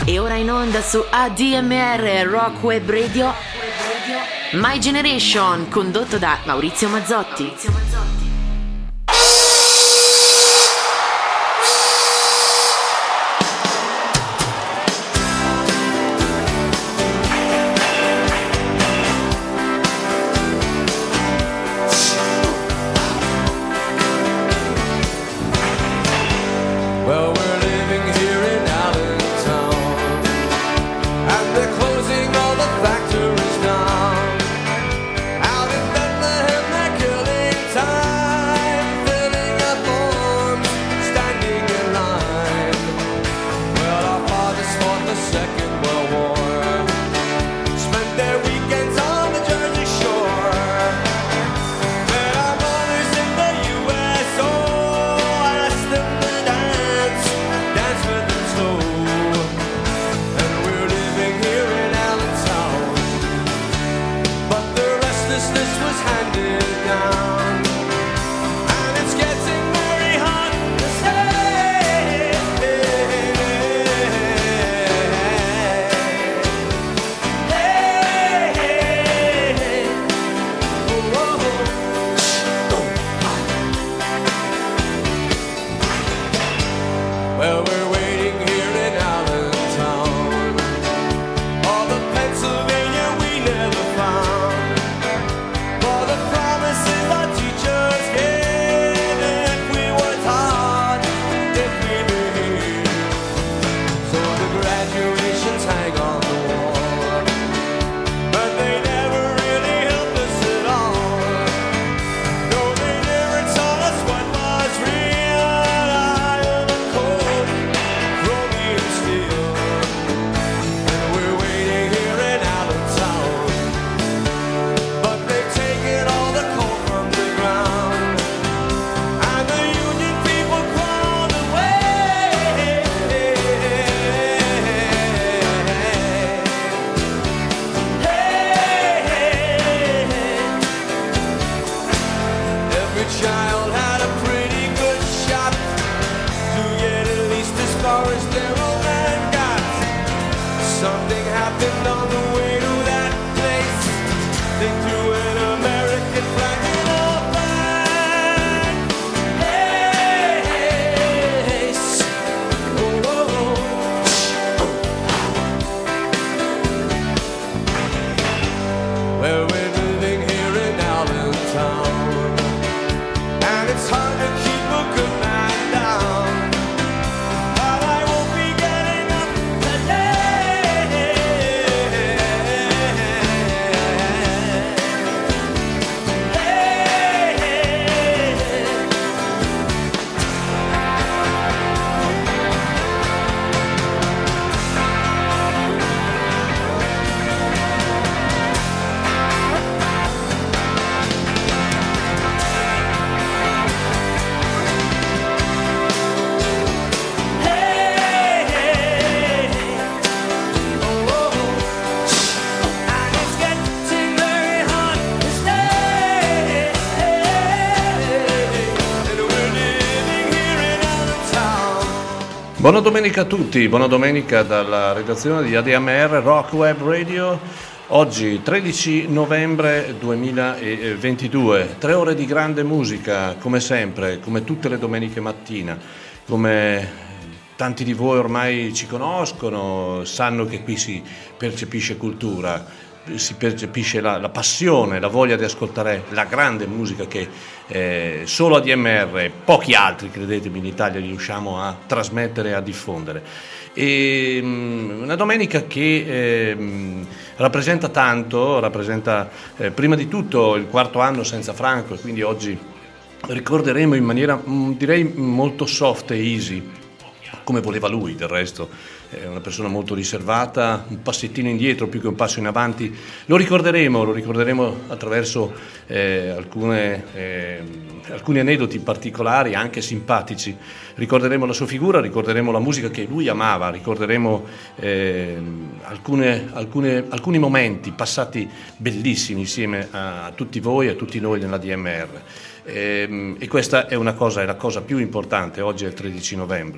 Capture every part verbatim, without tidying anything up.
E ora in onda su A D M R Rock Web Radio My Generation, condotto da Maurizio Mazzotti. Buona domenica a tutti, buona domenica dalla redazione di A D M R Rock Web Radio. Oggi tredici novembre duemilaventidue, tre ore di grande musica, come sempre, come tutte le domeniche mattina, come tanti di voi ormai ci conoscono, sanno che qui si percepisce cultura, si percepisce la, la passione, la voglia di ascoltare la grande musica che eh, solo A D M R e pochi altri, credetemi, in Italia riusciamo a trasmettere e a diffondere. E, um, una domenica che eh, rappresenta tanto, rappresenta eh, prima di tutto il quarto anno senza Franco, e quindi oggi ricorderemo in maniera mh, direi molto soft e easy, come voleva lui del resto. È una persona molto riservata, un passettino indietro più che un passo in avanti. Lo ricorderemo, lo ricorderemo attraverso eh, alcune, eh, alcuni aneddoti particolari, anche simpatici. Ricorderemo la sua figura, ricorderemo la musica che lui amava, ricorderemo eh, alcune, alcune, alcuni momenti passati bellissimi insieme a, a tutti voi, a tutti noi nella A D M R. E, e questa è una cosa, è la cosa più importante. Oggi è il tredici novembre.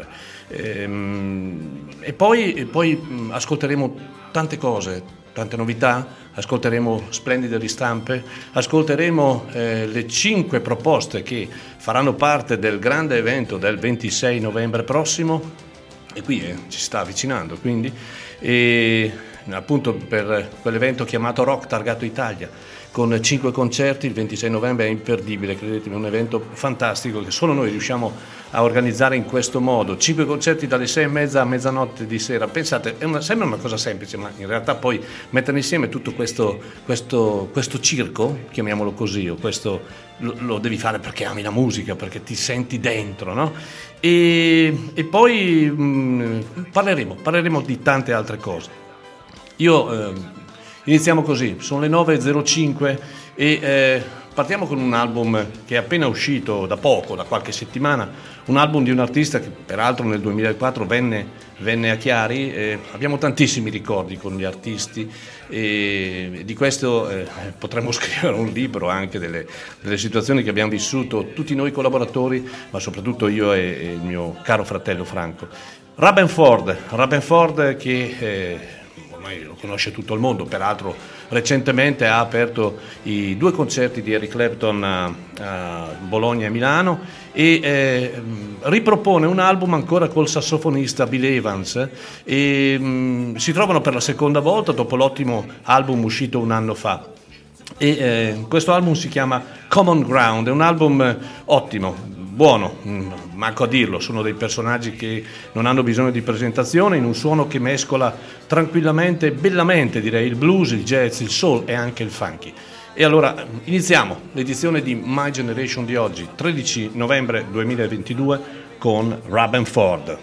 Ehm, e poi, e poi ascolteremo tante cose, tante novità, ascolteremo splendide ristampe, ascolteremo eh, le cinque proposte che faranno parte del grande evento del ventisei novembre prossimo, e qui eh, ci sta avvicinando, quindi, e appunto per quell'evento chiamato Rock Targato Italia, con cinque concerti. Il ventisei novembre è imperdibile, credetemi, è un evento fantastico che solo noi riusciamo a organizzare in questo modo. Cinque concerti dalle sei e mezza a mezzanotte di sera. Pensate, è una, sembra una cosa semplice, ma in realtà poi mettere insieme tutto questo, questo, questo circo, chiamiamolo così, o questo lo, lo devi fare perché ami la musica, perché ti senti dentro, no? E, e poi mh, parleremo, parleremo di tante altre cose. Io... Eh, Iniziamo così, sono le nove e zero cinque e eh, partiamo con un album che è appena uscito da poco, da qualche settimana, un album di un artista che peraltro nel duemilaquattro venne, venne a Chiari. Eh, abbiamo tantissimi ricordi con gli artisti e di questo eh, potremmo scrivere un libro anche delle, delle situazioni che abbiamo vissuto tutti noi collaboratori, ma soprattutto io e, e il mio caro fratello Franco. Rabenford, Rabenford che... Eh, lo conosce tutto il mondo, peraltro recentemente ha aperto i due concerti di Eric Clapton a, a Bologna e Milano e eh, ripropone un album ancora col sassofonista Bill Evans e mh, si trovano per la seconda volta dopo l'ottimo album uscito un anno fa. E eh, questo album si chiama Common Ground, è un album ottimo, buono, manco a dirlo, sono dei personaggi che non hanno bisogno di presentazione, in un suono che mescola tranquillamente, bellamente direi, il blues, il jazz, il soul e anche il funky. E allora iniziamo l'edizione di My Generation di oggi, tredici novembre duemilaventidue, con Rabenford.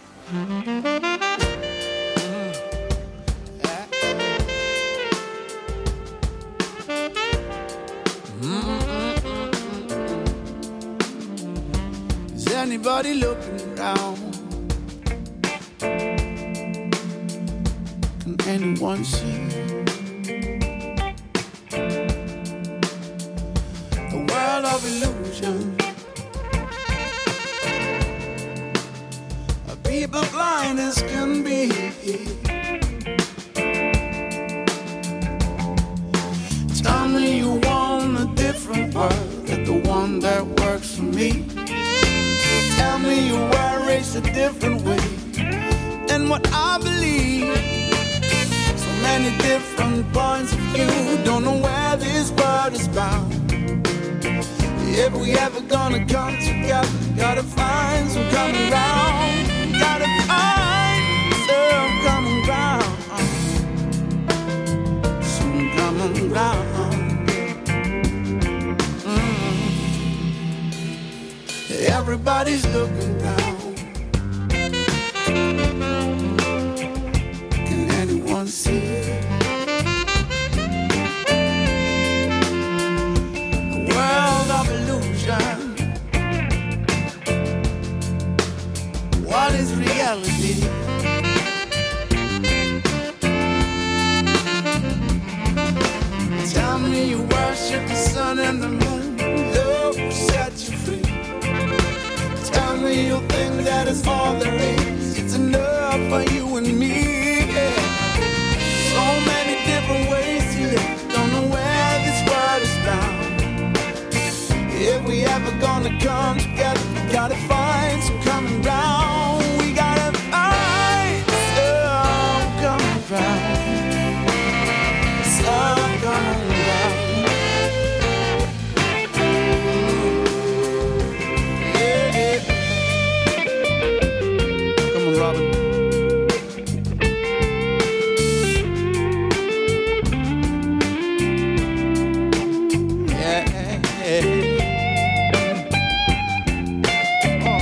Anybody looking around? Can anyone see the world of illusion? A people blind as can be. Tell me you want a different world than the one that works for me. Tell me you were raised a different way than what I believe. So many different points of view, don't know where this world is bound. If we ever gonna come together, gotta find some common ground. Gotta find some common ground. Some common ground. Everybody's looking down. Can anyone see a world of illusion? What is reality? Tell me you worship the sun and the moon. Love will set you free. Tell me you think that is all there is. It's enough for you and me, yeah. So many different ways to live. Don't know where this world is bound. If we ever gonna come together, we gotta find some common ground. We gotta find some common ground. Some common ground. Robin. Yeah. Oh.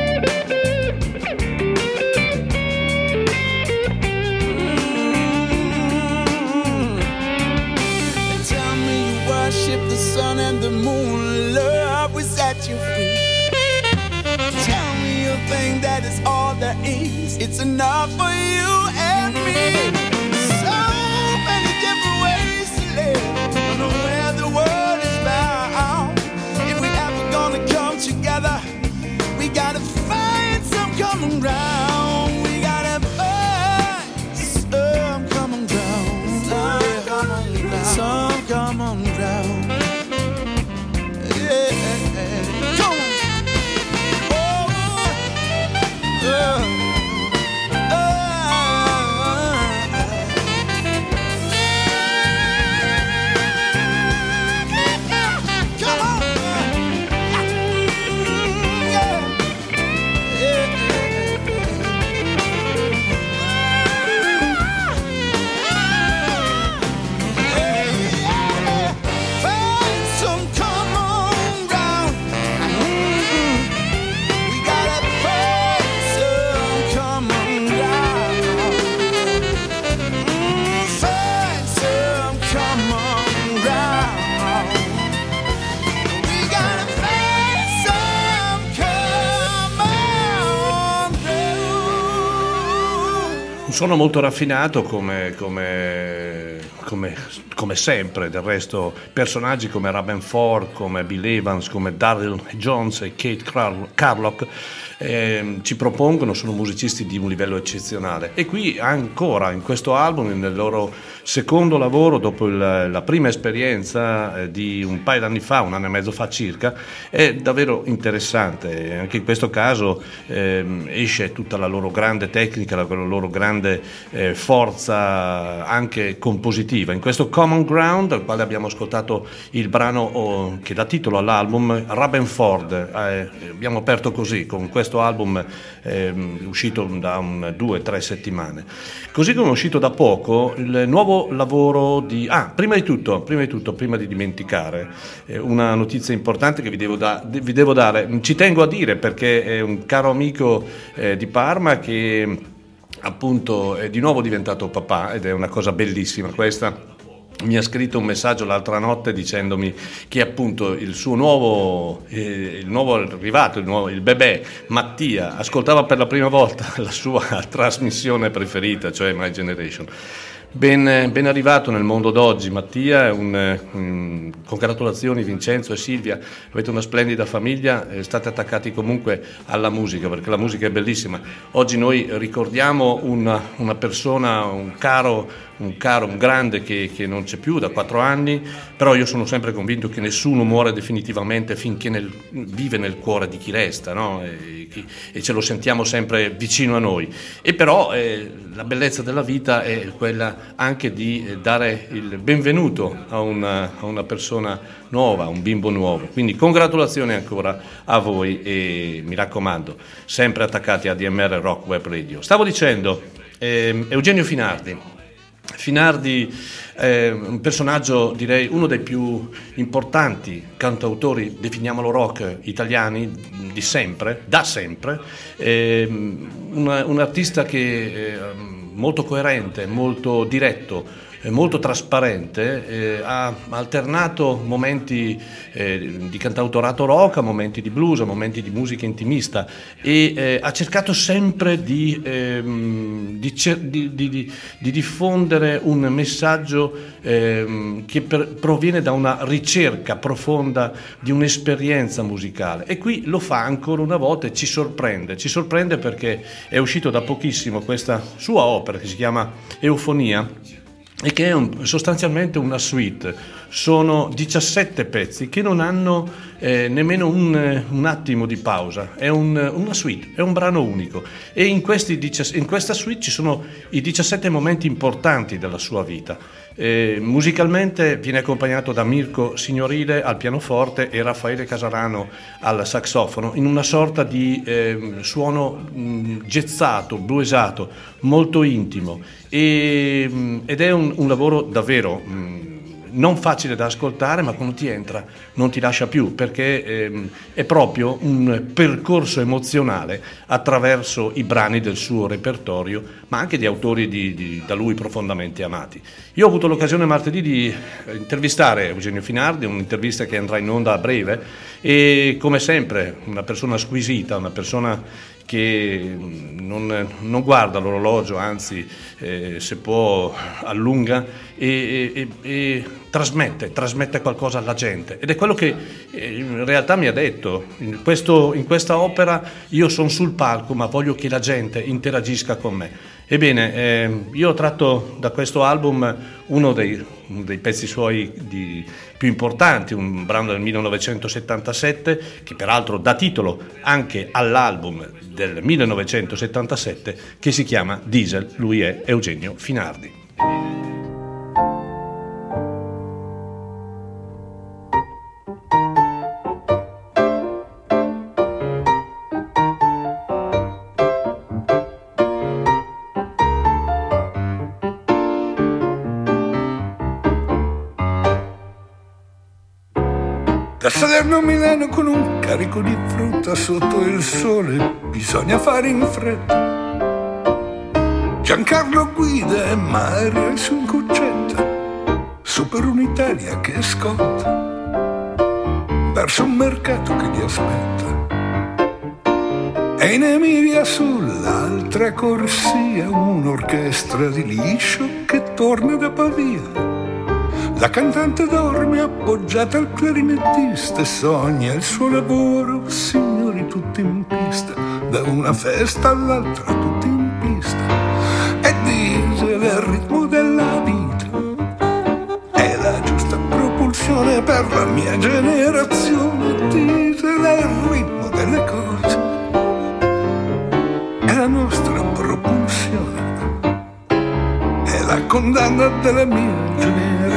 Mm-hmm. Tell me you worship the sun and the moon. Love will set you free. Tell me you think that is all there is. It's enough for you and me. So many different ways to live. Don't know where the world is bound. If we ever gonna come together, we gotta find some common ground. Un suono molto raffinato come, come, come, come sempre, del resto personaggi come Robben Ford, come Bill Evans, come Daryl Jones e Kate Carlock eh, ci propongono, sono musicisti di un livello eccezionale, e qui ancora in questo album, nel loro secondo lavoro dopo il, la prima esperienza eh, di un paio d'anni fa, un anno e mezzo fa circa, è davvero interessante. Anche in questo caso eh, esce tutta la loro grande tecnica, la loro grande Eh, forza anche compositiva. In questo Common Ground, al quale abbiamo ascoltato il brano oh, che dà titolo all'album, Robben Ford, eh, abbiamo aperto così con questo album eh, uscito da un, due o tre settimane, così come è uscito da poco il nuovo lavoro di ah prima di tutto prima di tutto prima di dimenticare eh, una notizia importante che vi devo, da, vi devo dare, ci tengo a dire perché è un caro amico eh, di Parma che appunto è di nuovo diventato papà, ed è una cosa bellissima questa. Mi ha scritto un messaggio l'altra notte dicendomi che appunto il suo nuovo eh, il nuovo arrivato, il, nuovo, il bebè Mattia, ascoltava per la prima volta la sua trasmissione preferita, cioè My Generation. Ben, ben arrivato nel mondo d'oggi Mattia, un, un, congratulazioni Vincenzo e Silvia, avete una splendida famiglia, eh, state attaccati comunque alla musica perché la musica è bellissima. Oggi noi ricordiamo una, una persona, un caro, un caro, un grande che, che non c'è più da quattro anni, però io sono sempre convinto che nessuno muore definitivamente finché nel, vive nel cuore di chi resta, no? E, e ce lo sentiamo sempre vicino a noi. E però eh, la bellezza della vita è quella anche di dare il benvenuto a una, a una persona nuova, a un bimbo nuovo. Quindi congratulazioni ancora a voi e mi raccomando, sempre attaccati a A D M R Rock Web Radio. Stavo dicendo, eh, Eugenio Finardi. Finardi è un personaggio, direi, uno dei più importanti cantautori, definiamolo rock, italiani di sempre, da sempre, eh, un, un artista che è molto coerente, molto diretto, molto trasparente, eh, ha alternato momenti eh, di cantautorato rock a momenti di blues, a momenti di musica intimista, e eh, ha cercato sempre di, eh, di, di, di, di diffondere un messaggio eh, che per, proviene da una ricerca profonda di un'esperienza musicale, e qui lo fa ancora una volta e ci sorprende, ci sorprende perché è uscito da pochissimo questa sua opera che si chiama Eufonia, e che è un, sostanzialmente una suite. Sono diciassette pezzi che non hanno eh, nemmeno un, un attimo di pausa, è un, una suite, è un brano unico, e in, questi, in questa suite ci sono i diciassette momenti importanti della sua vita. Eh, musicalmente viene accompagnato da Mirko Signorile al pianoforte e Raffaele Casarano al saxofono, in una sorta di eh, suono mh, jazzato, bluesato, molto intimo, e, mh, ed è un, un lavoro davvero mh, non facile da ascoltare, ma quando ti entra non ti lascia più, perché ehm, è proprio un percorso emozionale attraverso i brani del suo repertorio, ma anche di autori di, di, da lui profondamente amati. Io ho avuto l'occasione martedì di intervistare Eugenio Finardi, un'intervista che andrà in onda a breve, e come sempre una persona squisita, una persona che non, non guarda l'orologio, anzi eh, se può allunga e, e, e trasmette, trasmette qualcosa alla gente, ed è quello che eh, in realtà mi ha detto. In, questo, in questa opera io sono sul palco ma voglio che la gente interagisca con me. Ebbene, eh, io ho tratto da questo album uno dei, uno dei pezzi suoi di, più importanti, un brano del millenovecentosettantasette, che peraltro dà titolo anche all'album del millenovecentosettantasette, che si chiama Diesel. Lui è Eugenio Finardi. Da Salerno a Milano con un carico di frutta sotto il sole, bisogna fare in fretta. Giancarlo guida e Mario su in cuccetta, su per un'Italia che scotta, verso un mercato che li aspetta. E in Emilia sull'altra corsia un'orchestra di liscio che torna da Pavia. La cantante dorme appoggiata al clarinettista e sogna il suo lavoro, signori tutti in pista, da una festa all'altra tutti in pista. E diesel è il ritmo della vita, è la giusta propulsione per la mia generazione. Diesel è il ritmo delle cose, è la nostra propulsione, è la condanna della mia generazione.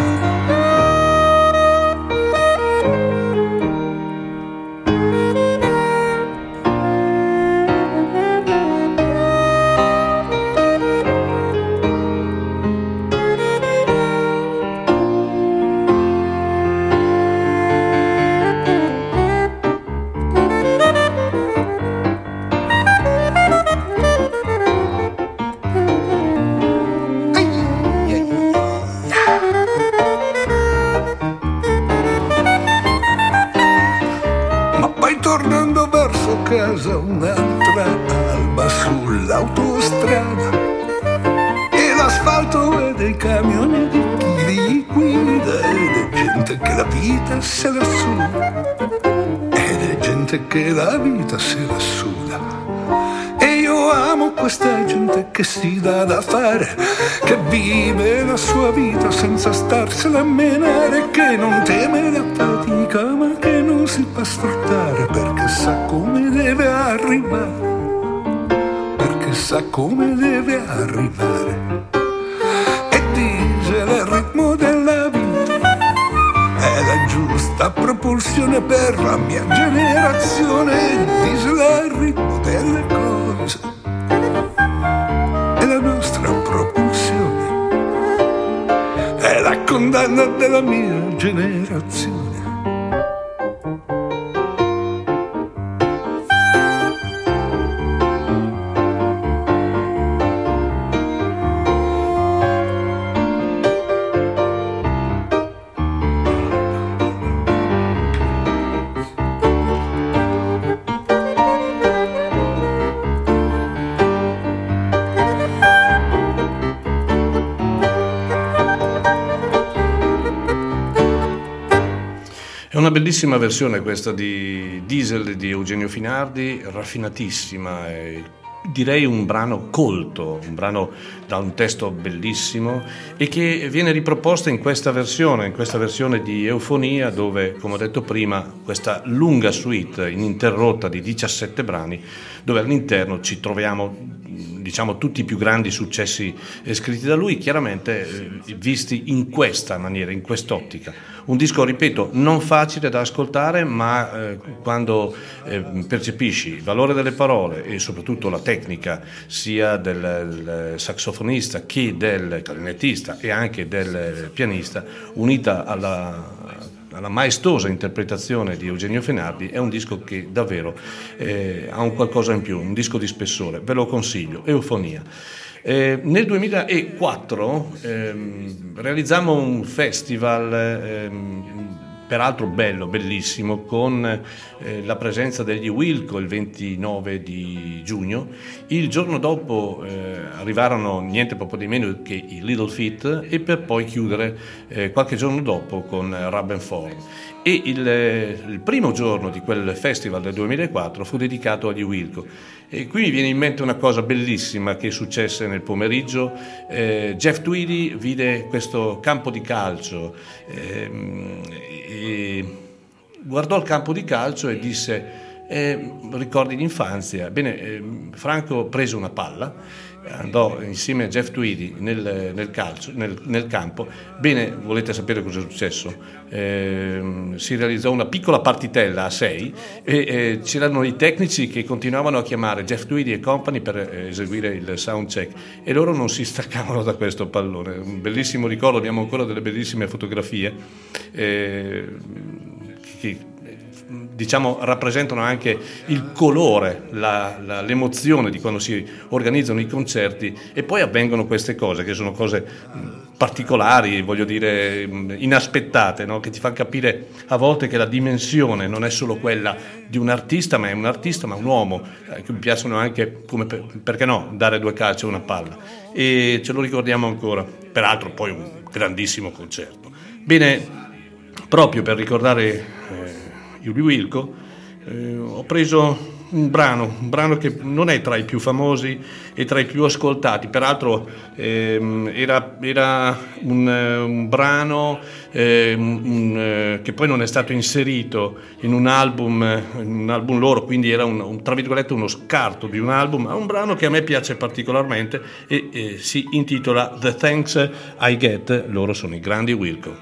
Casa un'altra alba sull'autostrada e l'asfalto è dei camioni di chi li guida ed è gente che la vita se la suda, ed è gente che la vita se la suda. E io amo questa gente che si dà da fare, che vive la sua vita senza starsela a menare, che non teme la fatica ma che non si fa sfruttare, perché sa come deve arrivare, perché sa come deve arrivare. E diesel è il ritmo della vita, è la giusta propulsione per la mia generazione. E diesel è il ritmo delle cose, è la nostra propulsione, è la condanna della mia generazione. Una bellissima versione questa di Diesel di Eugenio Finardi, raffinatissima, e direi un brano colto, un brano da un testo bellissimo e che viene riproposta in questa versione, in questa versione di Eufonia, dove, come ho detto prima, questa lunga suite ininterrotta di diciassette brani, dove all'interno ci troviamo, diciamo, tutti i più grandi successi scritti da lui, chiaramente eh, visti in questa maniera, in quest'ottica. Un disco, ripeto, non facile da ascoltare, ma eh, quando eh, percepisci il valore delle parole e soprattutto la tecnica sia del, del saxofonista che del clarinettista e anche del pianista, unita alla alla maestosa interpretazione di Eugenio Finardi, è un disco che davvero eh, ha un qualcosa in più, un disco di spessore, ve lo consiglio, Eufonia. Eh, nel duemilaquattro ehm, realizzammo un festival ehm, peraltro bello, bellissimo, con eh, la presenza degli Wilco il ventinove di giugno. Il giorno dopo eh, arrivarono niente proprio di meno che i Little Feat, e per poi chiudere eh, qualche giorno dopo con Rub and Form. E il, il primo giorno di quel festival del duemilaquattro fu dedicato agli Wilco. E qui mi viene in mente una cosa bellissima che successe nel pomeriggio. eh, Jeff Tweedy vide questo campo di calcio ehm, e guardò il campo di calcio e disse eh, ricordi d'infanzia. Bene, eh, Franco prese una palla, andò insieme a Jeff Tweedy nel, nel calcio, nel, nel campo. Bene, volete sapere cosa è successo? Eh, si realizzò una piccola partitella a sei e eh, c'erano i tecnici che continuavano a chiamare Jeff Tweedy e company per eh, eseguire il sound check, e loro non si staccavano da questo pallone. Un bellissimo ricordo, abbiamo ancora delle bellissime fotografie eh, che diciamo rappresentano anche il colore, la, la, l'emozione di quando si organizzano i concerti, e poi avvengono queste cose che sono cose particolari, voglio dire inaspettate, no? Che ti fanno capire a volte che la dimensione non è solo quella di un artista, ma è un artista, ma un uomo, eh, che mi piacciono anche, come per, perché no, dare due calci a una palla, e ce lo ricordiamo ancora, peraltro poi un grandissimo concerto. Bene, proprio per ricordare eh, Julio Wilco, eh, ho preso un brano, un brano che non è tra i più famosi e tra i più ascoltati, peraltro ehm, era, era un, un brano ehm, un, eh, che poi non è stato inserito in un album, in un album loro, quindi era un, un, tra virgolette uno scarto di un album, ma un brano che a me piace particolarmente e eh, si intitola The Thanks I Get. Loro sono i grandi Wilco.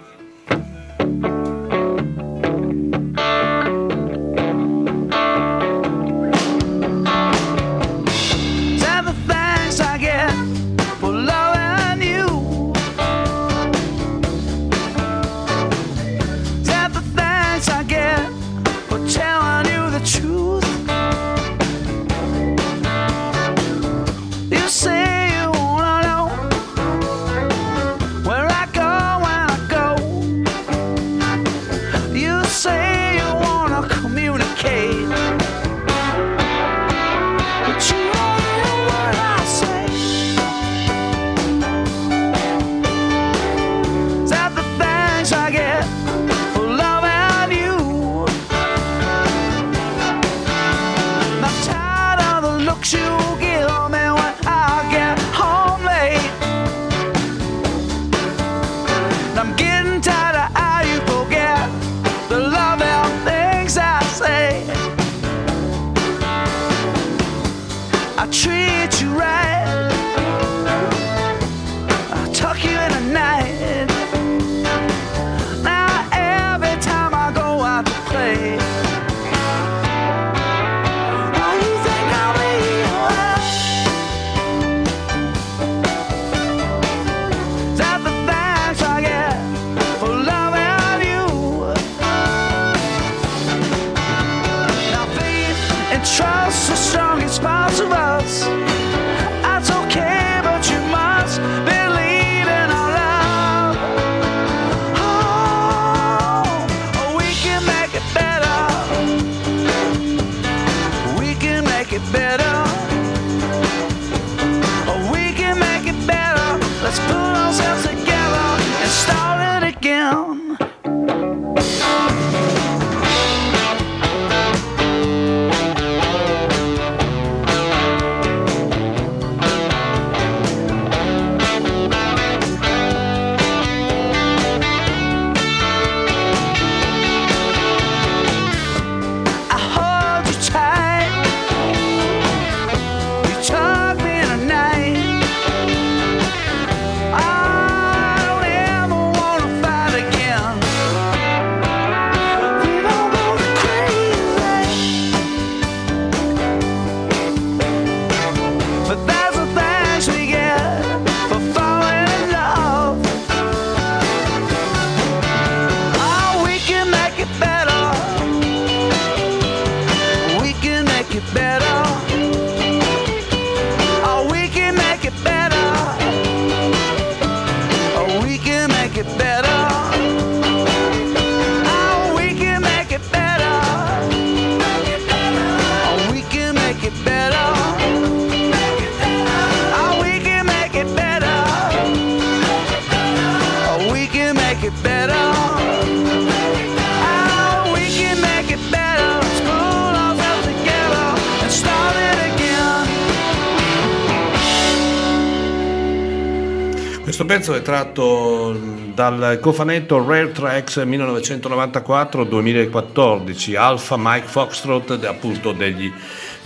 Questo pezzo è tratto dal cofanetto Rare Tracks millenovecentonovantaquattro duemilaquattordici, Alpha Mike Foxtrot, appunto degli,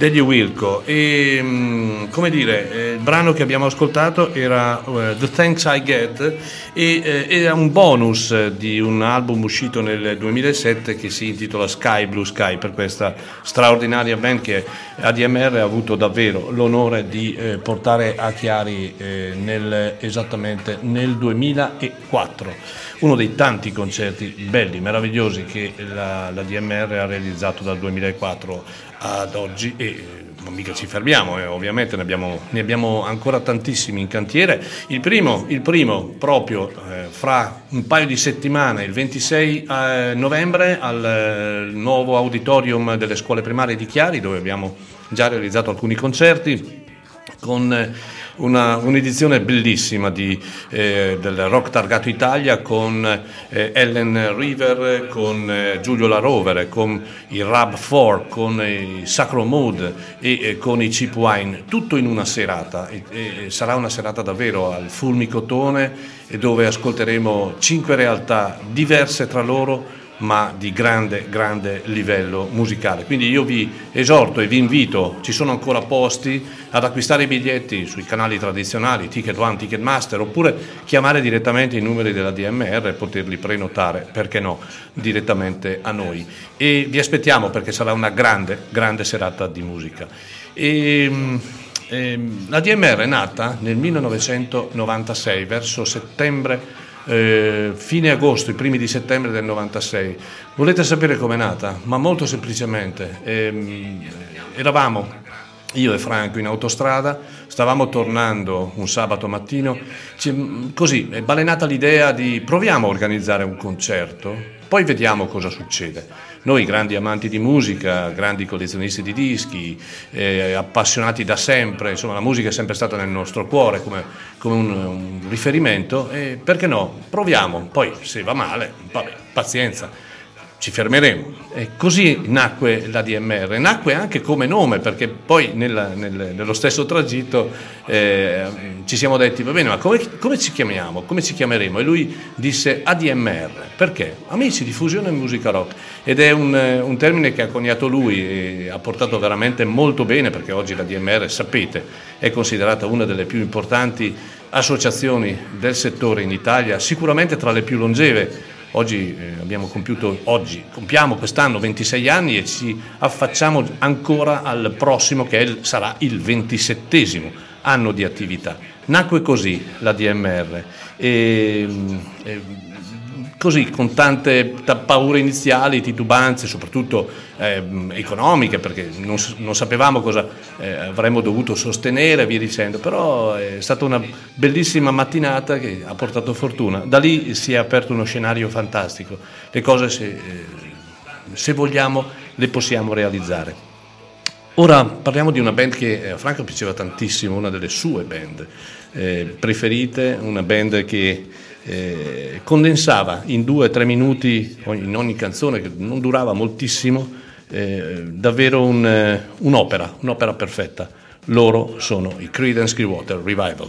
degli Wilco. E come dire, eh, il brano che abbiamo ascoltato era uh, The Thanks I Get e eh, era un bonus di un album uscito nel duemilasette che si intitola Sky Blue Sky, per questa straordinaria band che A D M R ha avuto davvero l'onore di eh, portare a Chiari eh, nel, esattamente nel duemilaquattro, uno dei tanti concerti belli, meravigliosi che la, la D M R ha realizzato dal duemilaquattro ad oggi, e non mica ci fermiamo, eh, ovviamente ne abbiamo, ne abbiamo ancora tantissimi in cantiere. Il primo, il primo proprio eh, fra un paio di settimane, il ventisei eh, novembre, al eh, nuovo auditorium delle scuole primarie di Chiari, dove abbiamo già realizzato alcuni concerti con eh, Una, un'edizione bellissima di, eh, del Rock Targato Italia con eh, Ellen River, con eh, Giulio La Rovere, con i Rab quattro, con i Sacro Mood e eh, con i Cheap Wine, tutto in una serata. E, e sarà una serata davvero al fulmicotone, e dove ascolteremo cinque realtà diverse tra loro, ma di grande, grande livello musicale. Quindi io vi esorto e vi invito, ci sono ancora posti, ad acquistare i biglietti sui canali tradizionali, Ticket One, Ticketmaster, oppure chiamare direttamente i numeri della D M R e poterli prenotare, perché no, direttamente a noi. E vi aspettiamo, perché sarà una grande, grande serata di musica. E, e, la D M R è nata nel millenovecentonovantasei, verso settembre, Eh, fine agosto, i primi di settembre del novantasei. Volete sapere com'è nata? Ma molto semplicemente, ehm, eravamo io e Franco in autostrada, stavamo tornando un sabato mattino, ci, così è balenata l'idea di proviamo a organizzare un concerto, poi vediamo cosa succede. Noi grandi amanti di musica, grandi collezionisti di dischi, eh, appassionati da sempre, insomma la musica è sempre stata nel nostro cuore come, come un, un riferimento, e perché no, proviamo, poi se va male, vabbè, pazienza, ci fermeremo. E così nacque la D M R, nacque anche come nome, perché poi nella, nel, nello stesso tragitto eh, ci siamo detti, va bene, ma come, come ci chiamiamo, come ci chiameremo? E lui disse A D M R, perché? Amici di Fusione Musica Rock, ed è un, un termine che ha coniato lui e ha portato veramente molto bene, perché oggi la D M R, sapete, è considerata una delle più importanti associazioni del settore in Italia, sicuramente tra le più longeve. Oggi eh, abbiamo compiuto, oggi compiamo quest'anno ventisei anni e ci affacciamo ancora al prossimo, che è il, sarà il ventisettesimo anno di attività. Nacque così la D M R, e, e, così con tante t- paure iniziali, titubanze, soprattutto eh, economiche, perché non, non sapevamo cosa eh, avremmo dovuto sostenere, via dicendo, però è stata una bellissima mattinata che ha portato fortuna. Da lì si è aperto uno scenario fantastico, le cose se, eh, se vogliamo le possiamo realizzare. Ora parliamo di una band che a Franco piaceva tantissimo, una delle sue band eh, preferite, una band che eh, condensava in due o tre minuti in ogni canzone, che non durava moltissimo, eh, davvero un, eh, un'opera, un'opera perfetta. Loro sono i Creedence Clearwater Revival.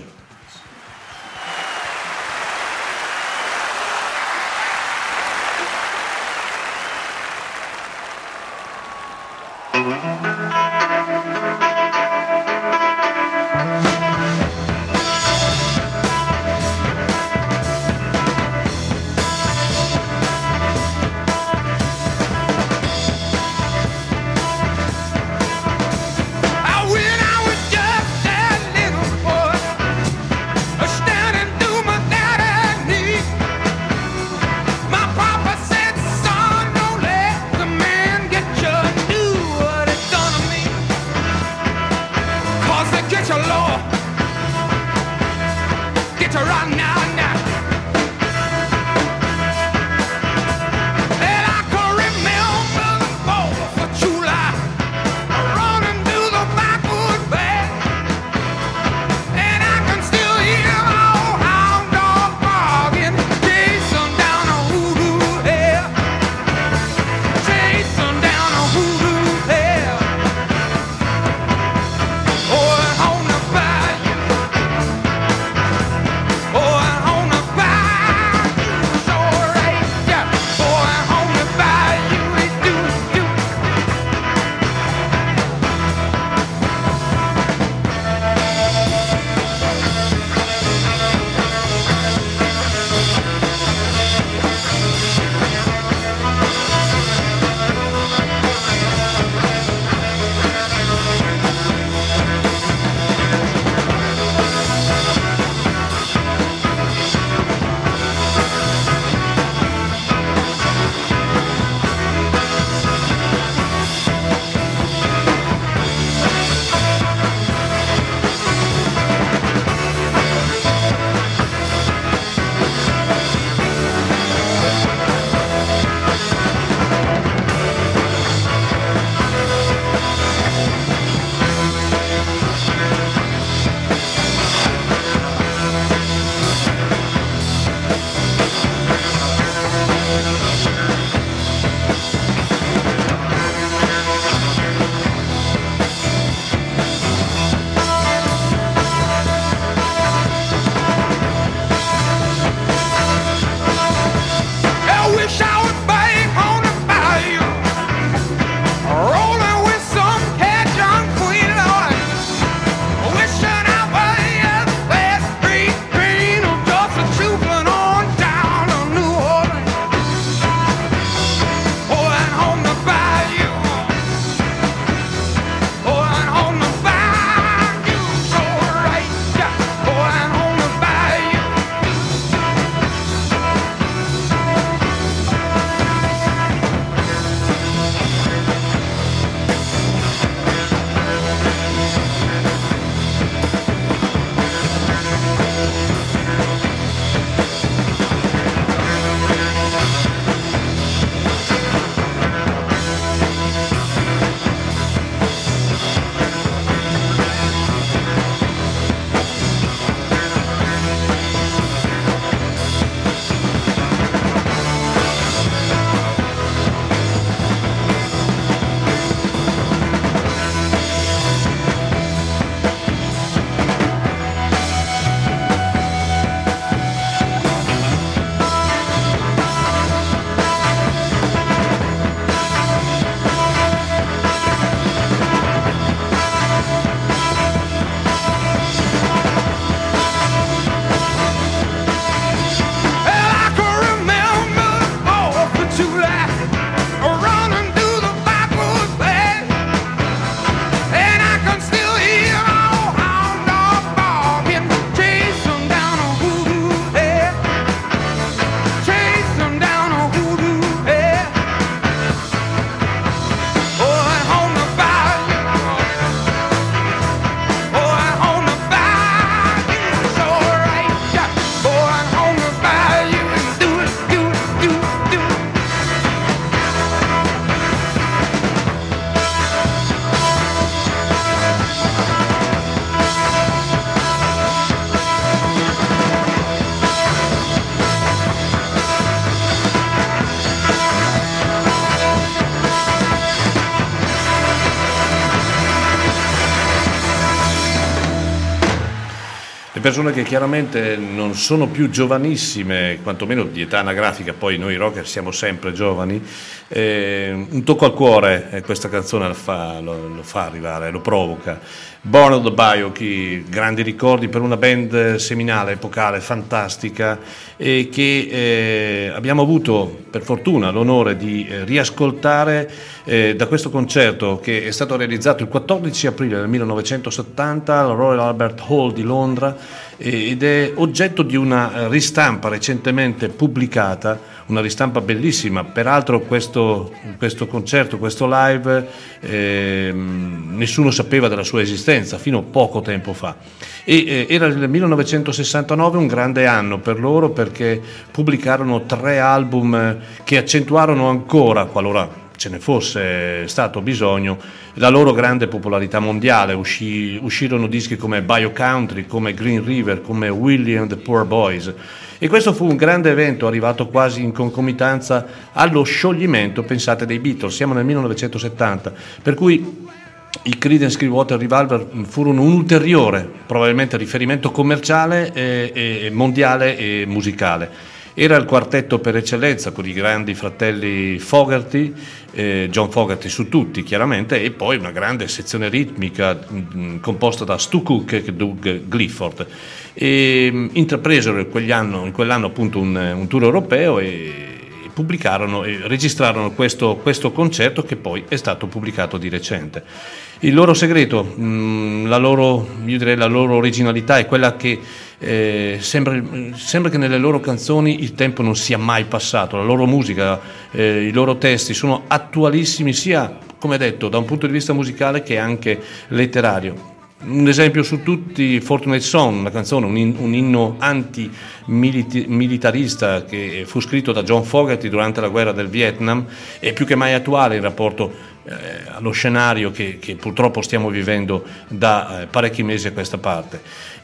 Oh, persone che chiaramente non sono più giovanissime, quantomeno di età anagrafica, poi noi rocker siamo sempre giovani, eh, un tocco al cuore eh, questa canzone lo fa, lo, lo fa arrivare, lo provoca. Born on the Bayou, chi, grandi ricordi per una band seminale, epocale, fantastica, e che eh, abbiamo avuto per fortuna l'onore di eh, riascoltare eh, da questo concerto che è stato realizzato il quattordici aprile del millenovecentosettanta al Royal Albert Hall di Londra eh, ed è oggetto di una ristampa recentemente pubblicata, una ristampa bellissima. Peraltro questo, questo concerto, questo live eh, nessuno sapeva della sua esistenza fino a poco tempo fa e eh, era il millenovecentosessantanove, un grande anno per loro perché pubblicarono tre album che accentuarono ancora, qualora ce ne fosse stato bisogno, la loro grande popolarità mondiale. Uscì, uscirono dischi come Bayou Country, come Green River, come Willie and the Poor Boys, e questo fu un grande evento arrivato quasi in concomitanza allo scioglimento, pensate, dei Beatles. Siamo nel millenovecentosettanta, per cui i Creedence Clearwater Revival furono un ulteriore probabilmente riferimento commerciale e, e mondiale e musicale. Era il quartetto per eccellenza con i grandi fratelli Fogerty, eh, John Fogerty su tutti chiaramente, e poi una grande sezione ritmica mh, composta da Stu Cook e Doug Clifford. E, mh, intrapresero in quell'anno, in quell'anno appunto un, un tour europeo e pubblicarono e registrarono questo, questo concerto che poi è stato pubblicato di recente. Il loro segreto, mh, la loro, io direi la loro originalità è quella che eh, sembra, sembra che nelle loro canzoni il tempo non sia mai passato, la loro musica, eh, i loro testi sono attualissimi sia, come detto, da un punto di vista musicale che anche letterario. Un esempio su tutti, Fortunate Son, una canzone, un, in, un inno anti-militarista che fu scritto da John Fogerty durante la guerra del Vietnam, e più che mai attuale in rapporto eh, allo scenario che, che purtroppo stiamo vivendo da eh, parecchi mesi a questa parte.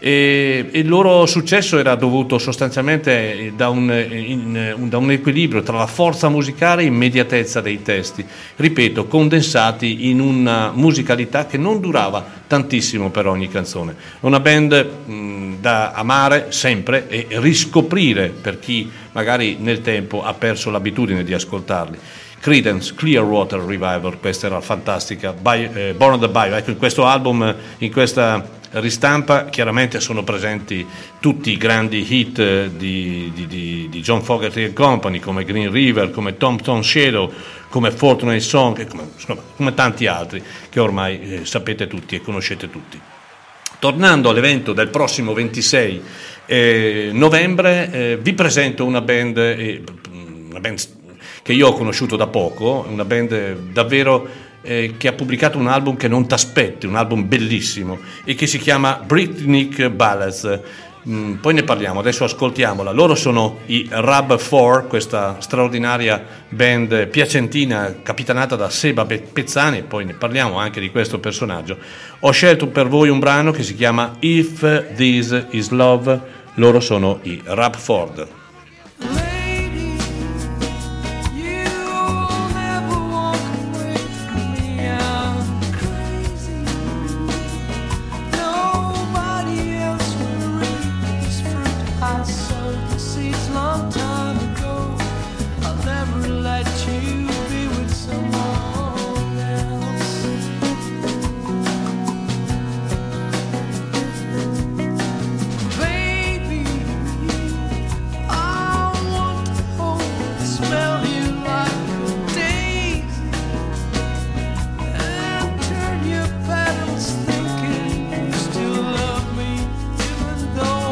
E, e il loro successo era dovuto sostanzialmente da un, in, un, da un equilibrio tra la forza musicale e immediatezza dei testi, ripeto, condensati in una musicalità che non durava tantissimo per ogni canzone. Una band mh, da amare sempre e riscoprire per chi magari nel tempo ha perso l'abitudine di ascoltarli. Creedence Clearwater Revival, questa era fantastica. By, eh, Born on the Bayou. Ecco, in questo album, in questa ristampa chiaramente sono presenti tutti i grandi hit di, di, di, di John Fogerty and Company, come Green River, come Tom Tom Shadow, come Fortunate Song, come, insomma, come tanti altri che ormai eh, sapete tutti e conoscete tutti. Tornando all'evento del prossimo ventisei eh, novembre, eh, vi presento una band, eh, una band che io ho conosciuto da poco, una band davvero eh, che ha pubblicato un album che non t'aspetti, un album bellissimo, e che si chiama Beatnik Ballads. Mm, poi ne parliamo, adesso ascoltiamola. Loro sono i Rab Four, questa straordinaria band piacentina capitanata da Seba Pezzani, e poi ne parliamo anche di questo personaggio. Ho scelto per voi un brano che si chiama If This Is Love. Loro sono i Rab Four.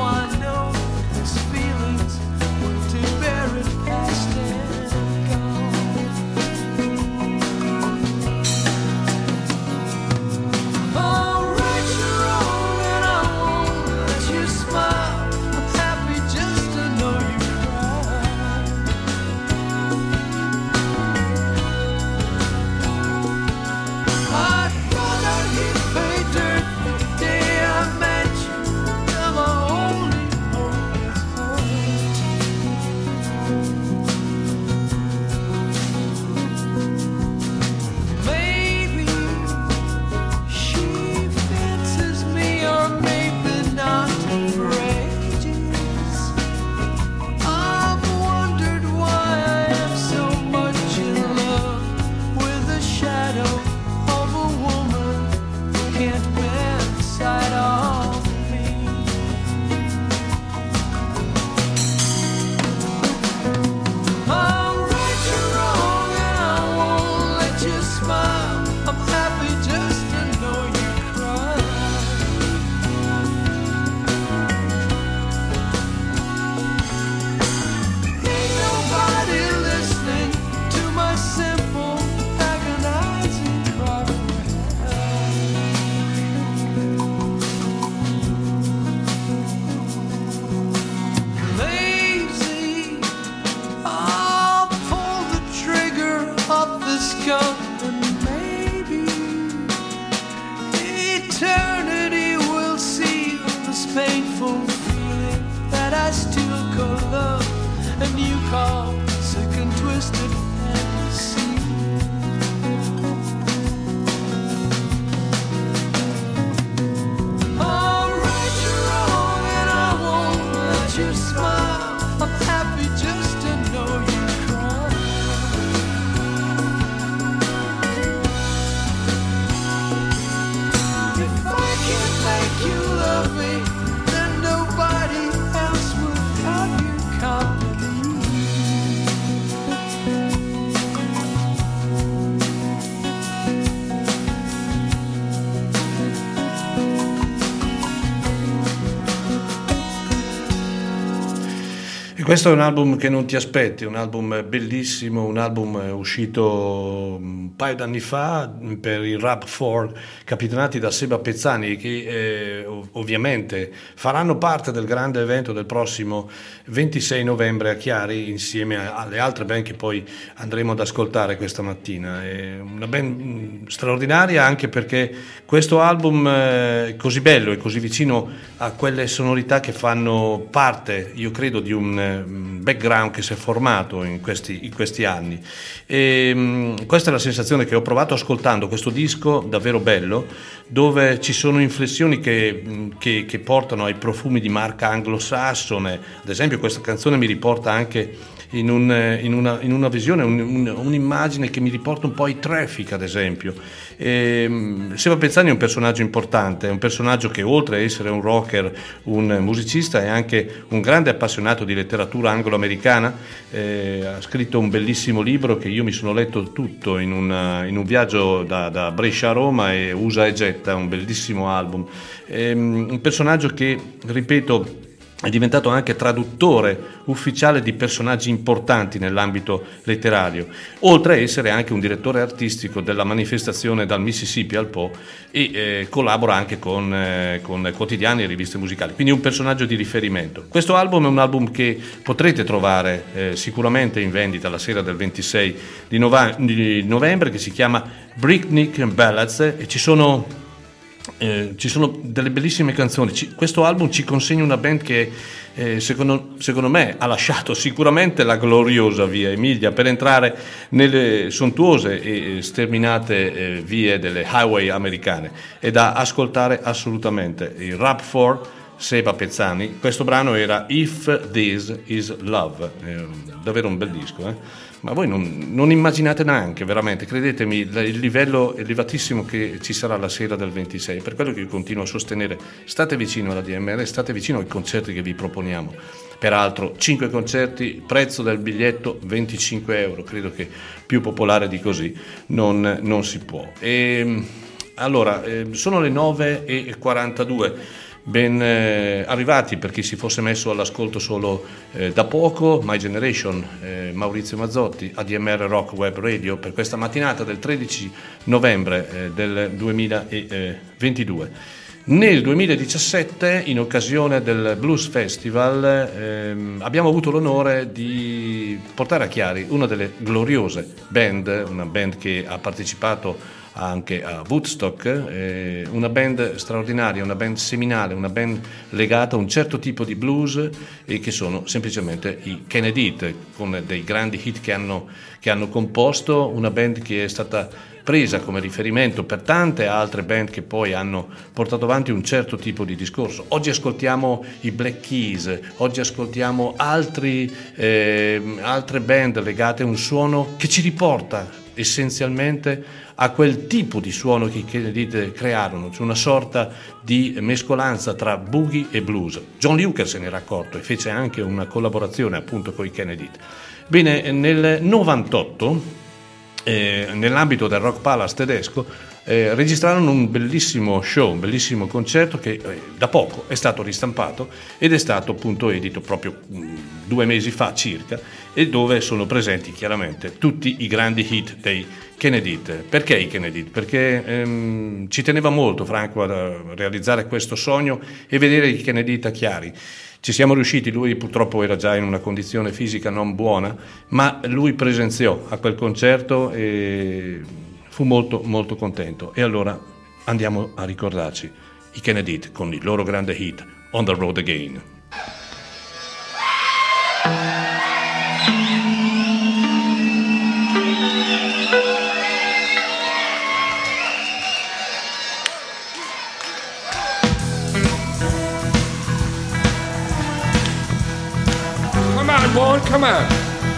Feelings, to bear it past and gone. that I still call love, and you call sick and twisted fantasy. I'll right you wrong and I won't let you smile. I'm happy just to know you cry. If I can't make you love me, then nobody else will have your company. E questo è un album che non ti aspetti, un album bellissimo, un album uscito un paio d'anni fa per i Rap quattro, capitanati da Seba Pezzani, che eh, ovviamente faranno parte del grande evento del prossimo ventisei novembre a Chiari, insieme alle altre band che poi andremo ad ascoltare questa mattina. È una band straordinaria anche perché questo album è così bello e così vicino a quelle sonorità che fanno parte, io credo, di un background che si è formato in questi, in questi anni. E, um, questa è la sensazione che ho provato ascoltando questo disco davvero bello, dove ci sono inflessioni che, che, che portano ai profumi di marca anglosassone. Ad esempio questa canzone mi riporta anche in, un, in, una, in una visione, un, un, un'immagine che mi riporta un po' ai Traffic, ad esempio. E, Seba Pezzani è un personaggio importante, è un personaggio che oltre a essere un rocker, un musicista, è anche un grande appassionato di letteratura anglo-americana. Eh, ha scritto un bellissimo libro che io mi sono letto tutto in, una, in un viaggio da, da Brescia a Roma, e Usa e getta, un bellissimo album. È un personaggio che, ripeto, è diventato anche traduttore ufficiale di personaggi importanti nell'ambito letterario, oltre a essere anche un direttore artistico della manifestazione Dal Mississippi al Po, e eh, collabora anche con, eh, con quotidiani e riviste musicali, quindi un personaggio di riferimento. Questo album è un album che potrete trovare eh, sicuramente in vendita la sera del ventisei di, nova- di novembre, che si chiama Breakneck Ballads, e ci sono Eh, ci sono delle bellissime canzoni. Ci, questo album ci consegna una band che eh, secondo, secondo me ha lasciato sicuramente la gloriosa via Emilia per entrare nelle sontuose e sterminate eh, vie delle highway americane, e da ascoltare assolutamente. Il Rap quattro, Seba Pezzani, questo brano era If This Is Love, eh, davvero un bel disco, eh? Ma voi non, non immaginate neanche, veramente, credetemi, il livello elevatissimo che ci sarà la sera del ventisei. Per quello che io continuo a sostenere: state vicino alla D M R, state vicino ai concerti che vi proponiamo. Peraltro cinque concerti, prezzo del biglietto venticinque euro, credo che più popolare di così non, non si può. E, allora, eh, sono le nove e quarantadue. Ben eh, arrivati per chi si fosse messo all'ascolto solo eh, da poco, My Generation, eh, Maurizio Mazzotti, A D M R Rock Web Radio, per questa mattinata del tredici novembre eh, del duemilaventidue. Nel duemiladiciassette, in occasione del Blues Festival, ehm, abbiamo avuto l'onore di portare a Chiari una delle gloriose band, una band che ha partecipato anche a Woodstock, eh, una band straordinaria, una band seminale, una band legata a un certo tipo di blues, e che sono semplicemente i Kennedy Heat, con dei grandi hit che hanno, che hanno composto, una band che è stata presa come riferimento per tante altre band che poi hanno portato avanti un certo tipo di discorso. Oggi ascoltiamo i Black Keys, oggi ascoltiamo altri, eh, altre band legate a un suono che ci riporta essenzialmente a quel tipo di suono che i Kennedy crearono, cioè una sorta di mescolanza tra boogie e blues. John Luker se n'era accorto e fece anche una collaborazione appunto con i Kennedy. Bene, nel novantotto, eh, nell'ambito del Rock Palace tedesco, eh, registrarono un bellissimo show, un bellissimo concerto che eh, da poco è stato ristampato ed è stato appunto edito proprio mh, due mesi fa circa, e dove sono presenti chiaramente tutti i grandi hit dei Kennedy. Perché i Kennedy? Perché ehm, ci teneva molto Franco a realizzare questo sogno e vedere i Kennedy a Chiari. Ci siamo riusciti, lui purtroppo era già in una condizione fisica non buona, ma lui presenziò a quel concerto e fu molto molto contento. E allora andiamo a ricordarci i Kennedy con il loro grande hit On the Road Again. on, boy, come on.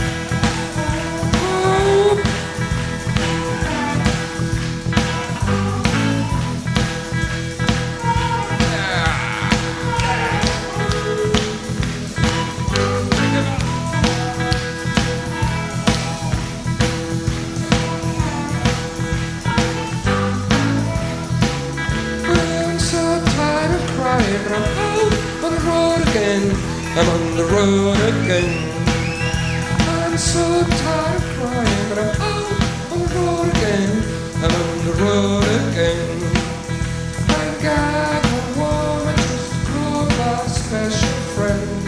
I'm on the road again. I'm so tired of crying, but I'm out on the road again. I'm on the road again. I got a woman just to call my special friend.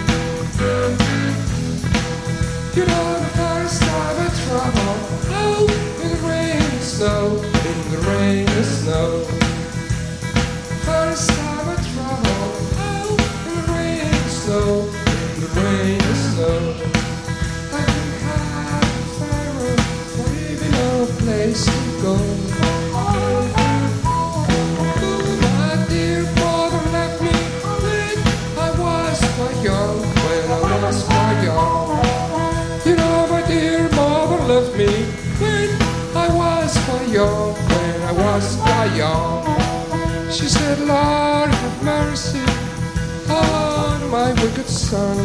You know the first time I travel out in the rain and snow, in the rain and snow. First time I travel out in the rain and snow. Rain and snow. I can hide a fire or even a place to go. My dear mother left me when I was quite young, when I was quite young. You know my dear mother left me when I was quite young, when I was quite young. She said, Lord have mercy on my wicked son.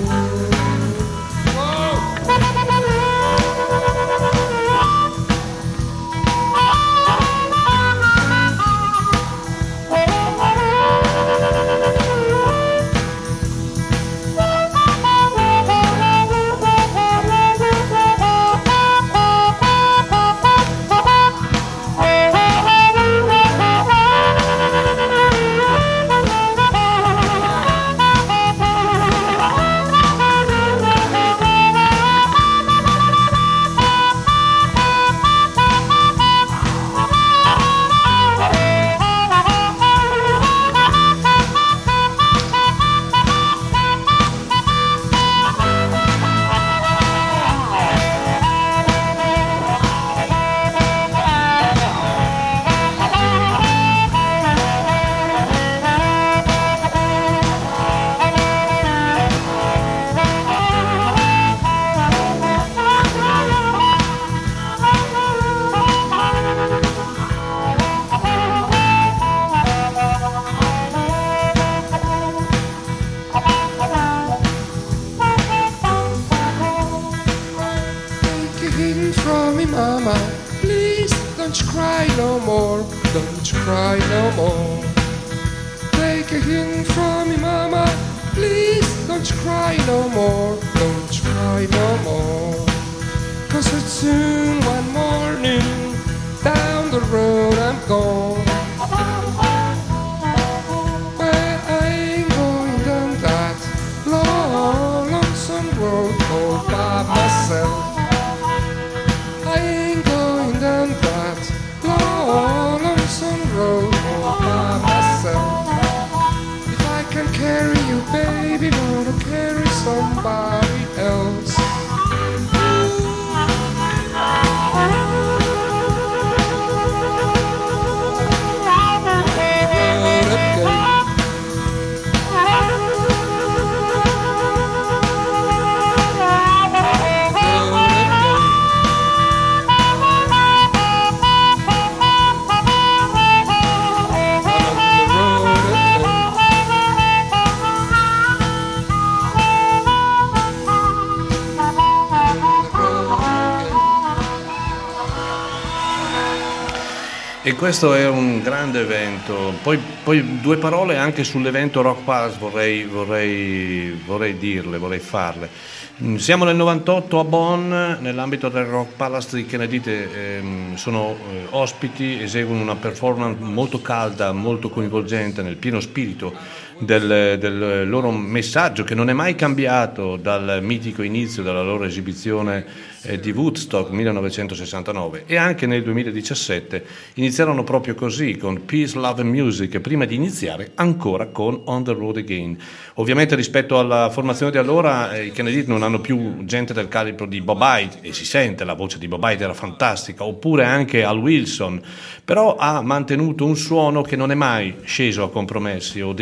E questo è un grande evento. Poi, poi due parole anche sull'evento Rock Palace vorrei, vorrei, vorrei dirle, vorrei farle. Siamo nel novantotto a Bonn, nell'ambito del Rock Palace i Kennedy ehm, sono eh, ospiti, eseguono una performance molto calda, molto coinvolgente, nel pieno spirito del, del loro messaggio, che non è mai cambiato dal mitico inizio della loro esibizione eh, di Woodstock millenovecentosessantanove, e anche nel duemiladiciassette iniziarono proprio così, con Peace, Love and Music, prima di iniziare ancora con On the Road Again. Ovviamente rispetto alla formazione di allora eh, i Kennedy non hanno più gente del calibro di Bob Hyde, e si sente, la voce di Bob Hyde era fantastica, oppure anche Al Wilson, però ha mantenuto un suono che non è mai sceso a compromessi o destinato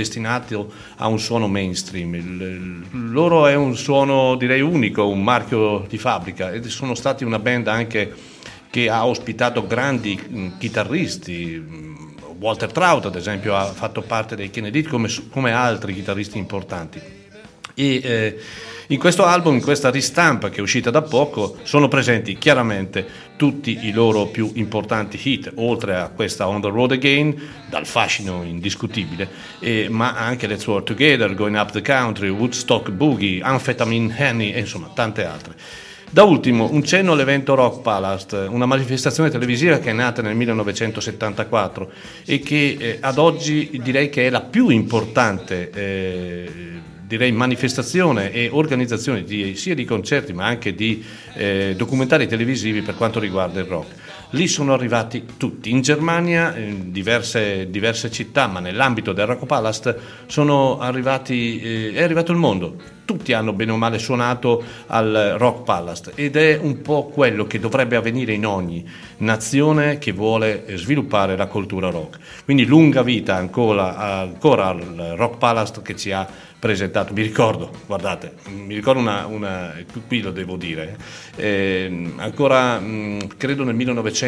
destinato a un suono mainstream. Il, il loro è un suono, direi, unico, un marchio di fabbrica, ed sono stati una band anche che ha ospitato grandi mh, chitarristi. Walter Trout, ad esempio, ha fatto parte dei Kennedy come, come altri chitarristi importanti. E eh, in questo album, in questa ristampa che è uscita da poco, sono presenti chiaramente tutti i loro più importanti hit, oltre a questa On the Road Again, dal fascino indiscutibile, eh, ma anche Let's Work Together, Going Up the Country, Woodstock Boogie, Amphetamine Henny e insomma tante altre. Da ultimo, un cenno all'evento Rock Palace, una manifestazione televisiva che è nata nel millenovecentosettantaquattro e che eh, ad oggi direi che è la più importante eh, direi manifestazione e organizzazione di, sia di concerti ma anche di eh, documentari televisivi per quanto riguarda il rock. Lì sono arrivati tutti. In Germania, in diverse, diverse città, ma nell'ambito del Rock Palace sono arrivati, eh, è arrivato il mondo. Tutti hanno bene o male suonato al Rock Palace ed è un po' quello che dovrebbe avvenire in ogni nazione che vuole sviluppare la cultura rock. Quindi lunga vita ancora, ancora al Rock Palace che ci ha presentato. Mi ricordo, guardate, mi ricordo una, una qui lo devo dire, eh, ancora mh, credo nel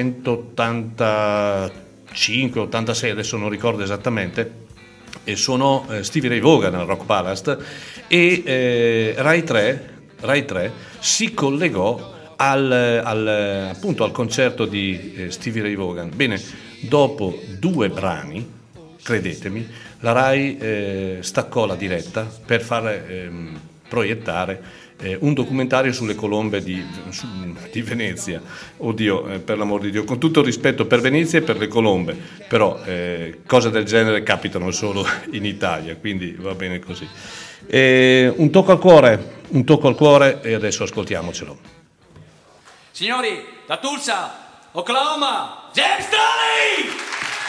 millenovecentottantacinque ottantasei, adesso non ricordo esattamente, e sono eh, Stevie Ray Vaughan al Rock Palace e eh, Rai tre, Rai tre si collegò al, al, appunto al concerto di eh, Stevie Ray Vaughan. Bene, dopo due brani, credetemi, la Rai eh, staccò la diretta per far eh, proiettare eh, un documentario sulle colombe di, su, di Venezia. Oddio, eh, per l'amor di Dio, con tutto il rispetto per Venezia e per le colombe, però eh, cose del genere capitano solo in Italia, quindi va bene così. Eh, un tocco al cuore, un tocco al cuore e adesso ascoltiamocelo. Signori, da Tulsa, Oklahoma, James Staley!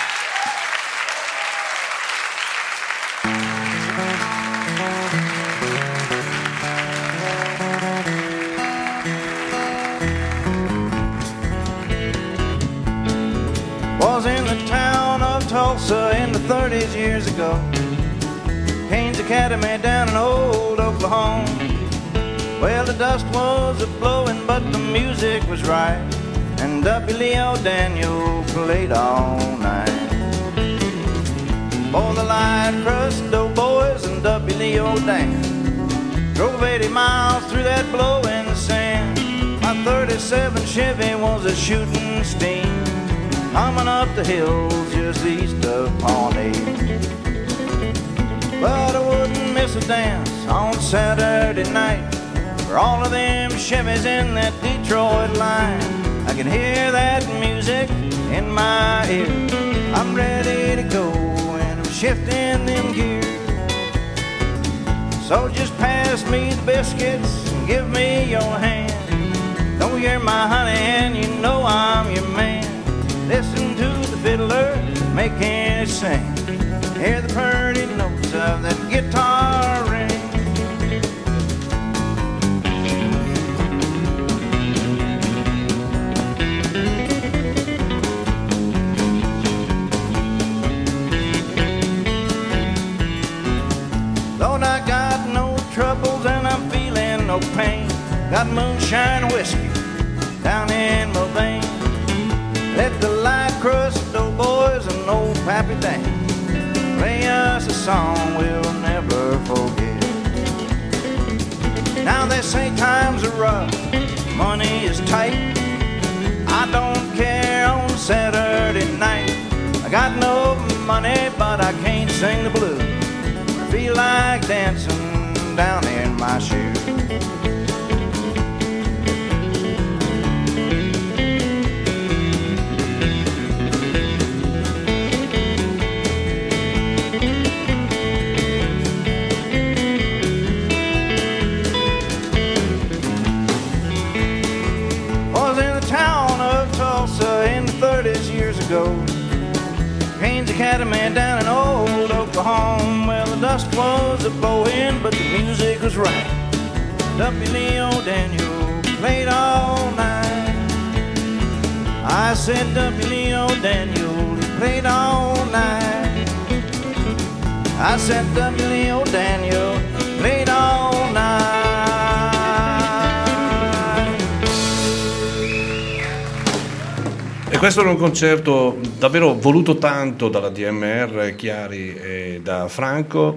Was in the town of Tulsa in the thirties years ago. Haynes Academy down in old Oklahoma. Well, the dust was a-blowing, but the music was right, and W. Leo Daniel played all night. For the light crust doughboys and W. Leo Dan drove eighty miles through that blowing sand. My thirty-seven Chevy was a shooting steam, coming up the hills just east of Pawnee. But I wouldn't miss a dance on Saturday night for all of them Chevys in that Detroit line. I can hear that music in my ear. I'm ready to go and I'm shifting them gears. So just pass me the biscuits and give me your hand. Know you're my honey and you know I'm your man. Listen to the fiddler making it sing. Hear the pretty notes of that guitar ring. Lord, I got no troubles and I'm feeling no pain. Got moonshine whiskey down in my veins. Let the light crust doughboys and old Pappy Dan play us a song we'll never forget. Now they say times are rough, money is tight. I don't care on Saturday night. I got no money but I can't sing the blues. I feel like dancing down in my shoes. Haynes Academy down in old Oklahoma. Well, the dust was a-blowing, but the music was right. W. Leo Daniel played all night. I said W. Leo Daniel, he played all night. I sat W N O Daniel late all night. E questo era un concerto davvero voluto tanto dalla D M R, Chiari e da Franco.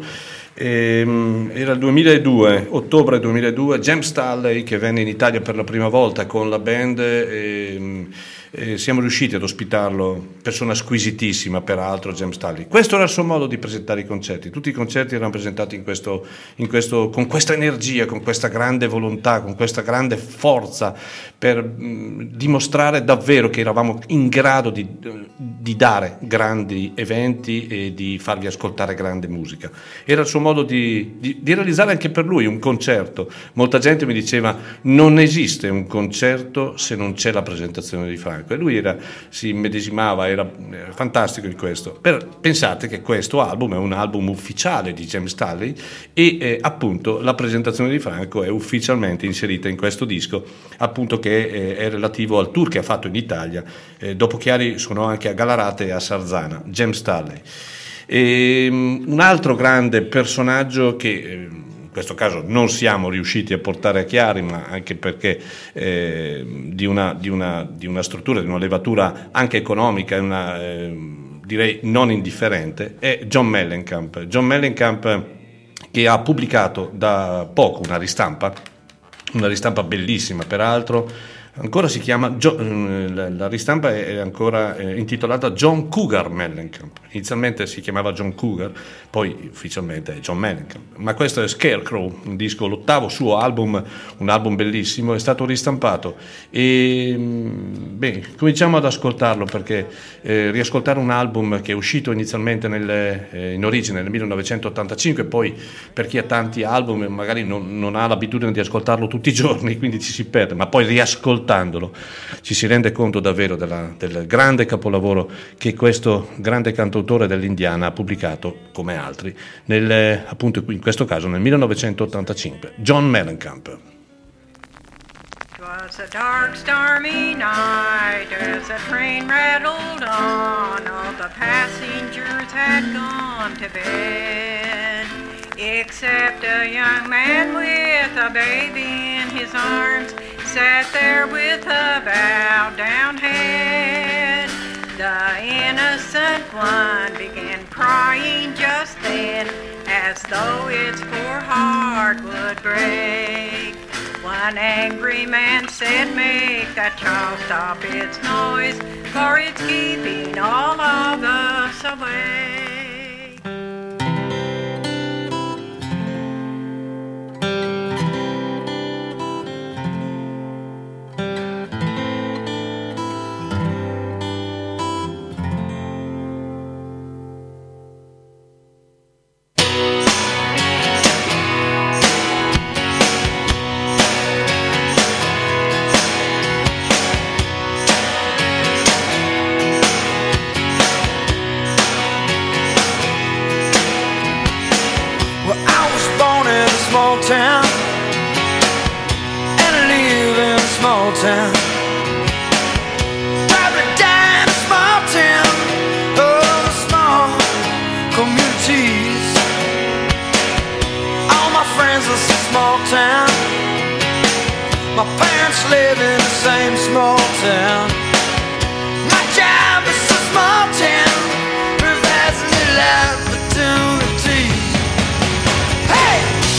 E, era il duemiladue, ottobre duemiladue, James Staley che venne in Italia per la prima volta con la band e, e siamo riusciti ad ospitarlo, persona squisitissima peraltro, James Staley. Questo era il suo modo di presentare i concerti, tutti i concerti erano presentati in questo, in questo, con questa energia, con questa grande volontà, con questa grande forza per mh, dimostrare davvero che eravamo in grado di, di dare grandi eventi e di farvi ascoltare grande musica. Era il suo modo di, di, di realizzare anche per lui un concerto. Molta gente mi diceva non esiste un concerto se non c'è la presentazione di Franco, e lui era, si immedesimava, era, era fantastico in questo. Per, pensate che questo album è un album ufficiale di James Staley e eh, appunto la presentazione di Franco è ufficialmente inserita in questo disco, appunto che eh, è relativo al tour che ha fatto in Italia. Eh, dopo Chiari suonò anche a Galarate e a Sarzana, James Staley. E, um, un altro grande personaggio che eh, in questo caso non siamo riusciti a portare a Chiari, ma anche perché eh, di, una, di, una, di una struttura, di una levatura anche economica, una, eh, direi non indifferente, è John Mellencamp. John Mellencamp che ha pubblicato da poco una ristampa, una ristampa bellissima peraltro. Ancora si chiama, la ristampa è ancora intitolata John Cougar Mellencamp. Inizialmente si chiamava John Cougar, poi ufficialmente è John Mellencamp. Ma questo è Scarecrow, un disco, l'ottavo suo album, un album bellissimo, è stato ristampato. E beh, cominciamo ad ascoltarlo perché eh, riascoltare un album che è uscito inizialmente nel, eh, in origine nel millenovecentottantacinque, poi per chi ha tanti album magari non, non ha l'abitudine di ascoltarlo tutti i giorni, quindi ci si perde, ma poi riascoltare ci si rende conto davvero della, del grande capolavoro che questo grande cantautore dell'Indiana ha pubblicato come altri nel, appunto in questo caso nel millenovecentottantacinque. John Mellencamp. Twas a dark stormy night as the train rattled on. All the passengers had gone to bed, except a young man with a baby in his arms sat there with a bowed down head. The innocent one began crying just then, as though its poor heart would break. One angry man said, "Make that child stop its noise, for it's keeping all of us away." Town and I live in a small town. Probably die in a small town. Oh, small communities. All my friends are from small town. My parents live in the same small town. My job is a small town, provides a little opportunity. Hey!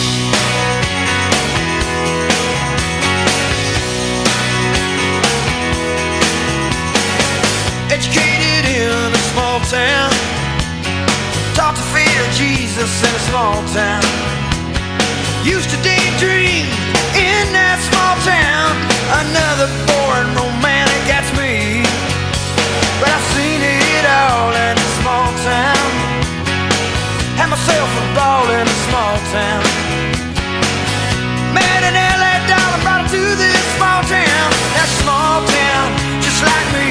Educated in a small town, taught to fear Jesus in a small town. Used to daydream in that small town. Another boring romantic gets me, but I've seen it all in a small town. Had myself a ball in a small town. Met an L A dollar, brought it to this small town. That small town, just like me.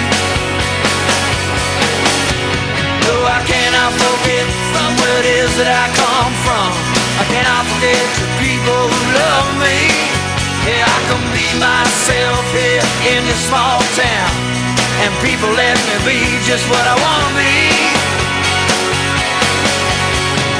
Though I cannot forget from where it is that I come from, I cannot forget the people who love me. Yeah, I can be myself here in this small town, and people let me be just what I want to be.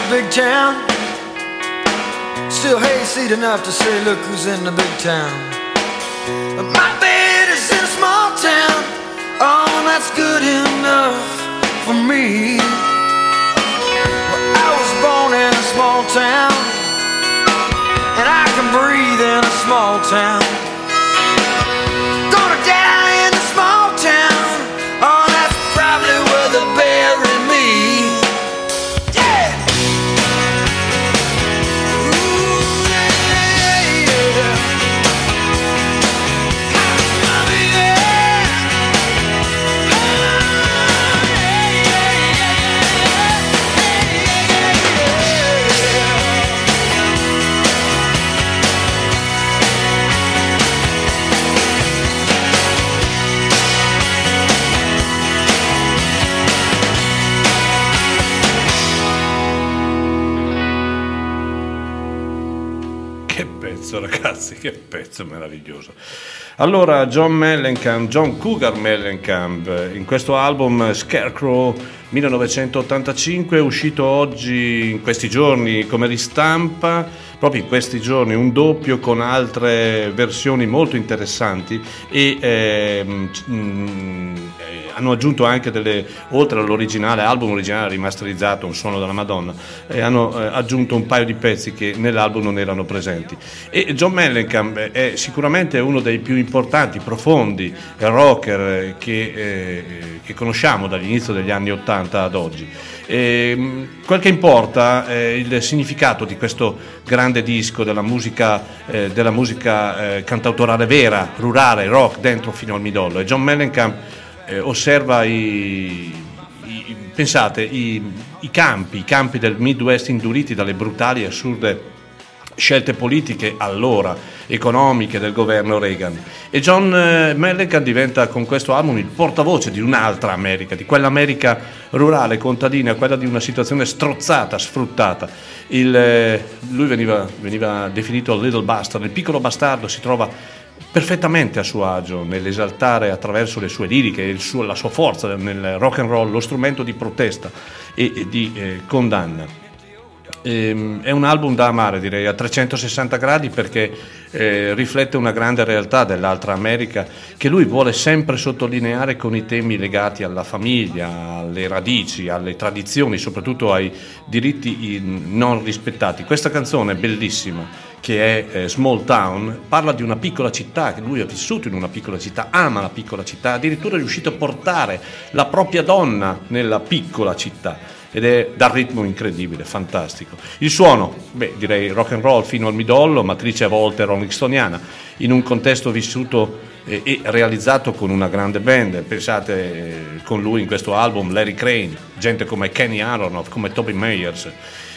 the big town. Still hayseed enough to say, look who's in the big town. But my bed is in a small town. Oh, that's good enough for me. Well, I was born in a small town, and I can breathe in a small town. Gonna die in a small town. Oh, that's probably where they bury me. Yeah. Ooh, yeah, yeah. Oh, yeah. Oh, yeah, yeah, Che pezzo, ragazzi, che pezzo meraviglioso. Allora, John Mellencamp, John Cougar Mellencamp, in questo album Scarecrow millenovecentottantacinque, uscito oggi, in questi giorni, come ristampa, proprio in questi giorni, un doppio con altre versioni molto interessanti e ehm, mh, eh, hanno aggiunto anche delle, oltre all'originale, album originale rimasterizzato, un suono della Madonna, e hanno eh, aggiunto un paio di pezzi che nell'album non erano presenti. E John Mellencamp è sicuramente uno dei più importanti, profondi rocker che, eh, che conosciamo dall'inizio degli anni ottanta ad oggi. E, quel che importa è il significato di questo grande disco della musica, eh, della musica eh, cantautorale vera, rurale, rock, dentro fino al midollo. E John Mellencamp eh, osserva i, i pensate i, i campi, i campi del Midwest induriti dalle brutali e assurde scelte politiche allora economiche del governo Reagan, e John Mellencamp diventa con questo album il portavoce di un'altra America, di quell'America rurale, contadina, quella di una situazione strozzata, sfruttata. Il, lui veniva, veniva definito Little Bastard, il piccolo bastardo. Si trova perfettamente a suo agio nell'esaltare attraverso le sue liriche, il suo, la sua forza nel rock and roll, lo strumento di protesta e, e di eh, condanna. Ehm, è un album da amare, direi, a trecentosessanta gradi, perché eh, riflette una grande realtà dell'altra America che lui vuole sempre sottolineare con i temi legati alla famiglia, alle radici, alle tradizioni, soprattutto ai diritti non rispettati. Questa canzone è bellissima, che è eh, Small Town, parla di una piccola città, che lui ha vissuto in una piccola città, ama la piccola città, addirittura è riuscito a portare la propria donna nella piccola città, ed è dal ritmo incredibile, fantastico. Il suono, beh, direi rock and roll fino al midollo, matrice a volte rolling-stoniana, in un contesto vissuto eh, e realizzato con una grande band. Pensate eh, con lui in questo album Larry Crane, gente come Kenny Aronoff, come Toby Meyers.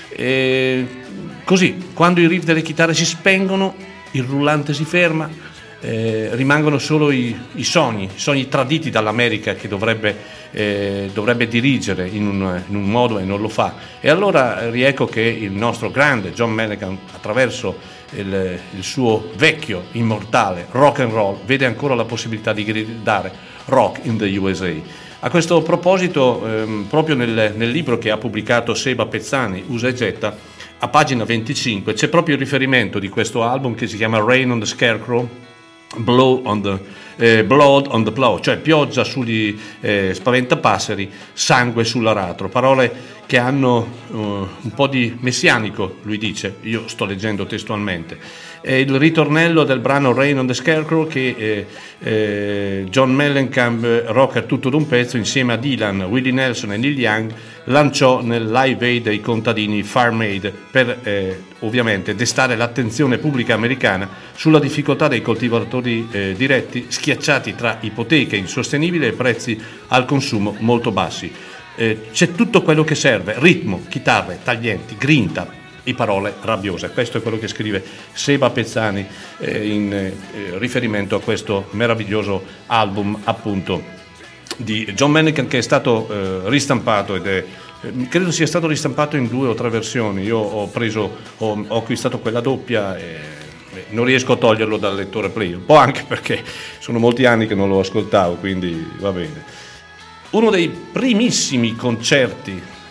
E così, quando i riff delle chitarre si spengono, il rullante si ferma, eh, rimangono solo i, i sogni, i sogni traditi dall'America che dovrebbe, eh, dovrebbe dirigere in un, in un modo e non lo fa. E allora riecco che il nostro grande John Mellencamp, attraverso il, il suo vecchio immortale rock and roll, vede ancora la possibilità di gridare rock in the U S A. A questo proposito, ehm, proprio nel, nel libro che ha pubblicato Seba Pezzani, Usa e Getta, a pagina venticinque c'è proprio il riferimento di questo album che si chiama Rain on the Scarecrow, Blow on the, eh, Blood on the Plow, cioè pioggia sugli eh, spaventapasseri, sangue sull'aratro, parole che hanno uh, un po' di messianico, lui dice, io sto leggendo testualmente. È il ritornello del brano Rain on the Scarecrow che eh, eh, John Mellencamp, rocker tutto d'un pezzo, insieme a Dylan, Willie Nelson e Neil Young, lanciò nel Live Aid dei contadini Farm Aid per eh, ovviamente destare l'attenzione pubblica americana sulla difficoltà dei coltivatori eh, diretti, schiacciati tra ipoteche insostenibili e prezzi al consumo molto bassi. Eh, c'è tutto quello che serve: ritmo, chitarre, taglienti, grinta e parole rabbiose. Questo è quello che scrive Seba Pezzani eh, in eh, riferimento a questo meraviglioso album, appunto, di John Mellencamp, che è stato eh, ristampato ed è eh, credo sia stato ristampato in due o tre versioni. Io ho preso ho, ho acquistato quella doppia e eh, non riesco a toglierlo dal lettore play, un po' anche perché sono molti anni che non lo ascoltavo, quindi va bene. Uno dei primissimi concerti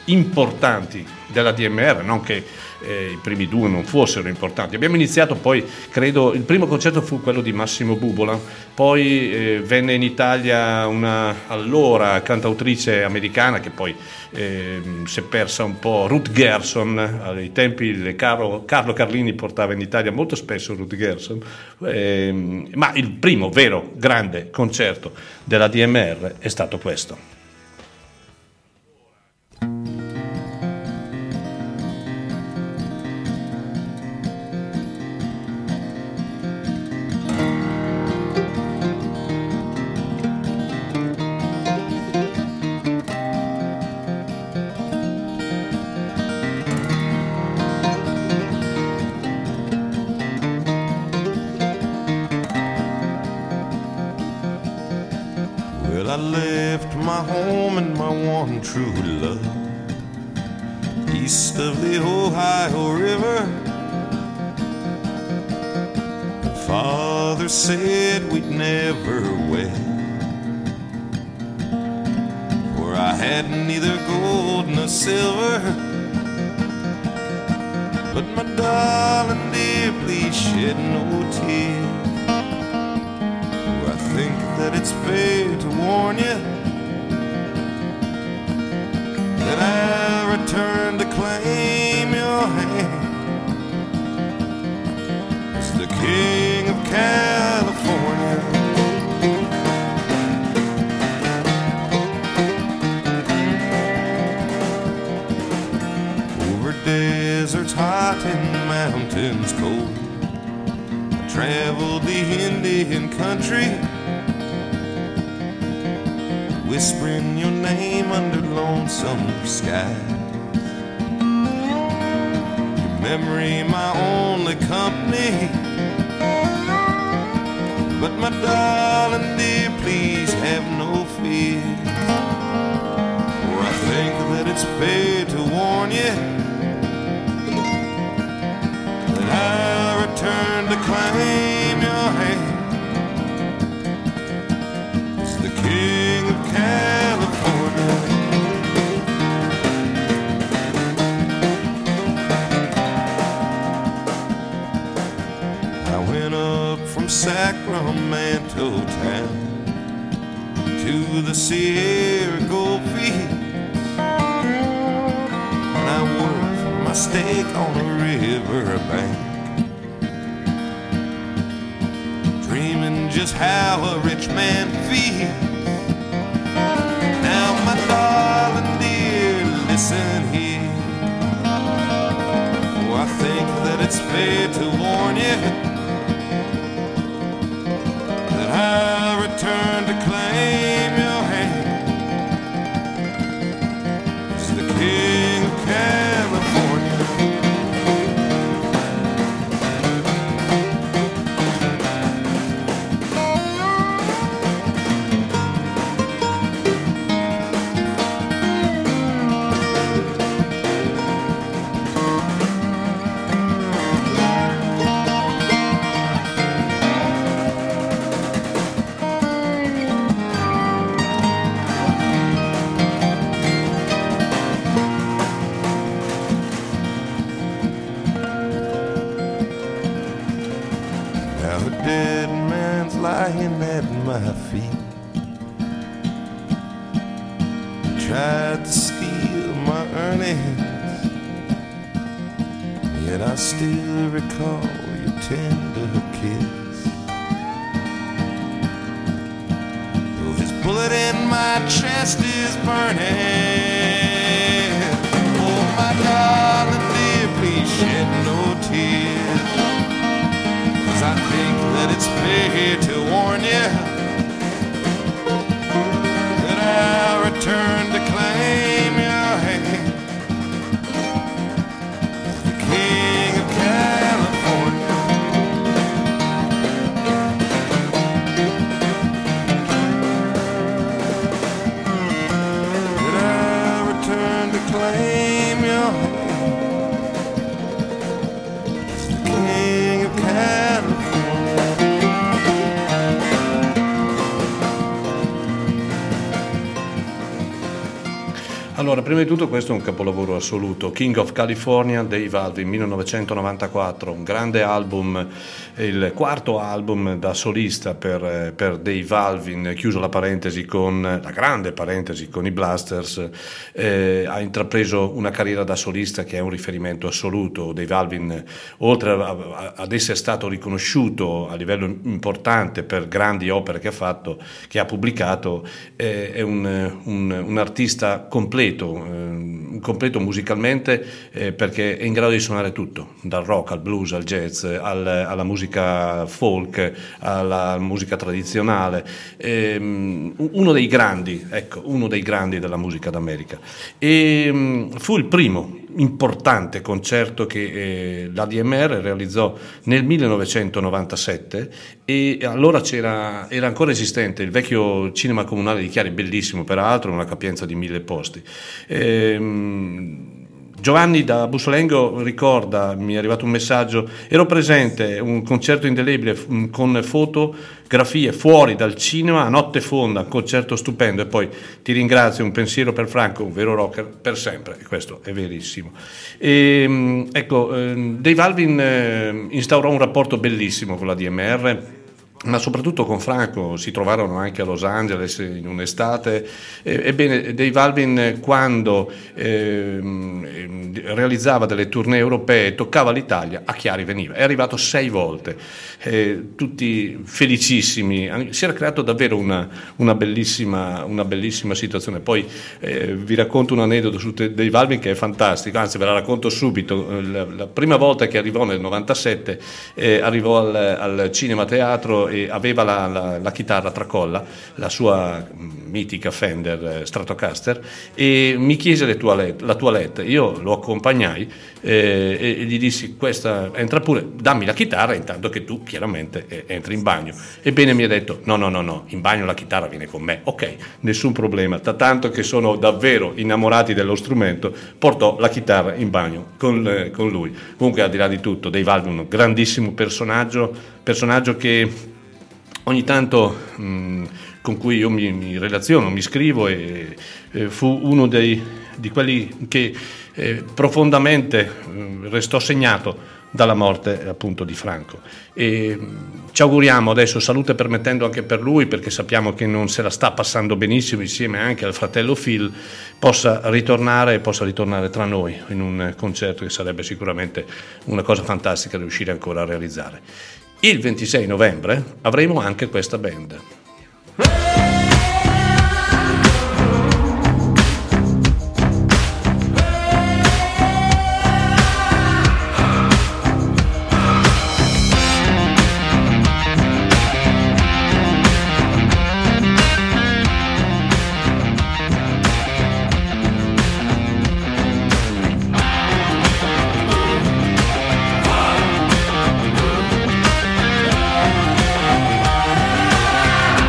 importanti della D M R, non che eh, i primi due non fossero importanti. Abbiamo iniziato poi, credo, il primo concerto fu quello di Massimo Bubola, poi eh, venne in Italia una allora cantautrice americana che poi eh, si è persa un po', Ruth Gerson. Ai tempi il Carlo, Carlo Carlini portava in Italia molto spesso Ruth Gerson, eh, ma il primo vero grande concerto della D M R è stato questo. True love east of the Ohio River. Father said we'd never wed, for I had neither gold nor silver. But my darling dear, please shed no tears, for I think that it's fair to warn you that I'll return to claim your hand as the King of California. Over deserts hot and mountains cold, I traveled the Indian country, whispering your name under lonesome skies. Your memory my only company, but my darling dear, please have no fear, for I think that it's fair to warn you that I'll return to claim your hand as the King of California. I went up from Sacramento town to the Sierra Goldfields, and I worked my stake on a riverbank, dreaming just how a rich man feels. Now my darling dear, listen here, for I think that it's fair to warn you that I'll return to claim your hand as the King of California. Lying at my feet, tried to steal my earnings, yet I still recall your tender kiss. Though his bullet in my chest is burning, oh my darling dear, please shed no tears, 'cause I think that it's fair to warn you that I'll return to claim your hand as the King of California. That I'll return to claim your hand Allora, prima di tutto questo è un capolavoro assoluto, King of California, Dave Alvin, millenovecentonovantaquattro, un grande album, il quarto album da solista per, per Dave Alvin, chiuso la parentesi con, la grande parentesi con i Blasters, eh, ha intrapreso una carriera da solista che è un riferimento assoluto. Dave Alvin, oltre a, ad essere stato riconosciuto a livello importante per grandi opere che ha fatto, che ha pubblicato, eh, è un, un, un artista completo, eh, completo musicalmente, eh, perché è in grado di suonare tutto, dal rock al blues al jazz al, alla musica folk alla musica tradizionale, eh, uno dei grandi, ecco, uno dei grandi della musica d'America, e um, fu il primo importante concerto che eh, l'A D M R realizzò nel millenovecentonovantasette, e allora c'era, era ancora esistente il vecchio cinema comunale di Chiari, bellissimo peraltro, una capienza di mille posti. Ehm, Giovanni da Bussolengo ricorda, mi è arrivato un messaggio, ero presente, un concerto indelebile con fotografie fuori dal cinema a notte fonda, un concerto stupendo, e poi ti ringrazio, un pensiero per Franco, un vero rocker per sempre, e questo è verissimo. E, ecco, Dave Alvin instaurò un rapporto bellissimo con la D M R, ma soprattutto con Franco. Si trovarono anche a Los Angeles in un'estate. Ebbene, Dave Alvin, quando eh, realizzava delle tournée europee, toccava l'Italia, a Chiari veniva, è arrivato sei volte, eh, tutti felicissimi. Si era creato davvero una, una, bellissima, una bellissima situazione. Poi eh, vi racconto un aneddoto su Dave Alvin che è fantastico, anzi ve la racconto subito. La, la prima volta che arrivò nel novantasette, eh, arrivò al, al Cinema Teatro e aveva la, la, la chitarra tracolla, la sua mitica Fender Stratocaster, e mi chiese le toilette, la toilette. Io lo accompagnai eh, e gli dissi: questa, entra pure, dammi la chitarra intanto che tu chiaramente eh, entri in bagno. Ebbene, mi ha detto: no no no no, in bagno la chitarra viene con me. Ok, nessun problema, da tanto che sono davvero innamorati dello strumento, portò la chitarra in bagno con, eh, con lui. Comunque, al di là di tutto, Dave Alvin, un grandissimo personaggio personaggio che ogni tanto mh, con cui io mi, mi relaziono, mi scrivo, e eh, fu uno dei, di quelli che eh, profondamente eh, restò segnato dalla morte appunto di Franco. E mh, ci auguriamo adesso, salute permettendo anche per lui, perché sappiamo che non se la sta passando benissimo, insieme anche al fratello Phil, possa ritornare possa ritornare tra noi in un concerto che sarebbe sicuramente una cosa fantastica da riuscire ancora a realizzare. Il ventisei novembre avremo anche questa band. Bye.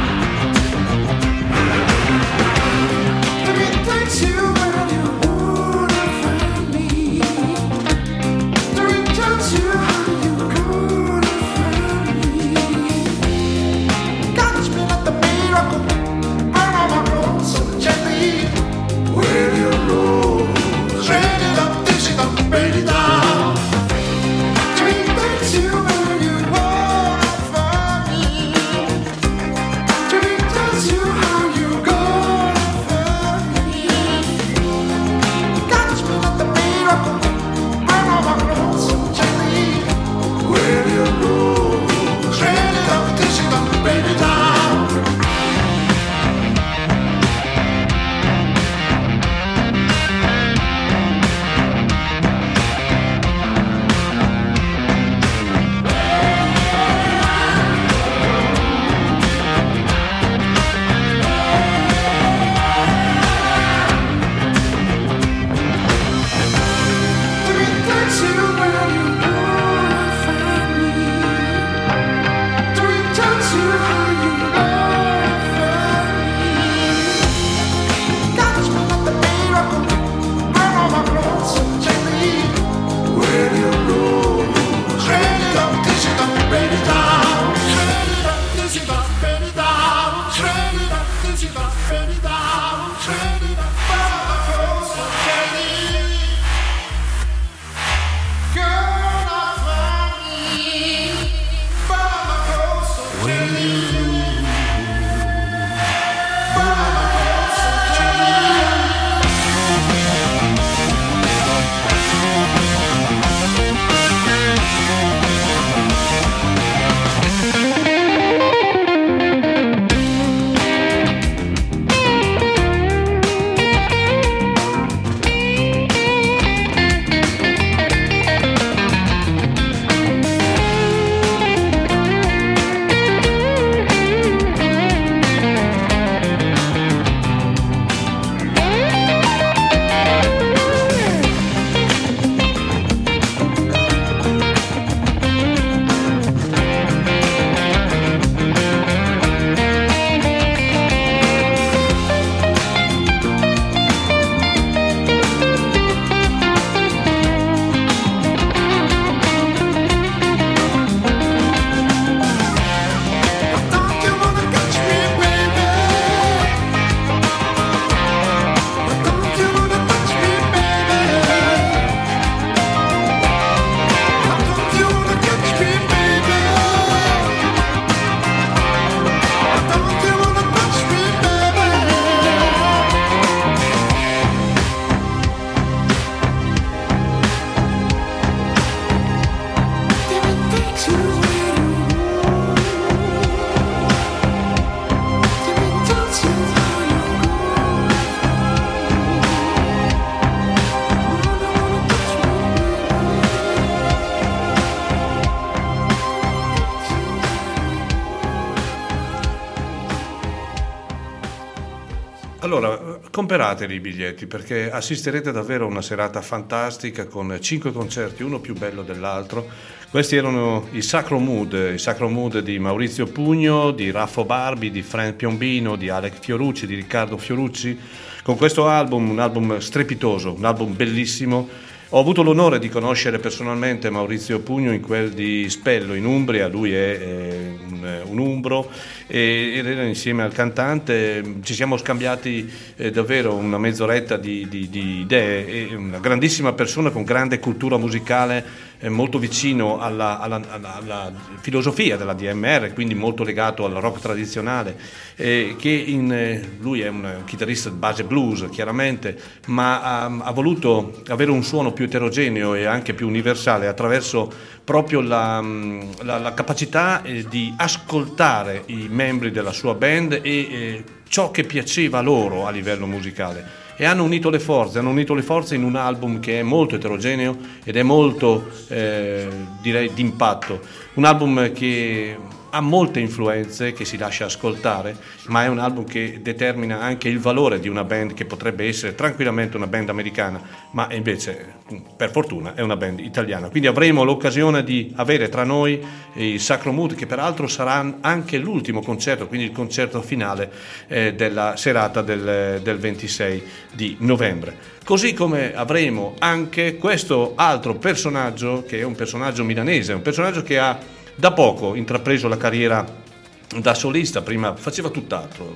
comperateli i biglietti, perché assisterete davvero a una serata fantastica con cinque concerti, uno più bello dell'altro. Questi erano i Sacro Mood, i Sacro Mood di Maurizio Pugno, di Raffo Barbi, di Frank Piombino, di Alex Fiorucci, di Riccardo Fiorucci, con questo album, un album strepitoso, un album bellissimo. Ho avuto l'onore di conoscere personalmente Maurizio Pugno in quel di Spello in Umbria, lui è, è un, un umbro, e era insieme al cantante, ci siamo scambiati eh, davvero una mezz'oretta di, di, di idee, è una grandissima persona con grande cultura musicale, eh, molto vicino alla, alla, alla, alla filosofia della D M R, quindi molto legato al rock tradizionale, eh, che in, eh, lui è un, un chitarrista di base blues chiaramente, ma ha, ha voluto avere un suono più eterogeneo e anche più universale attraverso proprio la, la, la capacità eh, di ascoltare i membri della sua band e eh, ciò che piaceva loro a livello musicale, e hanno unito le forze, hanno unito le forze in un album che è molto eterogeneo ed è molto eh, direi d'impatto, un album che ha molte influenze, che si lascia ascoltare, ma è un album che determina anche il valore di una band che potrebbe essere tranquillamente una band americana, ma invece per fortuna è una band italiana. Quindi avremo l'occasione di avere tra noi il Sacro Mood, che peraltro sarà anche l'ultimo concerto, quindi il concerto finale eh, della serata del, del ventisei di novembre. Così come avremo anche questo altro personaggio, che è un personaggio milanese, un personaggio che ha da poco intrapreso la carriera da solista, prima faceva tutt'altro,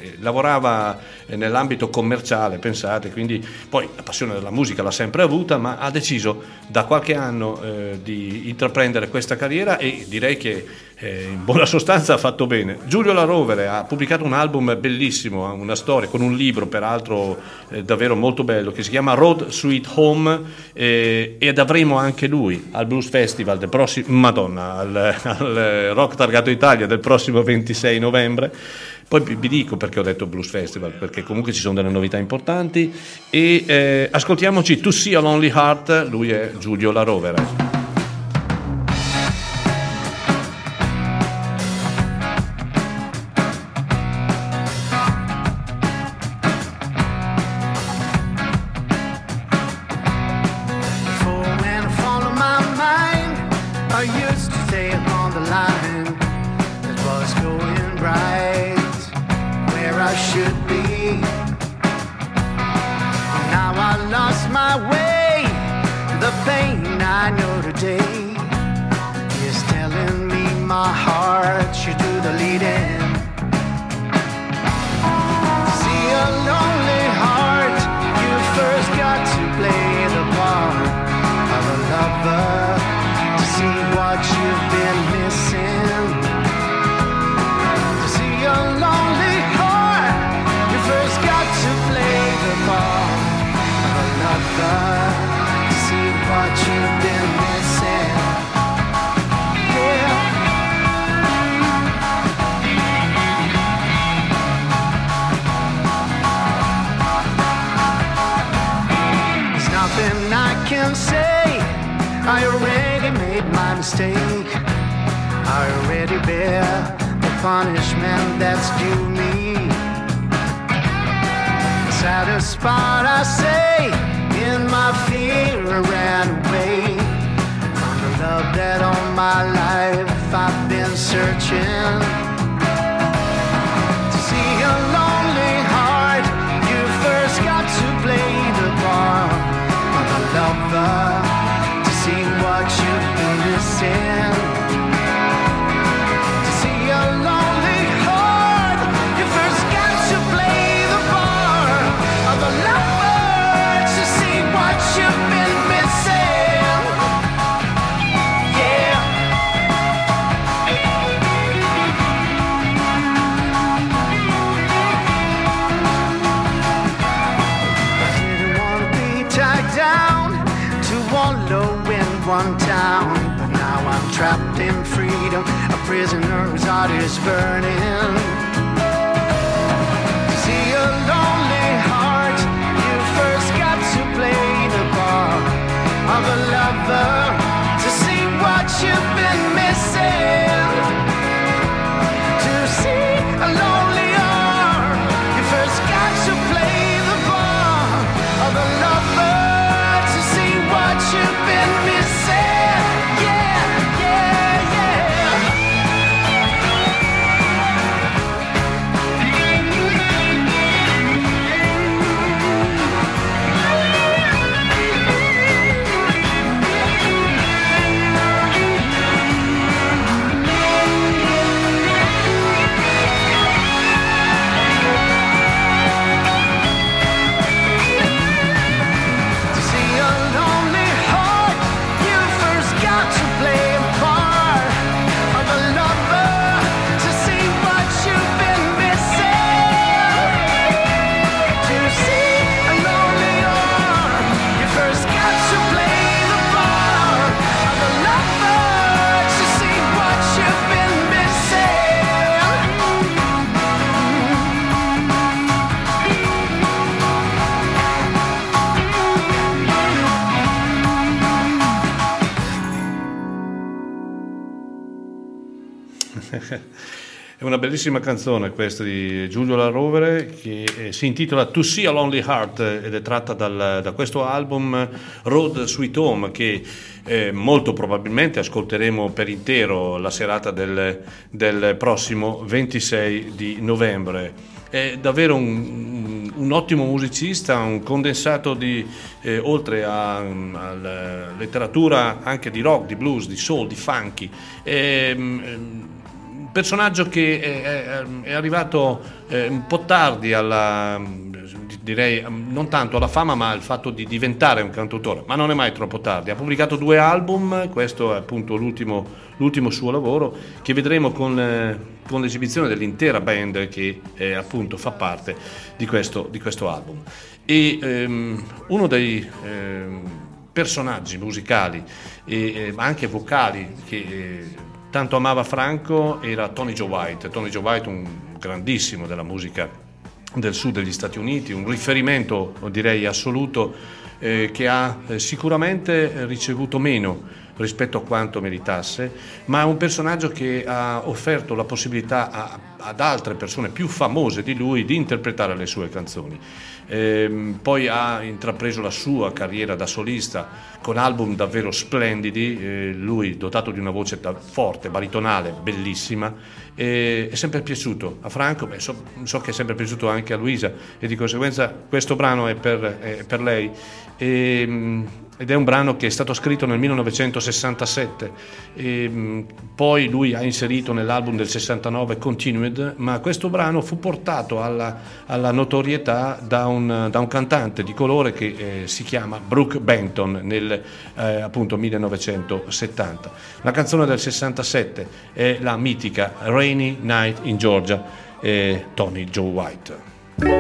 lavorava nell'ambito commerciale, pensate, quindi poi la passione della musica l'ha sempre avuta, ma ha deciso da qualche anno eh, di intraprendere questa carriera, e direi che eh, in buona sostanza ha fatto bene. Giulio La Rovere ha pubblicato un album bellissimo, una storia con un libro peraltro eh, davvero molto bello, che si chiama Road Sweet Home, eh, ed avremo anche lui al Blues Festival del prossimo, Madonna, al, al Rock Targato Italia del prossimo ventisei novembre. Poi vi dico perché ho detto Blues Festival, perché comunque ci sono delle novità importanti, e eh, ascoltiamoci To See a Lonely Heart, lui è Giulio La Rovere. I already made my mistake. I already bear the punishment that's due me. Satisfied, I say, in my fear I ran away from the love that all my life I've been searching. To see a lonely heart, you first got to play the part of a lover. See what you've been missing. To see a lonely heart, you first got to play the part of a lover. To see what you've been missing. Yeah. I didn't want to be tied down to one low one town, but now I'm trapped in freedom. A prisoner whose heart is burning. To see a lonely heart, you first got to play the part of a lover. To see what you've been missing. To see a lonely heart, you first got to play the È una bellissima canzone questa di Giulio La Rovere che eh, si intitola To See a Lonely Heart ed è tratta dal, da questo album Road Sweet Home che eh, molto probabilmente ascolteremo per intero la serata del, del prossimo ventisei di novembre. È davvero un, un ottimo musicista, un condensato di eh, oltre alla letteratura anche di rock, di blues, di soul, di funky. È, personaggio che è, è arrivato eh, un po' tardi alla, direi non tanto alla fama ma al fatto di diventare un cantautore, ma non è mai troppo tardi. Ha pubblicato due album, questo è appunto l'ultimo, l'ultimo suo lavoro che vedremo con, eh, con l'esibizione dell'intera band che eh, appunto fa parte di questo, di questo album. E ehm, uno dei ehm, personaggi musicali e eh, anche vocali che eh, tanto amava Franco era Tony Joe White. Tony Joe White, un grandissimo della musica del sud degli Stati Uniti, un riferimento direi assoluto eh, che ha eh, sicuramente ricevuto meno rispetto a quanto meritasse, ma è un personaggio che ha offerto la possibilità a, ad altre persone più famose di lui di interpretare le sue canzoni. Eh, poi ha intrapreso la sua carriera da solista con album davvero splendidi, eh, lui dotato di una voce da, forte, baritonale, bellissima, eh, è sempre piaciuto a Franco, beh, so, so che è sempre piaciuto anche a Luisa e di conseguenza questo brano è per, è per lei. E, ed è un brano che è stato scritto nel millenovecentosessantasette e poi lui ha inserito nell'album del sessantanove Continued, ma questo brano fu portato alla, alla notorietà da un, da un cantante di colore che eh, si chiama Brooke Benton nel eh, appunto millenovecentosettanta. La canzone del sessantasette è la mitica Rainy Night in Georgia, eh, Tony Joe White.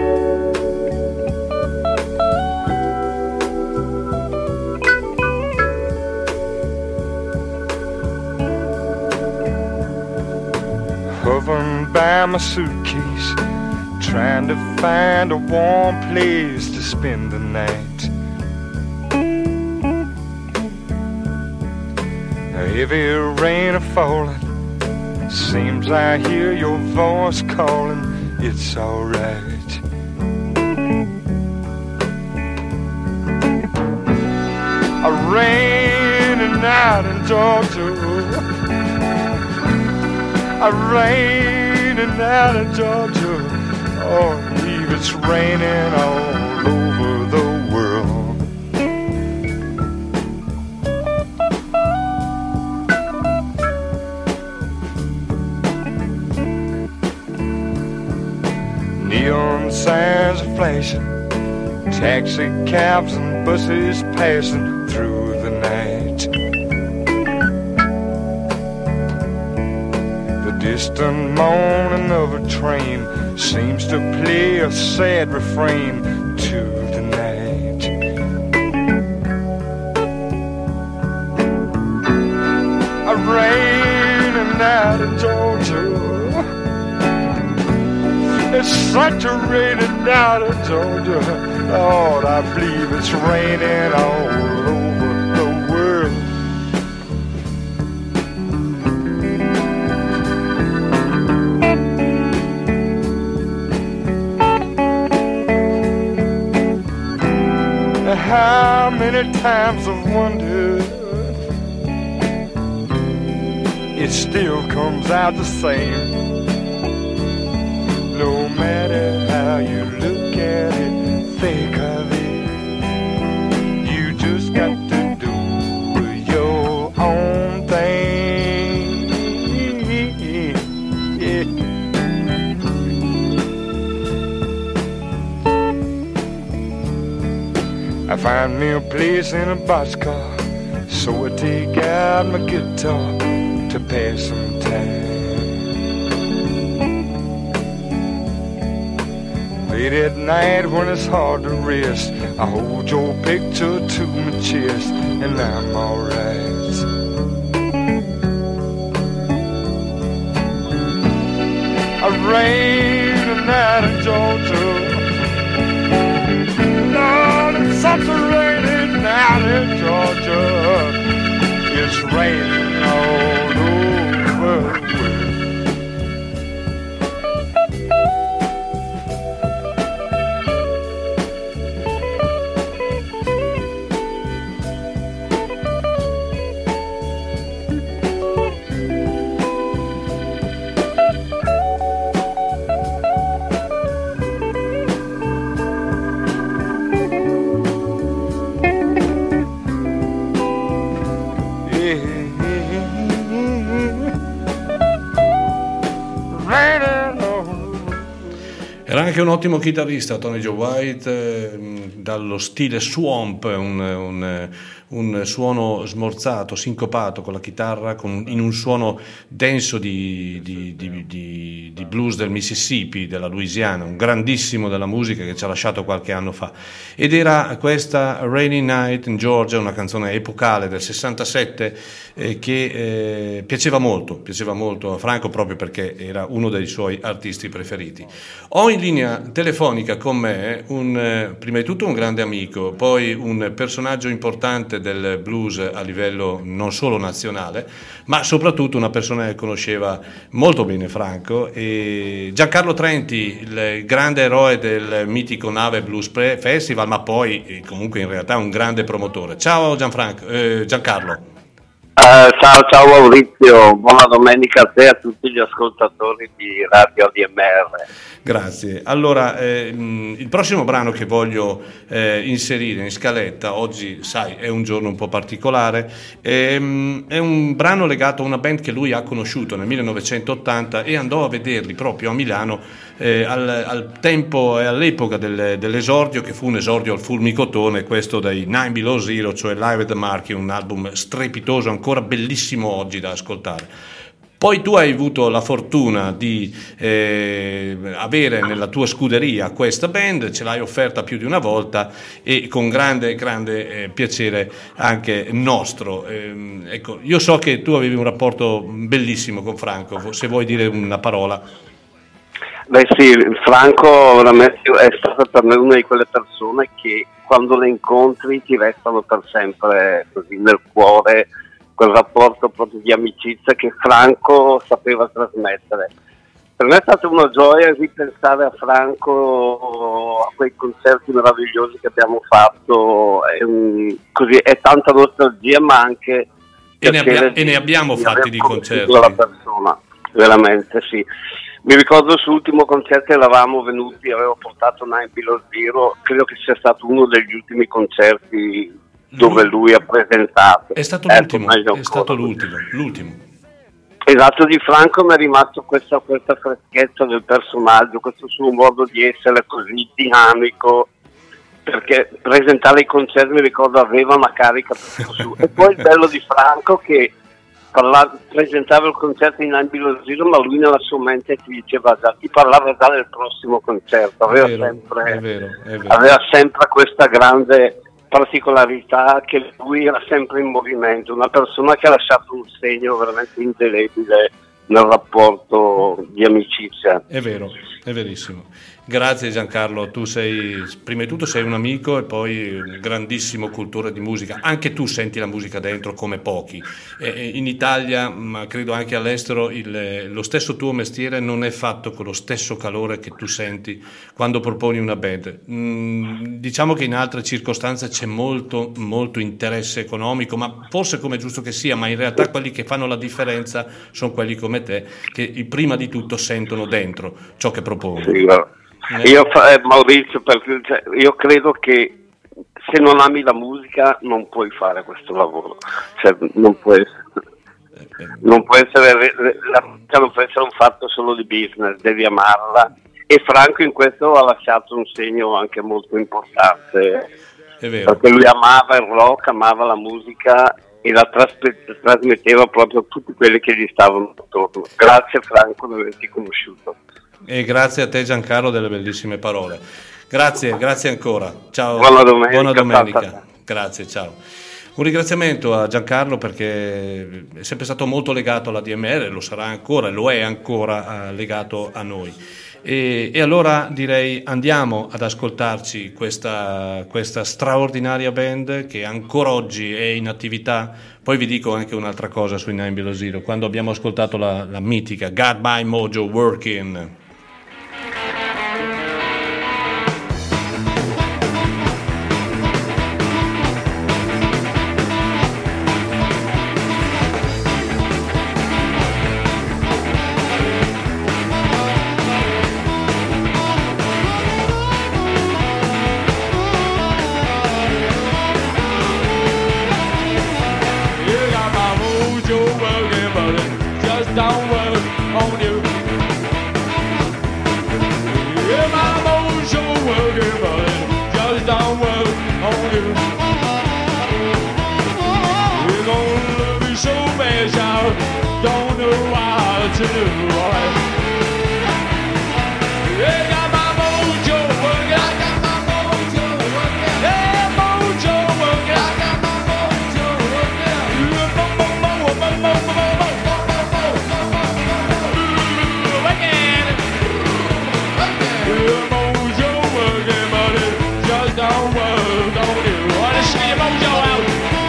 Hovering by my suitcase, trying to find a warm place to spend the night. A heavy rain a falling, seems I hear your voice calling, it's alright. A rainy night in Georgia, a rainy night in Georgia, oh, I believe it's raining all over the world. Neon signs are flashing, taxi cabs and buses passing through the night. Distant moaning of a train seems to play a sad refrain to the night. A rainy night in Georgia, it's such a rainy night in Georgia, Lord, I believe it's raining all over the world. How many times I've wondered, it still comes out the same. No matter how you look at it, think of it, you just got to do your own thing. Yeah. I find me a place in a boxcar, so I take out my guitar to pass some time. Late at night when it's hard to rest, I hold your picture to my chest and I'm alright. A rainy night in Georgia, such a rainy night in Georgia, it's raining all over the world. Era anche un ottimo chitarrista Tony Joe White, eh, dallo stile swamp, un, un, un suono smorzato, sincopato con la chitarra, con, in un suono denso di, di, di, di, di blues del Mississippi, della Louisiana, un grandissimo della musica che ci ha lasciato qualche anno fa. Ed era questa Rainy Night in Georgia, una canzone epocale del sessantasette eh, che eh, piaceva molto, piaceva molto a Franco proprio perché era uno dei suoi artisti preferiti. Ho in linea telefonica con me un, eh, prima di tutto un grande amico, poi un personaggio importante del blues a livello non solo nazionale, ma soprattutto una persona che conosceva molto bene Franco, e Giancarlo Trenti, il grande eroe del mitico Nave Blues Festival, ma poi eh, comunque in realtà un grande promotore. Ciao Gianfranco, eh, Giancarlo. Uh, ciao, ciao Maurizio, buona domenica a te e a tutti gli ascoltatori di Radio A D M R. Grazie. Allora, eh, il prossimo brano che voglio eh, inserire in scaletta, oggi sai è un giorno un po' particolare, ehm, è un brano legato a una band che lui ha conosciuto nel millenovecentottanta e andò a vederli proprio a Milano eh, al, al tempo e all'epoca del, dell'esordio, che fu un esordio al fulmicotone, questo dei Nine Below Zero, cioè Live at the Marquee, un album strepitoso, ancora bellissimo oggi da ascoltare. Poi tu hai avuto la fortuna di eh, avere nella tua scuderia questa band, ce l'hai offerta più di una volta e con grande, grande eh, piacere anche nostro. Eh, ecco, io so che tu avevi un rapporto bellissimo con Franco, se vuoi dire una parola. Beh sì, Franco veramente è stata per me una di quelle persone che quando le incontri ti restano per sempre così nel cuore, quel rapporto proprio di amicizia che Franco sapeva trasmettere. Per me è stata una gioia ripensare a Franco, a quei concerti meravigliosi che abbiamo fatto, è, un, così, è tanta nostalgia, ma anche e ne, abbia, di, e ne abbiamo di fatti di concerti. La persona, veramente sì. Mi ricordo sull'ultimo concerto eravamo venuti, avevo portato Nine Below Zero, credo che sia stato uno degli ultimi concerti dove lui ha presentato. È stato l'ultimo, è stato l'ultimo, l'ultimo. Esatto, di Franco mi è rimasto questa, questa freschezza del personaggio, questo suo modo di essere così dinamico, perché presentare i concerti, mi ricordo, aveva una carica su. E poi il bello di Franco che parla, presentava il concerto in Nine Below Zero, ma lui nella sua mente ti diceva già, ti parlava già del prossimo concerto, aveva, è vero, sempre, è vero, è vero. aveva sempre questa grande particolarità che lui era sempre in movimento, una persona che ha lasciato un segno veramente indelebile nel rapporto di amicizia. È vero, è verissimo. Grazie Giancarlo, tu sei, prima di tutto sei un amico e poi un grandissimo cultore di musica, anche tu senti la musica dentro come pochi. Eh, in Italia, ma credo anche all'estero, il, lo stesso tuo mestiere non è fatto con lo stesso calore che tu senti quando proponi una band. Mm, diciamo che in altre circostanze c'è molto, molto interesse economico, ma forse come è giusto che sia, ma in realtà quelli che fanno la differenza sono quelli come te, che prima di tutto sentono dentro ciò che proponi. Sì, io eh, Maurizio, perché, cioè, io credo che se non ami la musica non puoi fare questo lavoro, cioè, non può essere, non può essere la musica non può essere un fatto solo di business, devi amarla, e Franco in questo ha lasciato un segno anche molto importante. È vero. Perché lui amava il rock, amava la musica e la traspe- trasmetteva proprio a tutti quelli che gli stavano attorno. Grazie Franco di averti conosciuto. E grazie a te Giancarlo delle bellissime parole. Grazie, grazie ancora. Ciao. Buona domenica. Buona domenica. Grazie, ciao. Un ringraziamento a Giancarlo perché è sempre stato molto legato alla D M R, lo sarà ancora, lo è ancora eh, legato a noi. E, e allora direi andiamo ad ascoltarci questa, questa straordinaria band che ancora oggi è in attività. Poi vi dico anche un'altra cosa sui Nine Below Zero, quando abbiamo ascoltato la, la mitica Got My Mojo Working. You got my wish I don't know what to do. All right. Yeah, got my mojo working. I got my mojo working. Yeah, mojo working. I got my mojo working. Mo mo mo mo mo mo mo mo working. Yeah, mojo working, but it just don't work, don't it? Wanna see your mojo out?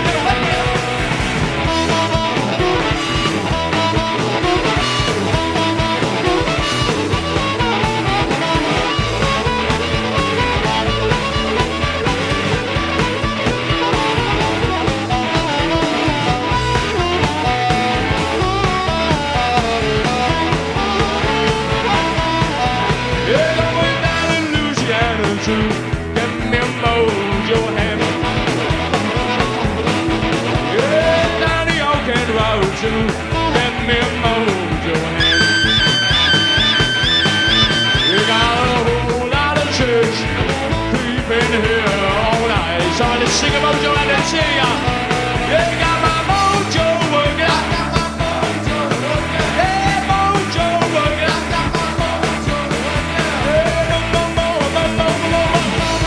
Sing a mojo and let's see ya. Yeah, got my mojo working. I got my mojo working. Yeah, mojo working. I got my mojo working. Yeah, mo mo mo mo mo mo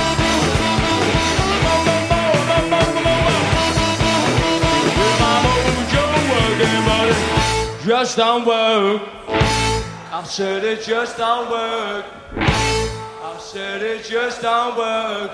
mo mo mo mo mo mo mo. Yeah, my mojo working, but it just don't work. I said it just don't work. I said it just don't work.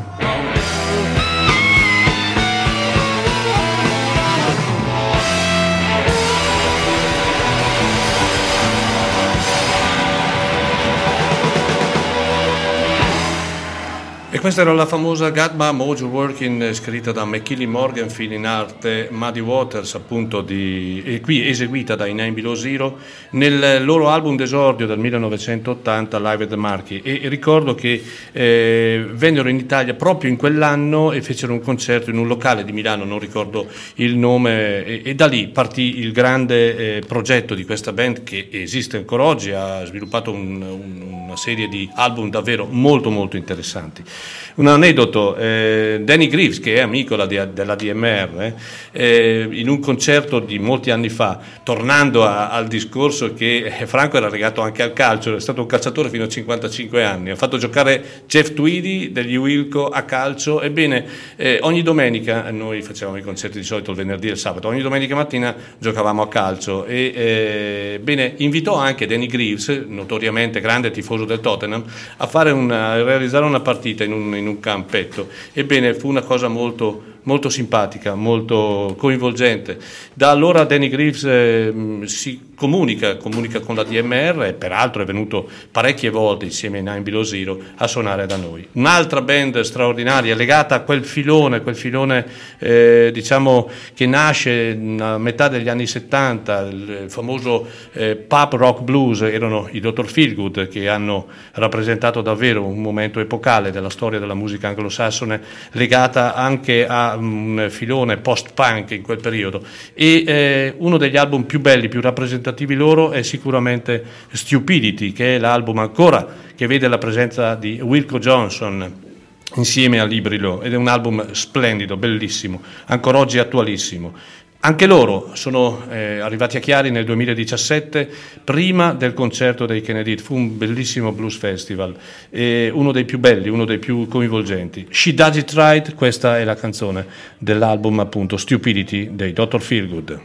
E questa era la famosa Got My Mojo Working, scritta da McKinley Morganfield in arte Muddy Waters, appunto, di, e qui eseguita dai Nine Below Zero nel loro album d'esordio del millenovecentottanta, Live at the Marquis. E, e ricordo che eh, vennero in Italia proprio in quell'anno e fecero un concerto in un locale di Milano, non ricordo il nome, e, e da lì partì il grande eh, progetto di questa band, che esiste ancora oggi, ha sviluppato un, un, una serie di album davvero molto molto interessanti. Un aneddoto, eh, Danny Greaves, che è amico la, della D M R, eh, in un concerto di molti anni fa, tornando a, al discorso che Franco era legato anche al calcio, è stato un calciatore fino a cinquantacinque anni, ha fatto giocare Jeff Tweedy degli Wilco a calcio. Ebbene, eh, ogni domenica, noi facevamo i concerti di solito il venerdì e il sabato, ogni domenica mattina giocavamo a calcio e eh, bene, invitò anche Danny Greaves, notoriamente grande tifoso del Tottenham, a, fare una, a realizzare una partita in un, in un campetto. Ebbene, fu una cosa molto molto simpatica, molto coinvolgente. Da allora Danny Greaves eh, si comunica, comunica con la D M R e peraltro è venuto parecchie volte insieme ai Nine Below Zero a suonare da noi. Un'altra band straordinaria legata a quel filone, quel filone eh, diciamo che nasce a metà degli anni settanta, il famoso eh, pub rock blues, erano i doctor Feelgood, che hanno rappresentato davvero un momento epocale della storia della musica anglosassone, legata anche a un filone post-punk in quel periodo. E eh, uno degli album più belli, più rappresentativi loro è sicuramente Stupidity, che è l'album ancora che vede la presenza di Wilco Johnson insieme a Libri-Lo, ed è un album splendido, bellissimo, ancora oggi attualissimo. Anche loro sono eh, arrivati a Chiari nel duemiladiciassette, prima del concerto dei Kennedy. Fu un bellissimo blues festival, eh, uno dei più belli, uno dei più coinvolgenti. She Does It Right, questa è la canzone dell'album appunto Stupidity dei doctor Feelgood.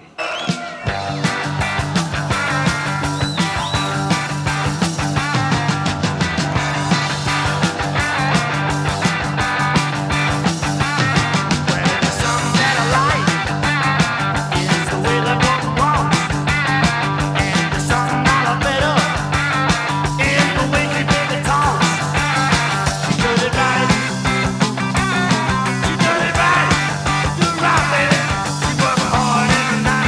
Right, do right, baby. She work hard every night.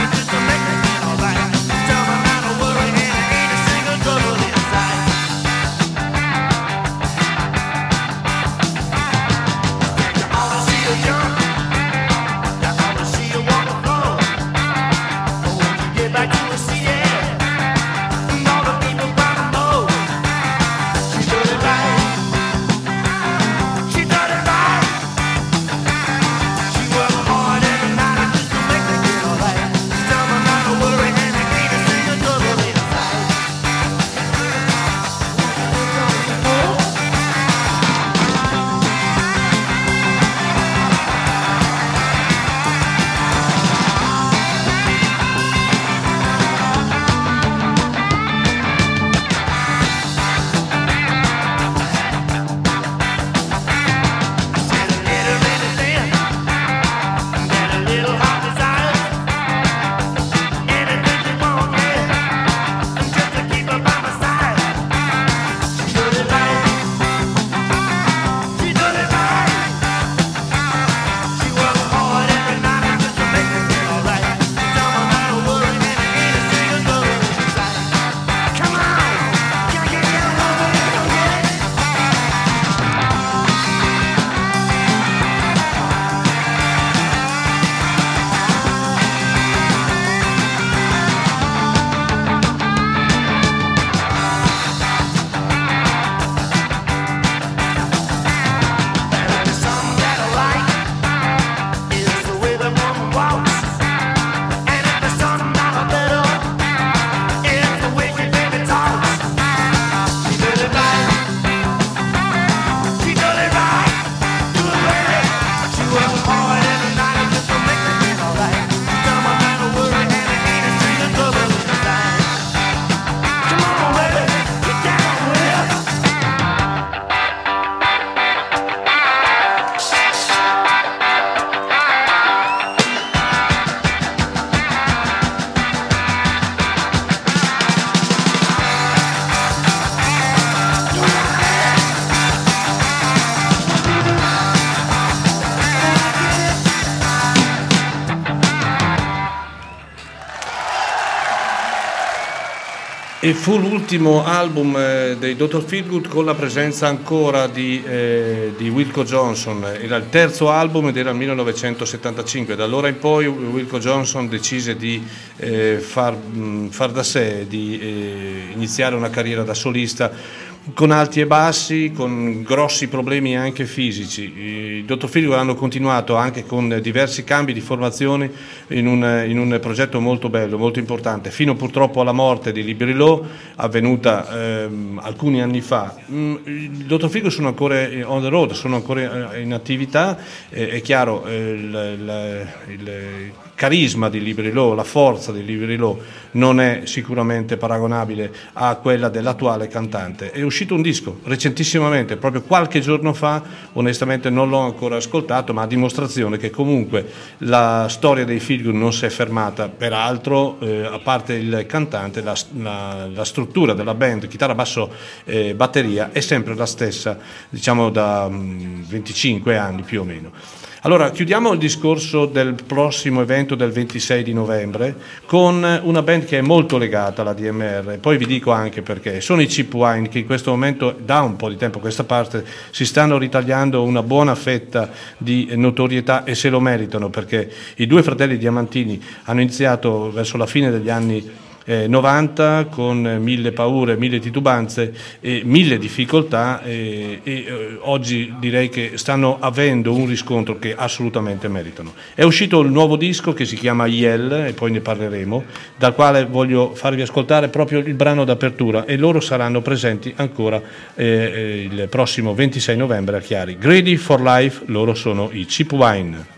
E fu l'ultimo album eh, dei doctor Feelgood con la presenza ancora di, eh, di Wilco Johnson. Era il terzo album ed era il millenovecentosettantacinque. Da allora in poi Wilco Johnson decise di eh, far, mh, far da sé, di eh, iniziare una carriera da solista con alti e bassi, con grossi problemi anche fisici. I dottor Feelgood hanno continuato anche con diversi cambi di formazione in un, in un progetto molto bello, molto importante, fino purtroppo alla morte di Liberty Law, avvenuta ehm, alcuni anni fa. Mm, I dottor Feelgood sono ancora on the road, sono ancora in attività, eh, è chiaro, eh, il, il, il carisma di Liberty Law, la forza di Liberty Law non è sicuramente paragonabile a quella dell'attuale cantante. È uscito un disco recentissimamente, proprio qualche giorno fa, onestamente non l'ho ancora ascoltato, ma a dimostrazione che comunque la storia dei Feelgood non si è fermata. Peraltro, eh, a parte il cantante, la, la, la struttura della band, chitarra, basso, eh, batteria, è sempre la stessa, diciamo da mh, venticinque anni più o meno. Allora, chiudiamo il discorso del prossimo evento del ventisei di novembre con una band che è molto legata alla D M R, poi vi dico anche perché. Sono i Cheap Wine, che in questo momento, da un po' di tempo a questa parte, si stanno ritagliando una buona fetta di notorietà e se lo meritano, perché i due fratelli Diamantini hanno iniziato verso la fine degli anni Eh, novanta con mille paure, mille titubanze e mille difficoltà e, e eh, oggi direi che stanno avendo un riscontro che assolutamente meritano. È uscito il nuovo disco che si chiama Yell e poi ne parleremo, dal quale voglio farvi ascoltare proprio il brano d'apertura, e loro saranno presenti ancora eh, il prossimo ventisei novembre a Chiari. Greedy for Life, loro sono i Cheap Wine.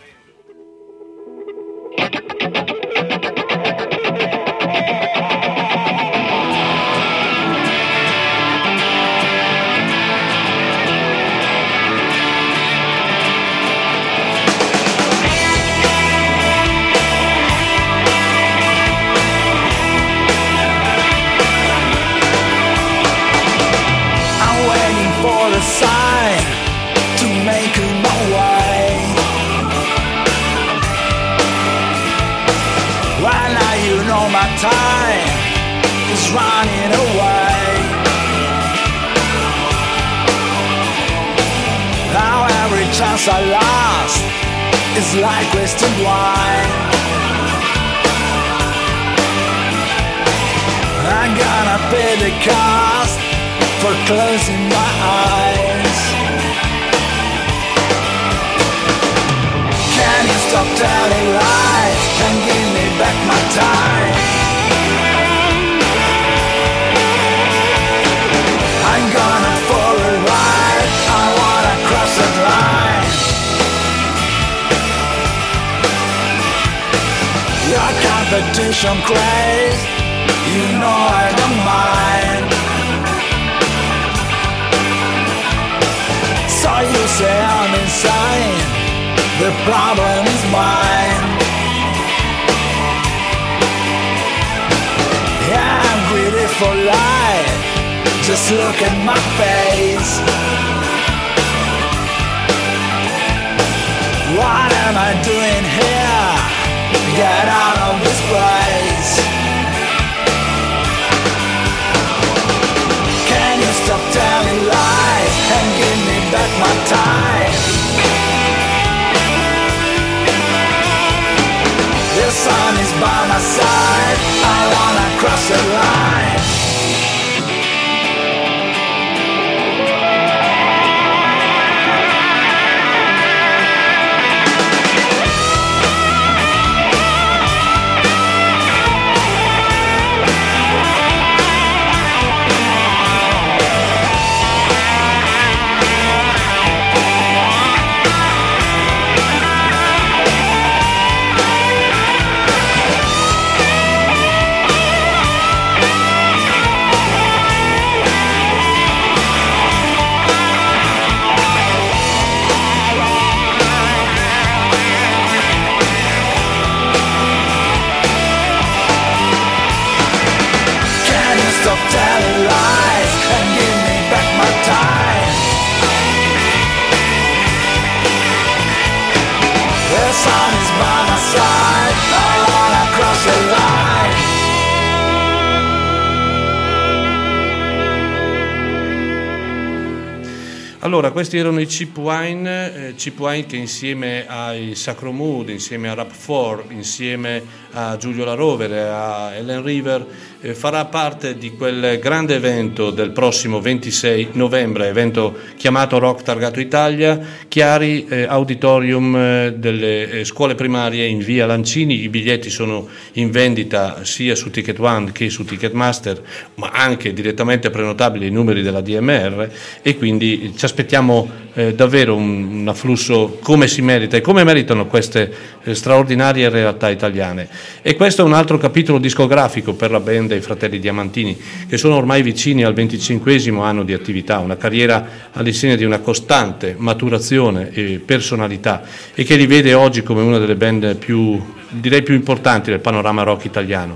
Time is running away. Now every chance I lost is like wasted wine. I'm gonna pay the cost for closing my eyes. Can you stop telling lies and give me back my time? I'm gonna for a ride, I wanna cross the line. Your competition craze, you know I don't mind. So you say I'm insane, the problem is mine. Yeah, I'm greedy for life, just look at my face. What am I doing here? Get out of this place. Can you stop telling lies and give me back my time? The sun is by my side, I wanna cross the line. allora questi erano i Cheap Wine, eh, Cheap Wine che insieme ai Sacro Mood, insieme a Rap Four, insieme a Giulio La Rovere, a Ellen River, eh, farà parte di quel grande evento del prossimo ventisei novembre, evento chiamato Rock Targato Italia, Chiari, eh, auditorium eh, delle eh, scuole primarie in via Lancini. I biglietti sono in vendita sia su Ticket One che su Ticketmaster, ma anche direttamente prenotabili ai numeri della D M R, e quindi ci aspettiamo eh, davvero un, un afflusso come si merita e come meritano queste eh, straordinarie realtà italiane. E questo è un altro capitolo discografico per la band e i fratelli Diamantini, che sono ormai vicini al venticinquesimo anno di attività, una carriera all'insegna di una costante maturazione e personalità, e che li vede oggi come una delle band più, direi più importanti del panorama rock italiano.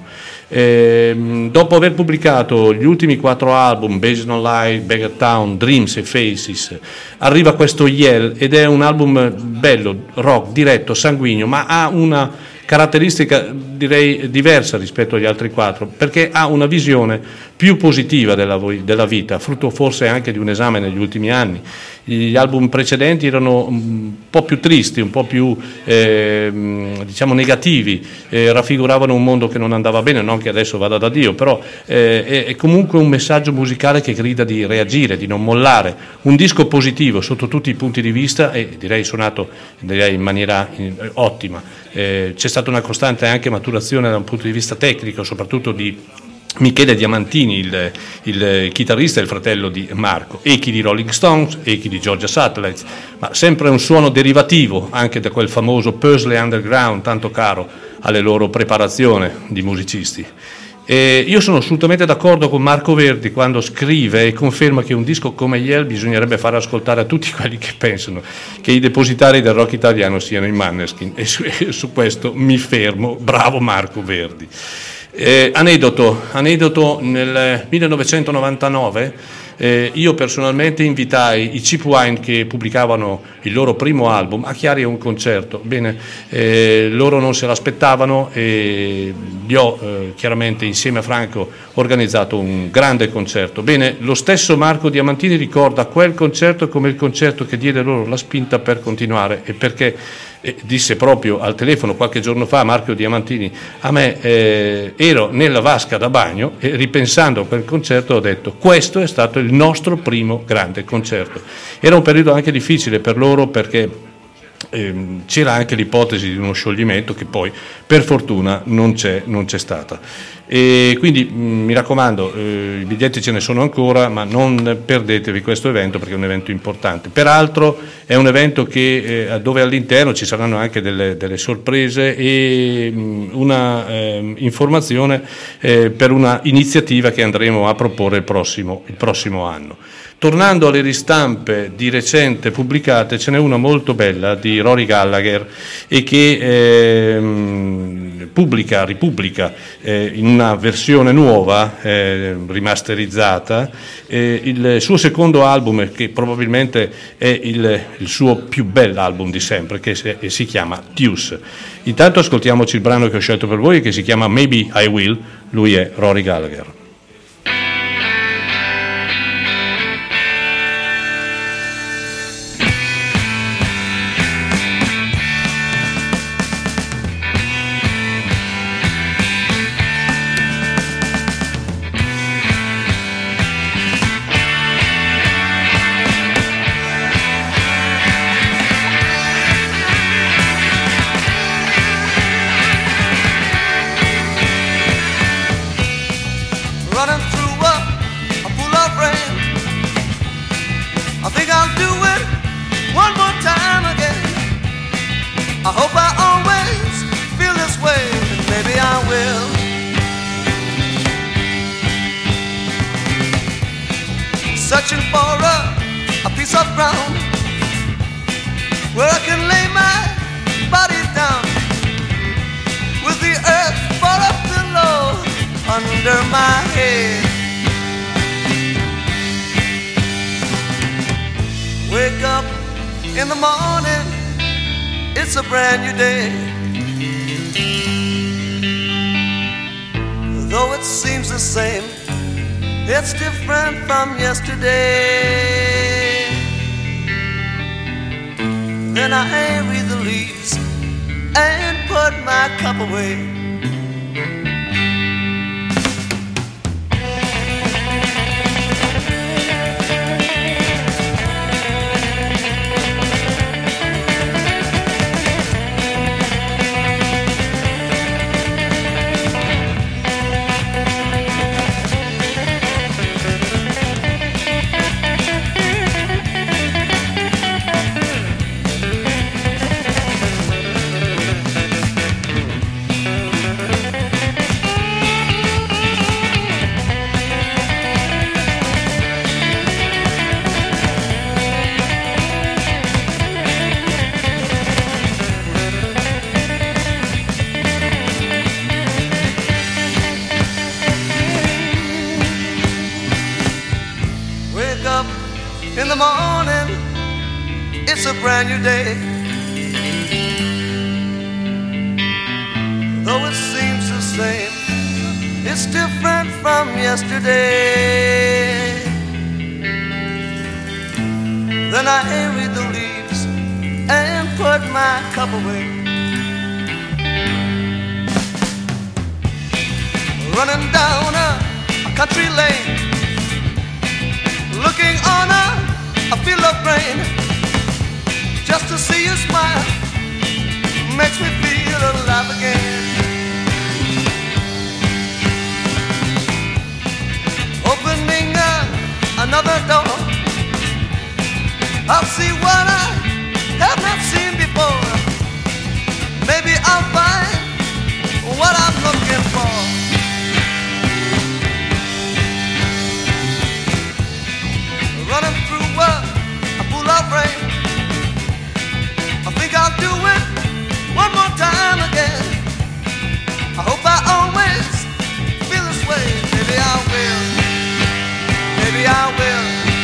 Eh, dopo aver pubblicato gli ultimi quattro album, Based on Light, Beggar Town, Dreams e Faces, arriva questo Yell, ed è un album bello, rock, diretto, sanguigno, ma ha una caratteristica direi diversa rispetto agli altri quattro, perché ha una visione più positiva della, della vita, frutto forse anche di un esame negli ultimi anni. Gli album precedenti erano un po' più tristi, un po' più eh, diciamo negativi, eh, raffiguravano un mondo che non andava bene, non che adesso vada da Dio, però eh, è, è comunque un messaggio musicale che grida di reagire, di non mollare, un disco positivo sotto tutti i punti di vista, e direi suonato direi in maniera in, eh, ottima. Eh, c'è stata una costante anche maturazione da un punto di vista tecnico, soprattutto di Michele Diamantini, il, il chitarrista e il fratello di Marco, echi di Rolling Stones, echi di Georgia Satellites, ma sempre un suono derivativo anche da quel famoso Pursley Underground tanto caro alle loro preparazioni di musicisti. E io sono assolutamente d'accordo con Marco Verdi quando scrive e conferma che un disco come Yell bisognerebbe fare ascoltare a tutti quelli che pensano che i depositari del rock italiano siano i Maneskin, e su, e su questo mi fermo. Bravo Marco Verdi. Eh, aneddoto, aneddoto nel millenovecentonovantanove eh, io personalmente invitai i Cheap Wine, che pubblicavano il loro primo album, a Chiari a un concerto. Bene, eh, loro non se l'aspettavano e gli ho eh, chiaramente insieme a Franco organizzato un grande concerto. Bene, lo stesso Marco Diamantini ricorda quel concerto come il concerto che diede loro la spinta per continuare, e perché eh, disse proprio al telefono qualche giorno fa Marco Diamantini: a me eh, ero nella vasca da bagno e ripensando a quel concerto ho detto: questo è stato il nostro primo grande concerto. Era un periodo anche difficile per loro, perché ehm, c'era anche l'ipotesi di uno scioglimento che poi per fortuna non c'è, non c'è stata. E quindi mh, mi raccomando, eh, i biglietti ce ne sono ancora, ma non perdetevi questo evento, perché è un evento importante. Peraltro è un evento che, eh, dove all'interno ci saranno anche delle, delle sorprese e mh, una eh, informazione eh, per una iniziativa che andremo a proporre il prossimo, il prossimo anno. Tornando alle ristampe di recente pubblicate, ce n'è una molto bella di Rory Gallagher, e che eh, pubblica, ripubblica eh, in una versione nuova, eh, rimasterizzata, eh, il suo secondo album, che probabilmente è il, il suo più bell'album di sempre, che si, si chiama Deuce. Intanto ascoltiamoci il brano che ho scelto per voi, che si chiama Maybe I Will. Lui è Rory Gallagher. Searching for a, a piece of ground where I can lay my body down, with the earth for a pillow under my head. Wake up in the morning, it's a brand new day. Though it seems the same, it's different from yesterday. Then I read the leaves and put my cup away. In the morning, it's a brand new day. Though it seems the same, it's different from yesterday. Then I read the leaves and put my cup away. Running down a, a country lane, looking on a a field of rain, just to see you smile makes me feel alive again. Opening uh, another door, I'll see what I have not seen before. Maybe I'll find what I'm looking for. Running through a, a pool of rain, I think I'll do it one more time again. I hope I always feel this way. Maybe I will, maybe I will.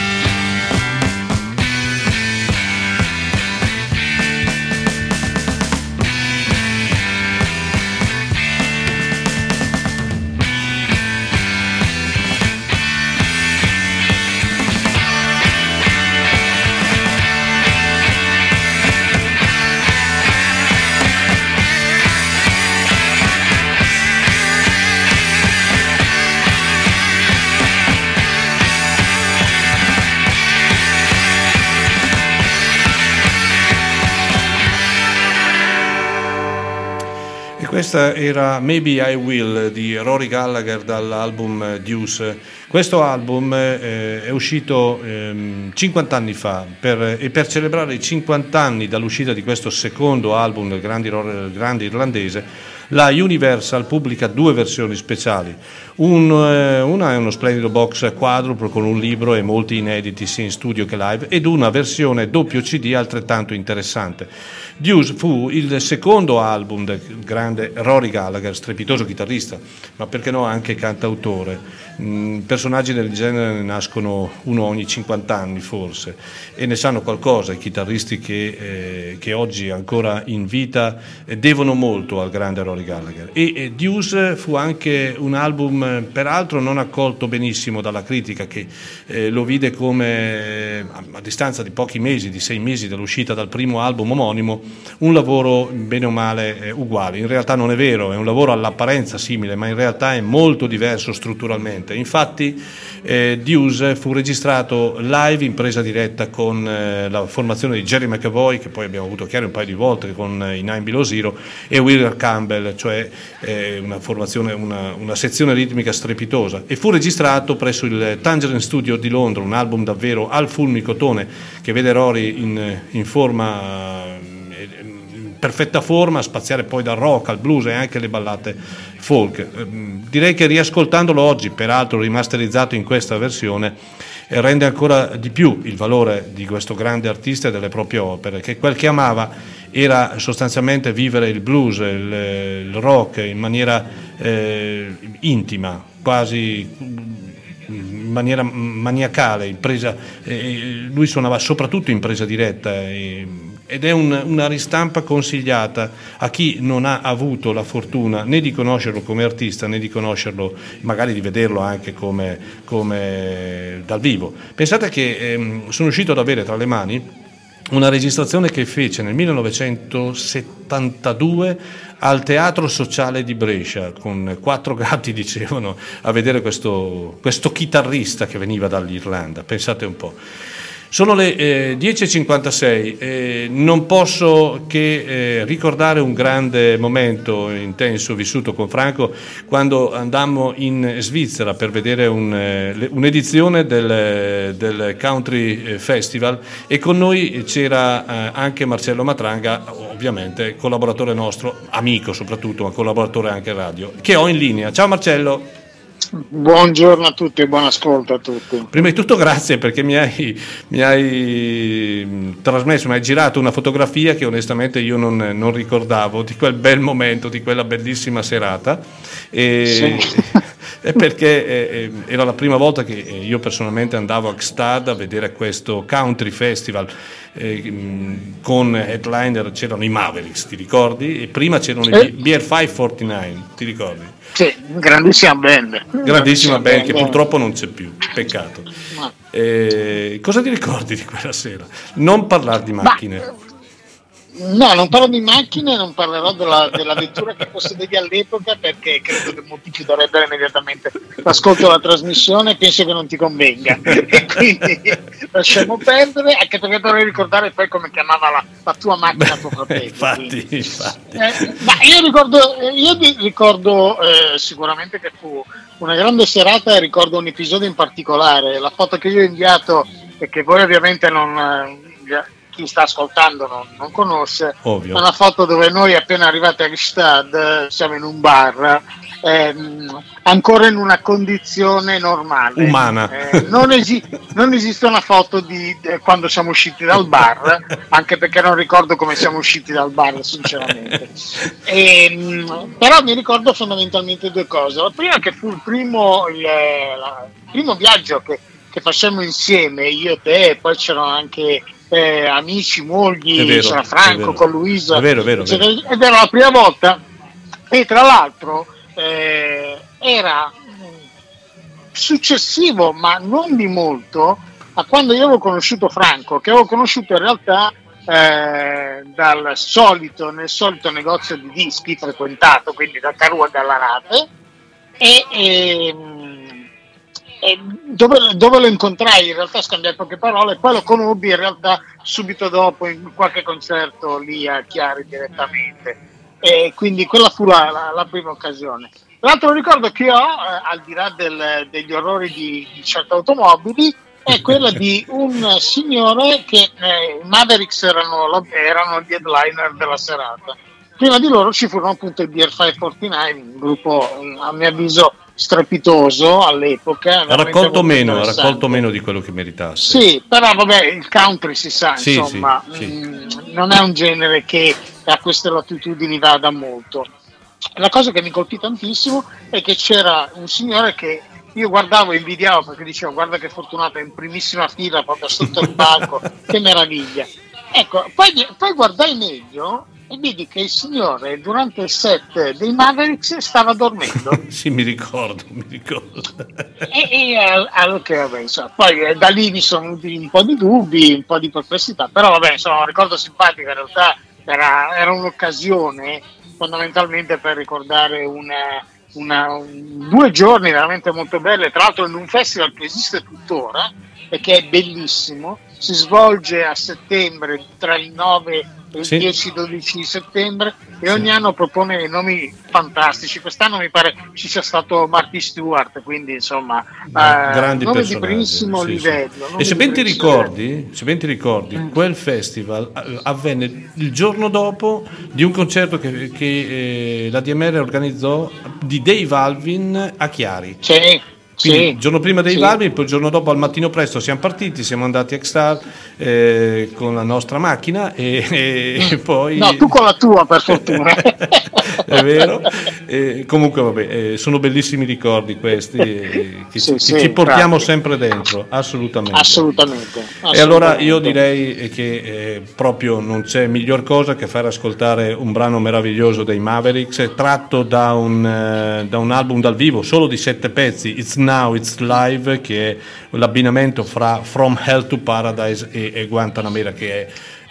Questa era Maybe I Will di Rory Gallagher dall'album Deuce. Questo album eh, è uscito eh, cinquanta anni fa per, e per celebrare i cinquanta anni dall'uscita di questo secondo album del grande, grande irlandese, la Universal pubblica due versioni speciali. Un, eh, una è uno splendido box quadruplo con un libro e molti inediti sia in studio che live, ed una versione doppio C D altrettanto interessante. Deuce fu il secondo album del grande Rory Gallagher, strepitoso chitarrista, ma perché no anche cantautore. Mm, personaggi del genere ne nascono uno ogni cinquanta anni forse, e ne sanno qualcosa i chitarristi che, eh, che oggi ancora in vita eh, devono molto al grande Rory Gallagher. E eh, Deuce fu anche un album eh, peraltro non accolto benissimo dalla critica, che eh, lo vide come eh, a distanza di pochi mesi, di sei mesi dall'uscita dal primo album omonimo, un lavoro bene o male eh, uguale. In realtà non è vero, è un lavoro all'apparenza simile, ma in realtà è molto diverso strutturalmente. Infatti eh, Deuce fu registrato live in presa diretta con eh, la formazione di Jerry McAvoy, che poi abbiamo avuto chiaro un paio di volte con eh, i Nine Below Zero, e Will Campbell, cioè eh, una formazione, una, una sezione ritmica strepitosa, e fu registrato presso il Tangerine Studio di Londra, un album davvero al fulmicotone che vede Rory in, in forma in perfetta forma, spaziare poi dal rock al blues e anche le ballate folk. Direi che riascoltandolo oggi, peraltro rimasterizzato in questa versione, rende ancora di più il valore di questo grande artista e delle proprie opere, che quel che amava era sostanzialmente vivere il blues, il, il rock in maniera eh, intima, quasi in maniera maniacale, in presa, eh, lui suonava soprattutto in presa diretta, eh, ed è un, una ristampa consigliata a chi non ha avuto la fortuna né di conoscerlo come artista né di conoscerlo, magari di vederlo anche come, come dal vivo. Pensate che eh, sono riuscito ad avere tra le mani una registrazione che fece nel millenovecentosettantadue al Teatro Sociale di Brescia, con quattro gatti, dicevano, a vedere questo, questo chitarrista che veniva dall'Irlanda, pensate un po'. Sono le eh, dieci e cinquantasei, eh, non posso che eh, ricordare un grande momento intenso vissuto con Franco quando andammo in Svizzera per vedere un, eh, un'edizione del, del Country Festival, e con noi c'era eh, anche Marcello Matranga, ovviamente collaboratore nostro, amico soprattutto, ma collaboratore anche radio, che ho in linea. Ciao Marcello. Buongiorno a tutti e buon ascolto a tutti. Prima di tutto grazie perché mi hai, mi hai trasmesso, mi hai girato una fotografia che onestamente io non, non ricordavo, di quel bel momento, di quella bellissima serata, e, sì. e perché eh, era la prima volta che io personalmente andavo a Gstaad a vedere questo Country Festival. Eh, con headliner c'erano i Mavericks, ti ricordi? E prima c'erano i B R cinquecentoquarantanove, ti ricordi? Sì, grandissima band. Grandissima band che purtroppo non c'è più, peccato. Eh, cosa ti ricordi di quella sera? Non parlare di macchine. Ma, no, non parlo di macchine, non parlerò della, della vettura che possedevi all'epoca, perché credo che molti chiuderebbero immediatamente l'ascolto della trasmissione e penso che non ti convenga. E quindi lasciamo perdere, anche perché dovrei ricordare poi come chiamava la, la tua macchina tuo fratello. Infatti, infatti. Eh, ma io ricordo, io ricordo eh, sicuramente che fu una grande serata, e ricordo un episodio in particolare, la foto che io ho inviato e che voi ovviamente non... Eh, chi sta ascoltando non, non conosce. Ovvio. È una foto dove noi appena arrivati a Gstaad siamo in un bar, ehm, ancora in una condizione normale, umana. Eh, non, esi- non esiste una foto di eh, quando siamo usciti dal bar, anche perché non ricordo come siamo usciti dal bar sinceramente. E, però mi ricordo fondamentalmente due cose. La prima, che fu il primo, il, la, il primo viaggio che, che facemmo insieme, io e te, e poi c'erano anche Eh, amici, mogli, vero, c'era Franco con Luisa, è vero, è vero, è vero. Ed era la prima volta, e tra l'altro eh, era successivo, ma non di molto, a quando io avevo conosciuto Franco, che avevo conosciuto in realtà eh, dal solito, nel solito negozio di dischi frequentato, quindi da Carua Gallarate, e, e Dove, dove lo incontrai, in realtà scambiai poche parole, poi lo conobbi in realtà subito dopo in qualche concerto lì a Chiari direttamente, e quindi quella fu la, la, la prima occasione. L'altro ricordo che ho, eh, al di là del, degli orrori di, di certe automobili, è quella di un signore che eh, i Mavericks erano, erano gli headliner della serata. Prima di loro ci furono appunto i B R cinquecentoquarantanove, un gruppo a mio avviso strepitoso all'epoca. Ha raccolto meno, ha raccolto meno di quello che meritasse. Sì, però vabbè, il country si sa, sì, insomma, sì, mh, sì. non è un genere che a queste latitudini vada molto. La cosa che mi colpì tantissimo è che c'era un signore che io guardavo e invidiavo, perché dicevo guarda che fortunato, è in primissima fila proprio sotto il palco, che meraviglia. Ecco, poi, poi guardai meglio e vedi che il signore durante il set dei Mavericks stava dormendo. Sì, mi ricordo, mi ricordo. E, e allora che vabbè, insomma, poi eh, da lì mi sono venuti un po' di dubbi, un po' di perplessità, però vabbè, insomma, un ricordo simpatico, in realtà era, era un'occasione fondamentalmente per ricordare una, una, un, due giorni veramente molto belle, tra l'altro in un festival che esiste tuttora e che è bellissimo, si svolge a settembre tra il nove il sì. dieci dodici di settembre, e ogni sì. anno propone nomi fantastici. Quest'anno mi pare ci sia stato Marty Stewart, quindi insomma grandi eh, nomi personaggi di primissimo sì, livello. Sì. E se ben ti ricordi, se ben ti ricordi mm. quel festival avvenne il giorno dopo di un concerto che, che eh, la D M R organizzò di Dave Alvin a Chiari. Sì. Quindi sì, il giorno prima dei sì. Valvi, poi il giorno dopo al mattino presto siamo partiti, siamo andati a Gstaad eh, con la nostra macchina e, e poi... No, tu con la tua per fortuna. È vero, e comunque vabbè, eh, sono bellissimi ricordi questi eh, che, sì, che sì, ci portiamo grazie. sempre dentro, assolutamente. Assolutamente, assolutamente. E allora io direi che eh, proprio non c'è miglior cosa che far ascoltare un brano meraviglioso dei Mavericks, tratto da un, eh, da un album dal vivo solo di sette pezzi, It's Now, It's Live, che è l'abbinamento fra From Hell to Paradise e, e Guantanamera, che è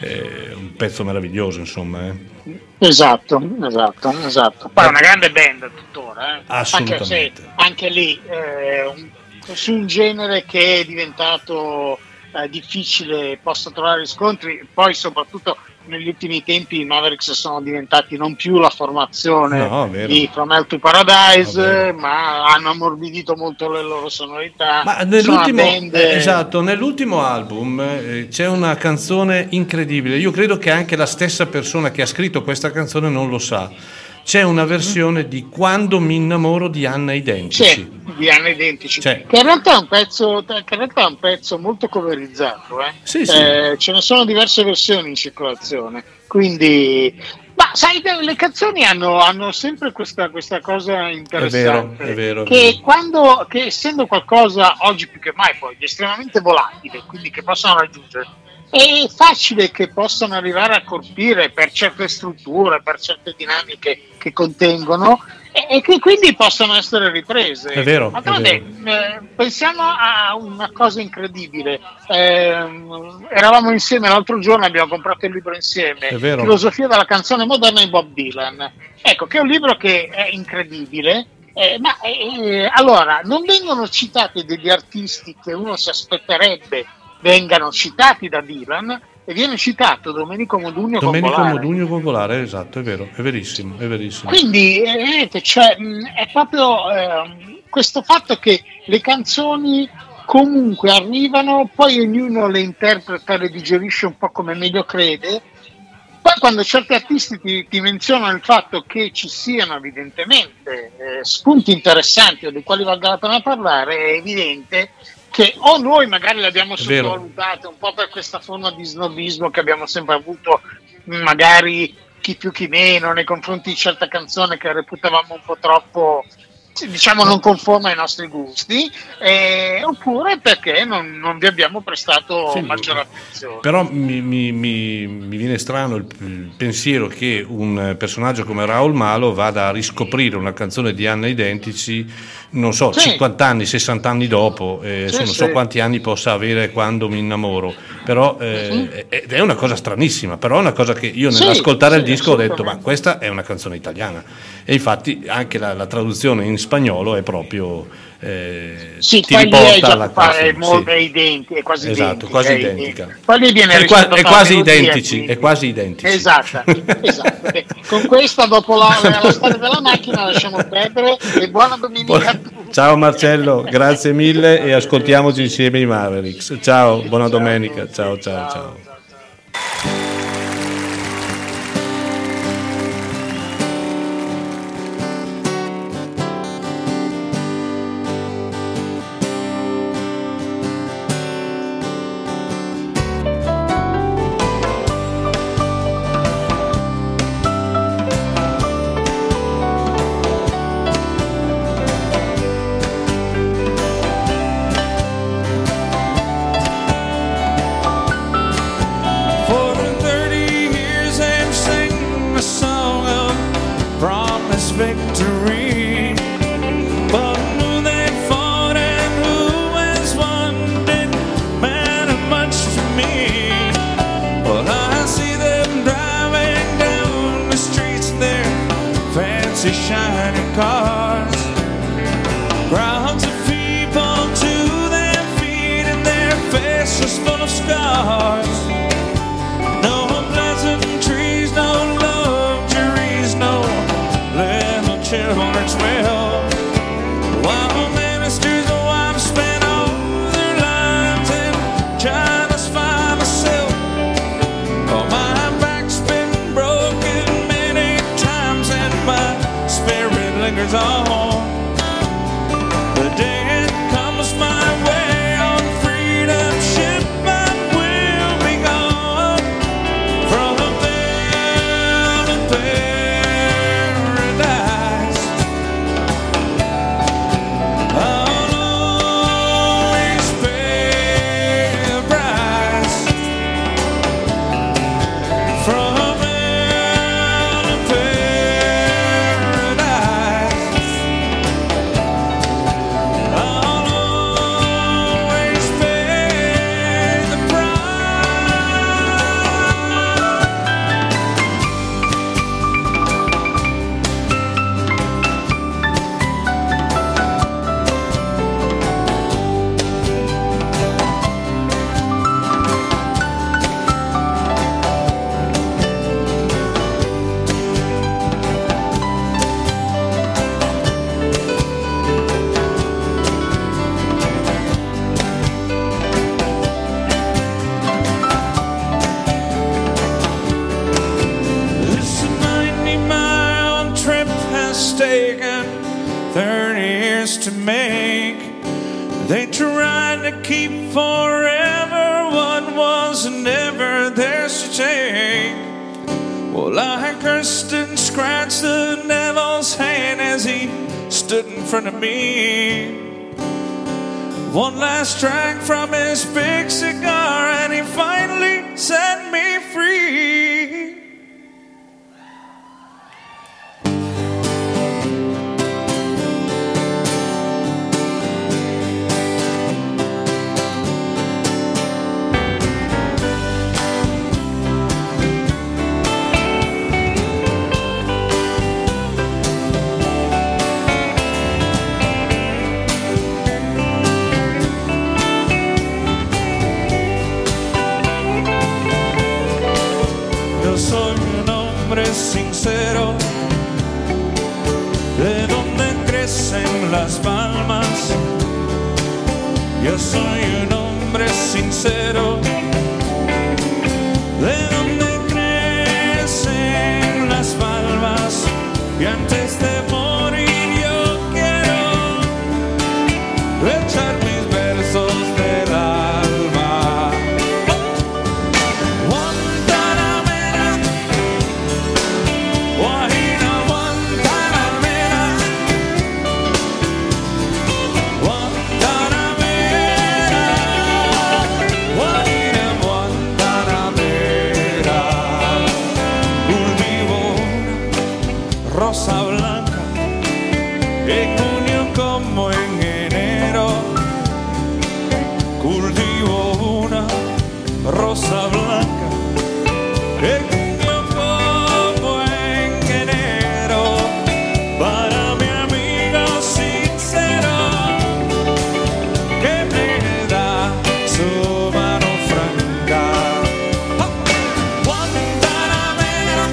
è un pezzo meraviglioso, insomma. Eh. Esatto, esatto, esatto. Poi è una grande band tuttora, eh. Assolutamente. Anche, se, anche lì eh, un, su un genere che è diventato eh, difficile, posso trovare riscontri, poi soprattutto negli ultimi tempi i Mavericks sono diventati non più la formazione no, di From Hell to Paradise, no, ma hanno ammorbidito molto le loro sonorità. Ma nell'ultimo, band... eh, esatto, nell'ultimo album eh, c'è una canzone incredibile. Io credo che anche la stessa persona che ha scritto questa canzone non lo sa. C'è una versione mm. di Quando mi innamoro di Anna Identici. Sì, di Anna Identici. C'è. Che in realtà è un pezzo, che in realtà è un pezzo molto coverizzato. Eh? Sì, sì. Eh, ce ne sono diverse versioni in circolazione. Quindi, ma sai, le canzoni hanno, hanno sempre questa, questa cosa interessante. È vero, è vero. È che vero. quando, che essendo qualcosa oggi più che mai poi estremamente volatile, quindi che possono raggiungere, è facile che possano arrivare a colpire per certe strutture, per certe dinamiche che contengono e, e che quindi possano essere riprese. È vero. Ma è vero. Eh, pensiamo a una cosa incredibile. Eh, eravamo insieme l'altro giorno, abbiamo comprato il libro insieme, È vero. Filosofia della canzone moderna di Bob Dylan. Ecco, che è un libro che è incredibile. Eh, ma eh, allora non vengono citati degli artisti che uno si aspetterebbe vengano citati da Dylan e viene citato Domenico Modugno Domenico Congolare. Modugno Congolare, esatto, è vero, è verissimo, è verissimo. Quindi eh, vedete, cioè, mh, è proprio eh, questo fatto che le canzoni comunque arrivano, poi ognuno le interpreta, le digerisce un po' come meglio crede. Poi quando certi artisti ti, ti menzionano il fatto che ci siano evidentemente eh, spunti interessanti o dei quali valga la pena parlare, è evidente che o noi magari le abbiamo sottovalutate un po' per questa forma di snobismo che abbiamo sempre avuto, magari chi più chi meno, nei confronti di certe canzoni che reputavamo un po' troppo, diciamo, non conforme ai nostri gusti, eh, oppure perché non, non vi abbiamo prestato Sì, maggiore attenzione. Però mi, mi, mi, mi viene strano il, il pensiero che un personaggio come Raoul Malo vada a riscoprire una canzone di Anna Identici, non so, Sì. cinquanta anni, sessanta anni dopo, eh, Sì, non sì. so quanti anni possa avere quando mi innamoro, però eh, è, è una cosa stranissima, però è una cosa che io Sì, nell'ascoltare sì, il disco ho detto, ma assolutamente. questa è una canzone italiana, e infatti anche la, la traduzione in spagnolo è proprio eh, Sì, ti poi lì è riporta già alla fa- è, canzone, molto, sì. è identica, è quasi Esatto, identica. quasi è identica. Poi lì viene È, qua- rispettata è la quasi melodia, identici, quindi- è quasi identici. Esatto, esatto. E con questa, dopo la, la storia della macchina, lasciamo perdere e buona domenica a tutti. Ciao Marcello, grazie mille e ascoltiamoci insieme i Mavericks. Ciao, buona domenica. Ciao, ciao, ciao. For thirty years they've sing a song of promised victory. But who they fought and who has won didn't matter much to me. Well, I see them driving down the streets in their fancy shiny cars. Crowds of people to their feet and their faces full of scars. No pleasantries, no luxuries, no little children's will. While ministers' wives spend all their lives in China's finest silk. Oh, my back's been broken many times and my spirit lingers on. The day it comes my way on freedom ship, I will be gone from there to paradise. I'll always pay the price from hell to paradise. thirty years to make. They tried to keep forever what was never theirs to take. Well, I cursed and scratched the devil's hand as he stood in front of me. One last drag from his big cigar and he finally set me free. Soy un hombre sincero, de donde crecen las palmas. Yo soy un hombre sincero, de donde crecen las palmas. Y antes de morir yo quiero echar mis versos del alma. Rosa blanca en junio como en enero, cultivo una rosa blanca en junio como en enero, para mi amigo sincero que me da su mano franca. Guantanamera,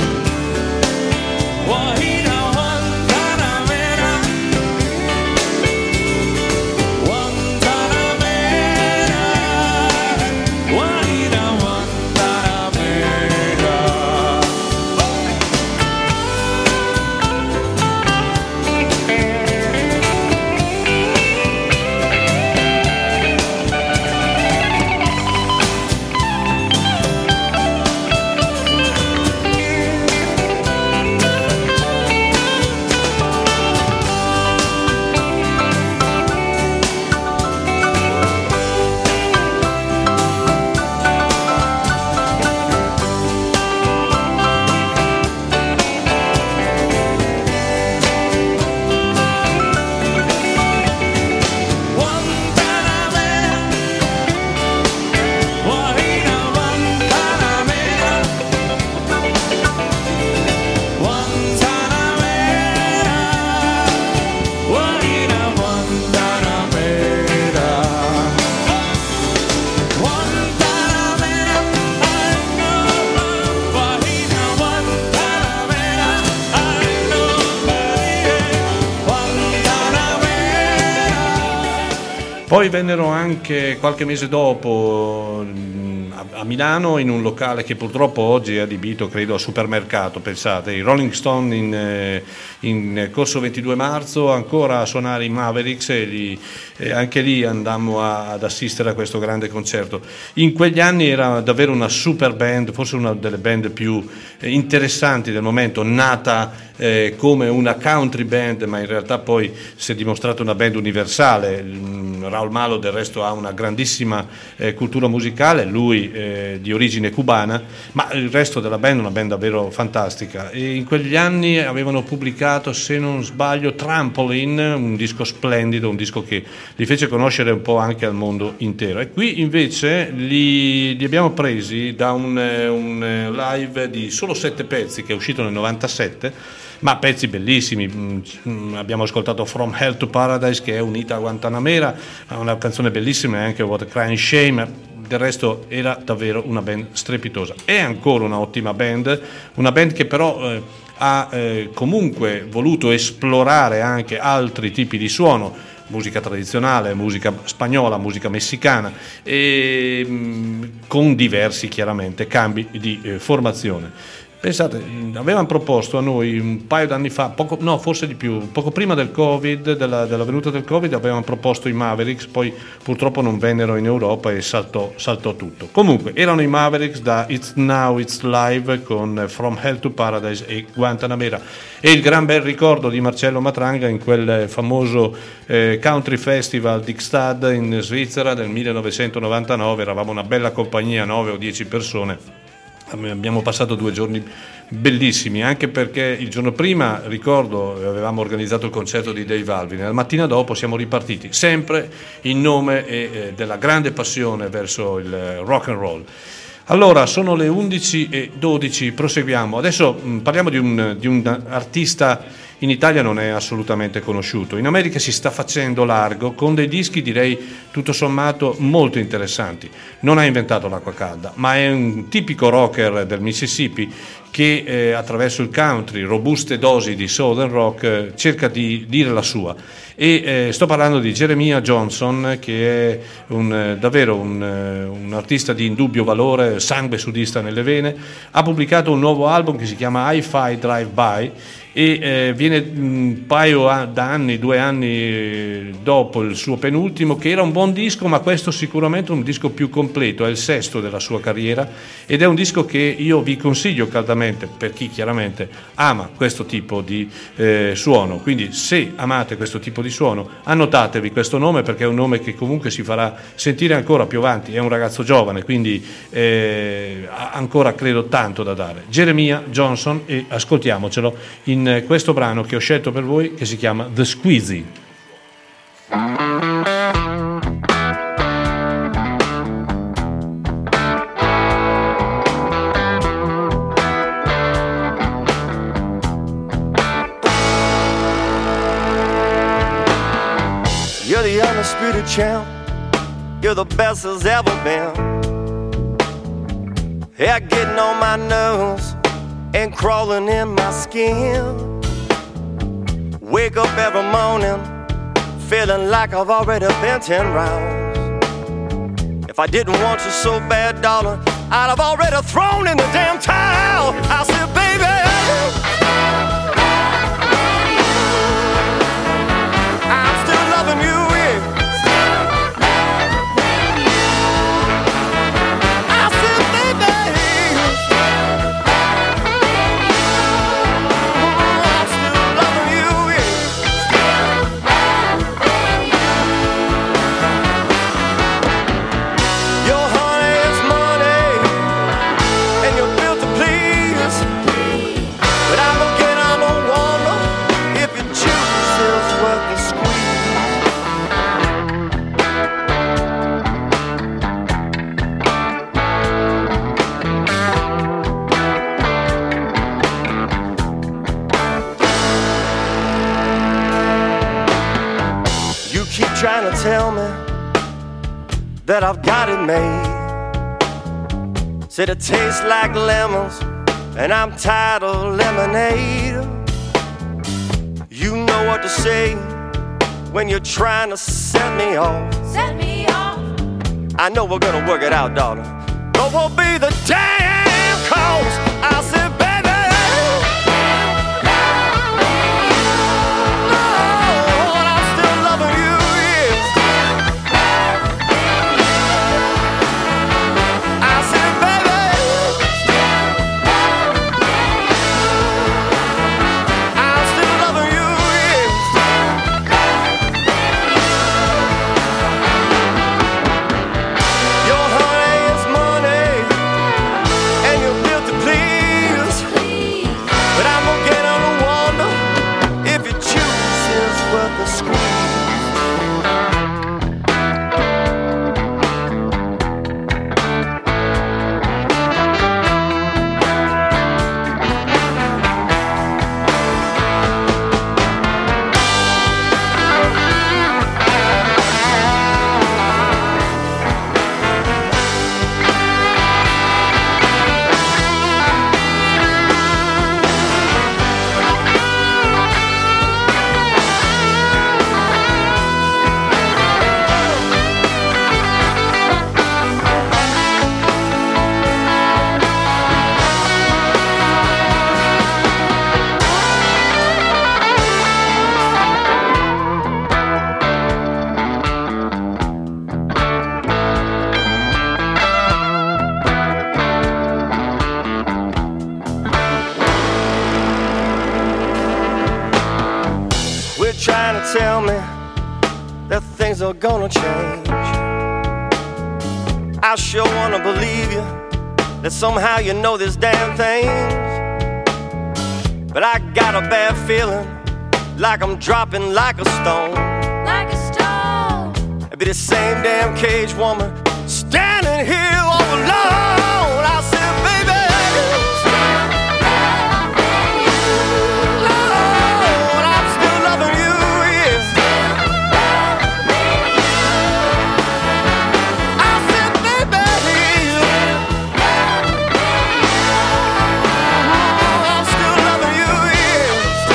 Guajira, Guantanamera, Guantanamera, Guajira, Guantanamera. Poi vennero anche qualche mese dopo mh, a- a Milano in un locale che purtroppo oggi è adibito credo a supermercato, pensate, i Rolling Stone in, eh, in corso ventidue marzo ancora a suonare i Mavericks e gli- e anche lì andammo a- ad assistere a questo grande concerto. In quegli anni era davvero una super band, forse una delle band più eh, interessanti del momento, nata eh, come una country band, ma in realtà poi si è dimostrata una band universale. Mm, Raul Malo del resto ha una grandissima eh, cultura musicale, lui eh, di origine cubana, ma il resto della band è una band davvero fantastica. E in quegli anni avevano pubblicato, se non sbaglio, Trampoline, un disco splendido, un disco che li fece conoscere un po' anche al mondo intero. E qui invece li, li abbiamo presi da un, eh, un eh, live di solo sette pezzi che è uscito nel novantasette, ma pezzi bellissimi. Mm, abbiamo ascoltato From Hell to Paradise, che è unita a Guantanamera, una canzone bellissima, e anche What a Crying Shame. Del resto era davvero una band strepitosa. È ancora un'ottima band, una band che però eh, ha eh, comunque voluto esplorare anche altri tipi di suono, musica tradizionale, musica spagnola, musica messicana, e mh, con diversi chiaramente cambi di eh, formazione. Pensate, avevano proposto a noi un paio d'anni fa, poco, no forse di più, poco prima del Covid, della, della venuta del Covid, avevano proposto i Mavericks, poi purtroppo non vennero in Europa e saltò, saltò tutto. Comunque erano i Mavericks da It's Now It's Live con From Hell to Paradise e Guantanamera, e il gran bel ricordo di Marcello Matranga in quel famoso eh, Country Festival di Gstaad in Svizzera del millenovecentonovantanove. Eravamo una bella compagnia, nove o dieci persone. Abbiamo passato due giorni bellissimi, anche perché il giorno prima, ricordo, avevamo organizzato il concerto di Dave Alvin, e la mattina dopo siamo ripartiti, sempre in nome eh, della grande passione verso il rock and roll. Allora, sono le undici e dodici, proseguiamo. Adesso mh, parliamo di un, di un artista in Italia non è assolutamente conosciuto. In America si sta facendo largo con dei dischi, direi, tutto sommato molto interessanti. Non ha inventato l'acqua calda, ma è un tipico rocker del Mississippi che eh, attraverso il country, robuste dosi di southern rock, eh, cerca di dire la sua. E eh, sto parlando di Jeremiah Johnson, che è un, eh, davvero un, eh, un artista di indubbio valore, sangue sudista nelle vene. Ha pubblicato un nuovo album che si chiama Hi-Fi Drive By, e eh, viene un paio a, da anni, due anni dopo il suo penultimo, che era un buon disco, ma questo sicuramente è un disco più completo, è il sesto della sua carriera, ed è un disco che io vi consiglio caldamente per chi chiaramente ama questo tipo di eh, suono. Quindi se amate questo tipo di suono, annotatevi questo nome, perché è un nome che comunque si farà sentire ancora più avanti. È un ragazzo giovane, quindi eh, ha ancora, credo, tanto da dare. Jeremiah Johnson, e ascoltiamocelo in questo brano che ho scelto per voi, che si chiama The Squeezy. You're the undisputed champ, you're the best there's ever been. Hair getting on my nose and crawling in my skin. Wake up every morning feeling like I've already been ten rounds. If I didn't want you so bad, darling, I'd have already thrown in the damn towel. I said, baby, I'm still loving you, yeah. I said, baby, trying to tell me that I've got it made. Said it tastes like lemons and I'm tired of lemonade. You know what to say when you're trying to set me off. Set me off. I know we're gonna work it out, darling, but we'll be the damn cause. I said, baby, trying to tell me that things are gonna change. I sure wanna believe you, that somehow you know this damn thing. But I got a bad feeling, like I'm dropping like a stone. Like a stone. It'd be the same damn cage woman standing here all alone. I said, baby, Lord, I'm still loving you, yes. I said, baby, I'm still loving you, yes.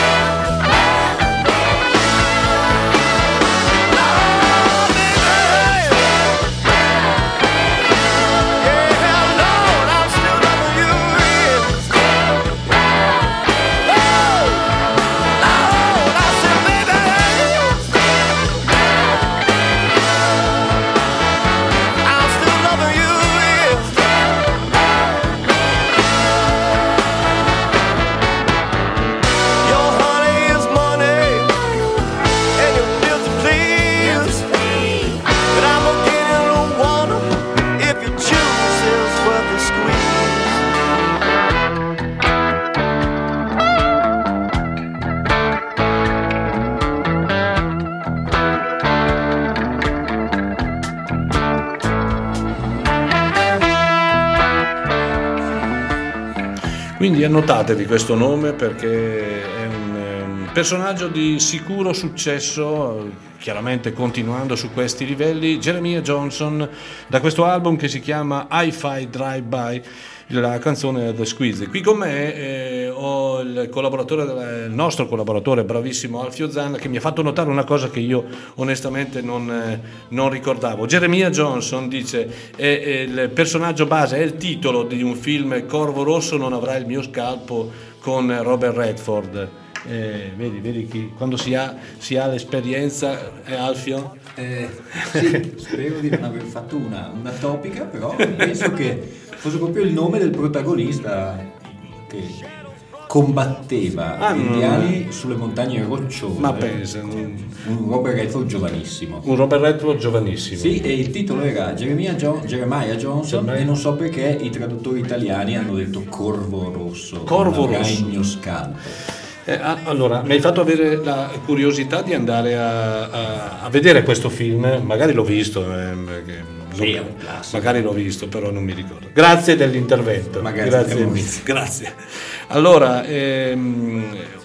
Quindi annotatevi questo nome perché è un, un personaggio di sicuro successo, chiaramente continuando su questi livelli. Jeremiah Johnson, da questo album che si chiama Hi-Fi Drive-By, la canzone è The Squeeze. Qui con me eh, ho il collaboratore, del, il nostro collaboratore bravissimo Alfio Zanna, che mi ha fatto notare una cosa che io onestamente non, eh, non ricordavo. Jeremiah Johnson dice è, è il personaggio base, è il titolo di un film, Corvo Rosso non avrà il mio scalpo, con Robert Redford. Eh, vedi, vedi chi, quando si ha, si ha l'esperienza, è Alfio? Eh, sì, spero di non aver fatto una, una topica, però penso che fosse proprio il nome del protagonista che combatteva ah, gli indiani no. sulle montagne rocciose. Ma pensa, un Robert Redford giovanissimo. Un Robert Redford giovanissimo. Sì, e il titolo era Jeremiah, jo- Jeremiah Johnson, Jeremiah. E non so perché i traduttori italiani hanno detto Corvo Rosso. Corvo Rosso. Ragno scalpo. Eh, allora, mi hai fatto avere la curiosità di andare a, a, a vedere questo film, magari l'ho visto, eh, sì, non, magari l'ho visto, però non mi ricordo. Grazie dell'intervento. Magari grazie, grazie. Allora, ehm,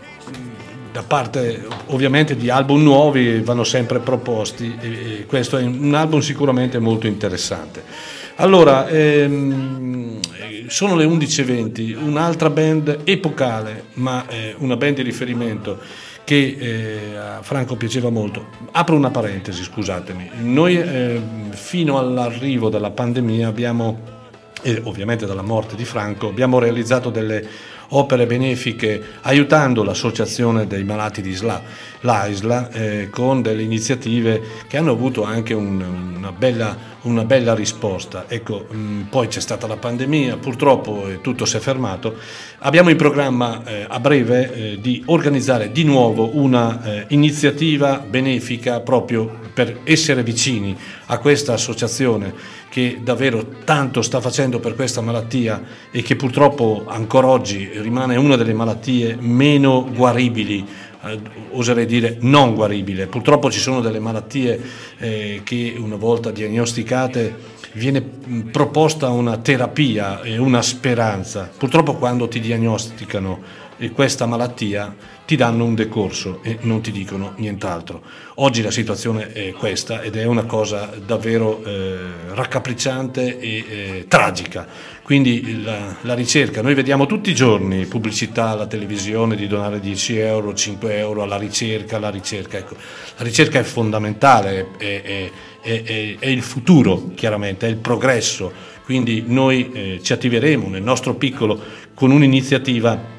da parte ovviamente di album nuovi vanno sempre proposti e, e questo è un album sicuramente molto interessante. Allora, ehm, sono le undici e venti, un'altra band epocale, ma eh, una band di riferimento che eh, a Franco piaceva molto. Apro una parentesi, scusatemi. Noi eh, fino all'arrivo della pandemia abbiamo, e ovviamente dalla morte di Franco, abbiamo realizzato delle opere benefiche aiutando l'associazione dei malati di S L A, l'A I S L A, eh, con delle iniziative che hanno avuto anche un, una, bella, una bella risposta. Ecco, mh, poi c'è stata la pandemia, purtroppo eh, tutto si è fermato. Abbiamo in programma eh, a breve eh, di organizzare di nuovo una eh, iniziativa benefica proprio per essere vicini a questa associazione che davvero tanto sta facendo per questa malattia e che purtroppo ancora oggi rimane una delle malattie meno guaribili, eh, oserei dire non guaribile. Purtroppo ci sono delle malattie eh, che una volta diagnosticate viene proposta una terapia e una speranza. Purtroppo quando ti diagnosticano questa malattia ti danno un decorso e non ti dicono nient'altro. Oggi la situazione è questa ed è una cosa davvero eh, raccapricciante e eh, tragica. Quindi la, la ricerca, noi vediamo tutti i giorni pubblicità alla televisione di donare dieci euro, cinque euro alla ricerca, alla ricerca. Ecco, la ricerca è fondamentale, è, è, è, è, è il futuro, chiaramente, è il progresso. Quindi noi eh, ci attiveremo nel nostro piccolo con un'iniziativa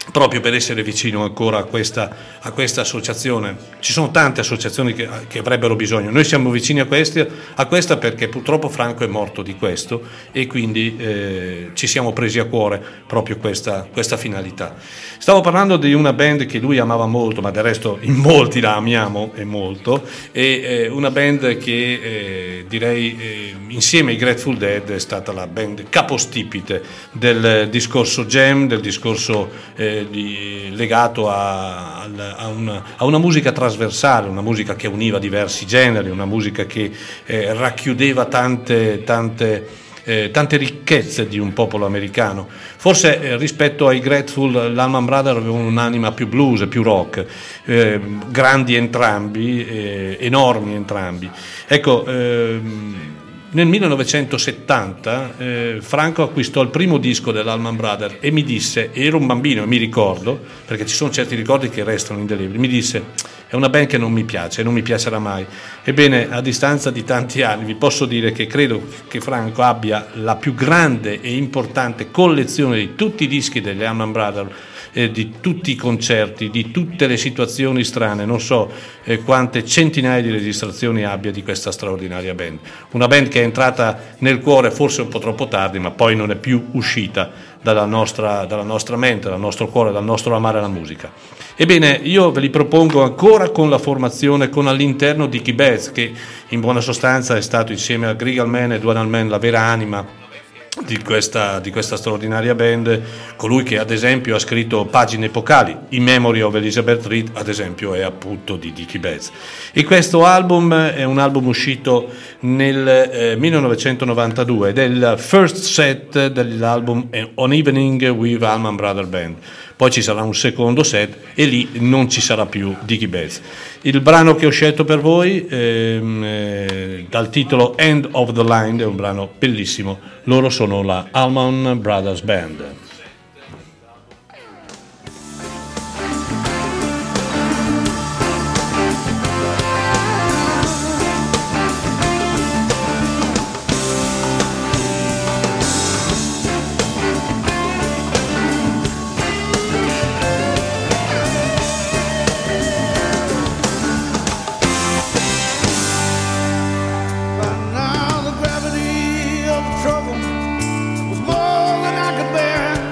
proprio per essere vicino ancora a questa, a questa associazione. Ci sono tante associazioni che, che avrebbero bisogno, noi siamo vicini a, queste, a questa perché purtroppo Franco è morto di questo e quindi eh, ci siamo presi a cuore proprio questa, questa finalità. Stavo parlando di una band che lui amava molto, ma del resto in molti la amiamo e molto, e eh, una band che eh, direi eh, insieme ai Grateful Dead è stata la band capostipite del discorso jam, del discorso eh, di, legato a, a, una, a una musica trasversale, una musica che univa diversi generi, una musica che eh, racchiudeva tante, tante, eh, tante ricchezze di un popolo americano. Forse eh, rispetto ai Grateful l'Allman Brothers avevano un'anima più blues, più rock, eh, grandi entrambi, eh, enormi entrambi. Ecco, ehm, nel millenovecentosettanta eh, Franco acquistò il primo disco dell'Allman Brothers e mi disse, ero un bambino e mi ricordo, perché ci sono certi ricordi che restano indelebili, mi disse: è una band che non mi piace e non mi piacerà mai. Ebbene, a distanza di tanti anni vi posso dire che credo che Franco abbia la più grande e importante collezione di tutti i dischi degli Allman Brothers, eh, di tutti i concerti, di tutte le situazioni strane, non so eh, quante centinaia di registrazioni abbia di questa straordinaria band. Una band che è entrata nel cuore forse un po' troppo tardi, ma poi non è più uscita dalla nostra, dalla nostra mente, dal nostro cuore, dal nostro amare la musica. Ebbene, io ve li propongo ancora con la formazione, con all'interno Dickie Betts, che in buona sostanza è stato insieme a Regal Mann e Duane Allman la vera anima di questa, di questa straordinaria band, colui che ad esempio ha scritto pagine epocali. In Memory of Elizabeth Reed ad esempio è appunto di Dickie Betts, e questo album è un album uscito nel eh, millenovecentonovantadue ed è il first set dell'album On Evening with Allman Brothers Band. Poi ci sarà un secondo set e lì non ci sarà più Dickie Betts. Il brano che ho scelto per voi ehm, eh, dal titolo End of the Line è un brano bellissimo. Loro sono la Allman Brothers Band. Now the gravity of the trouble was more than I could bear.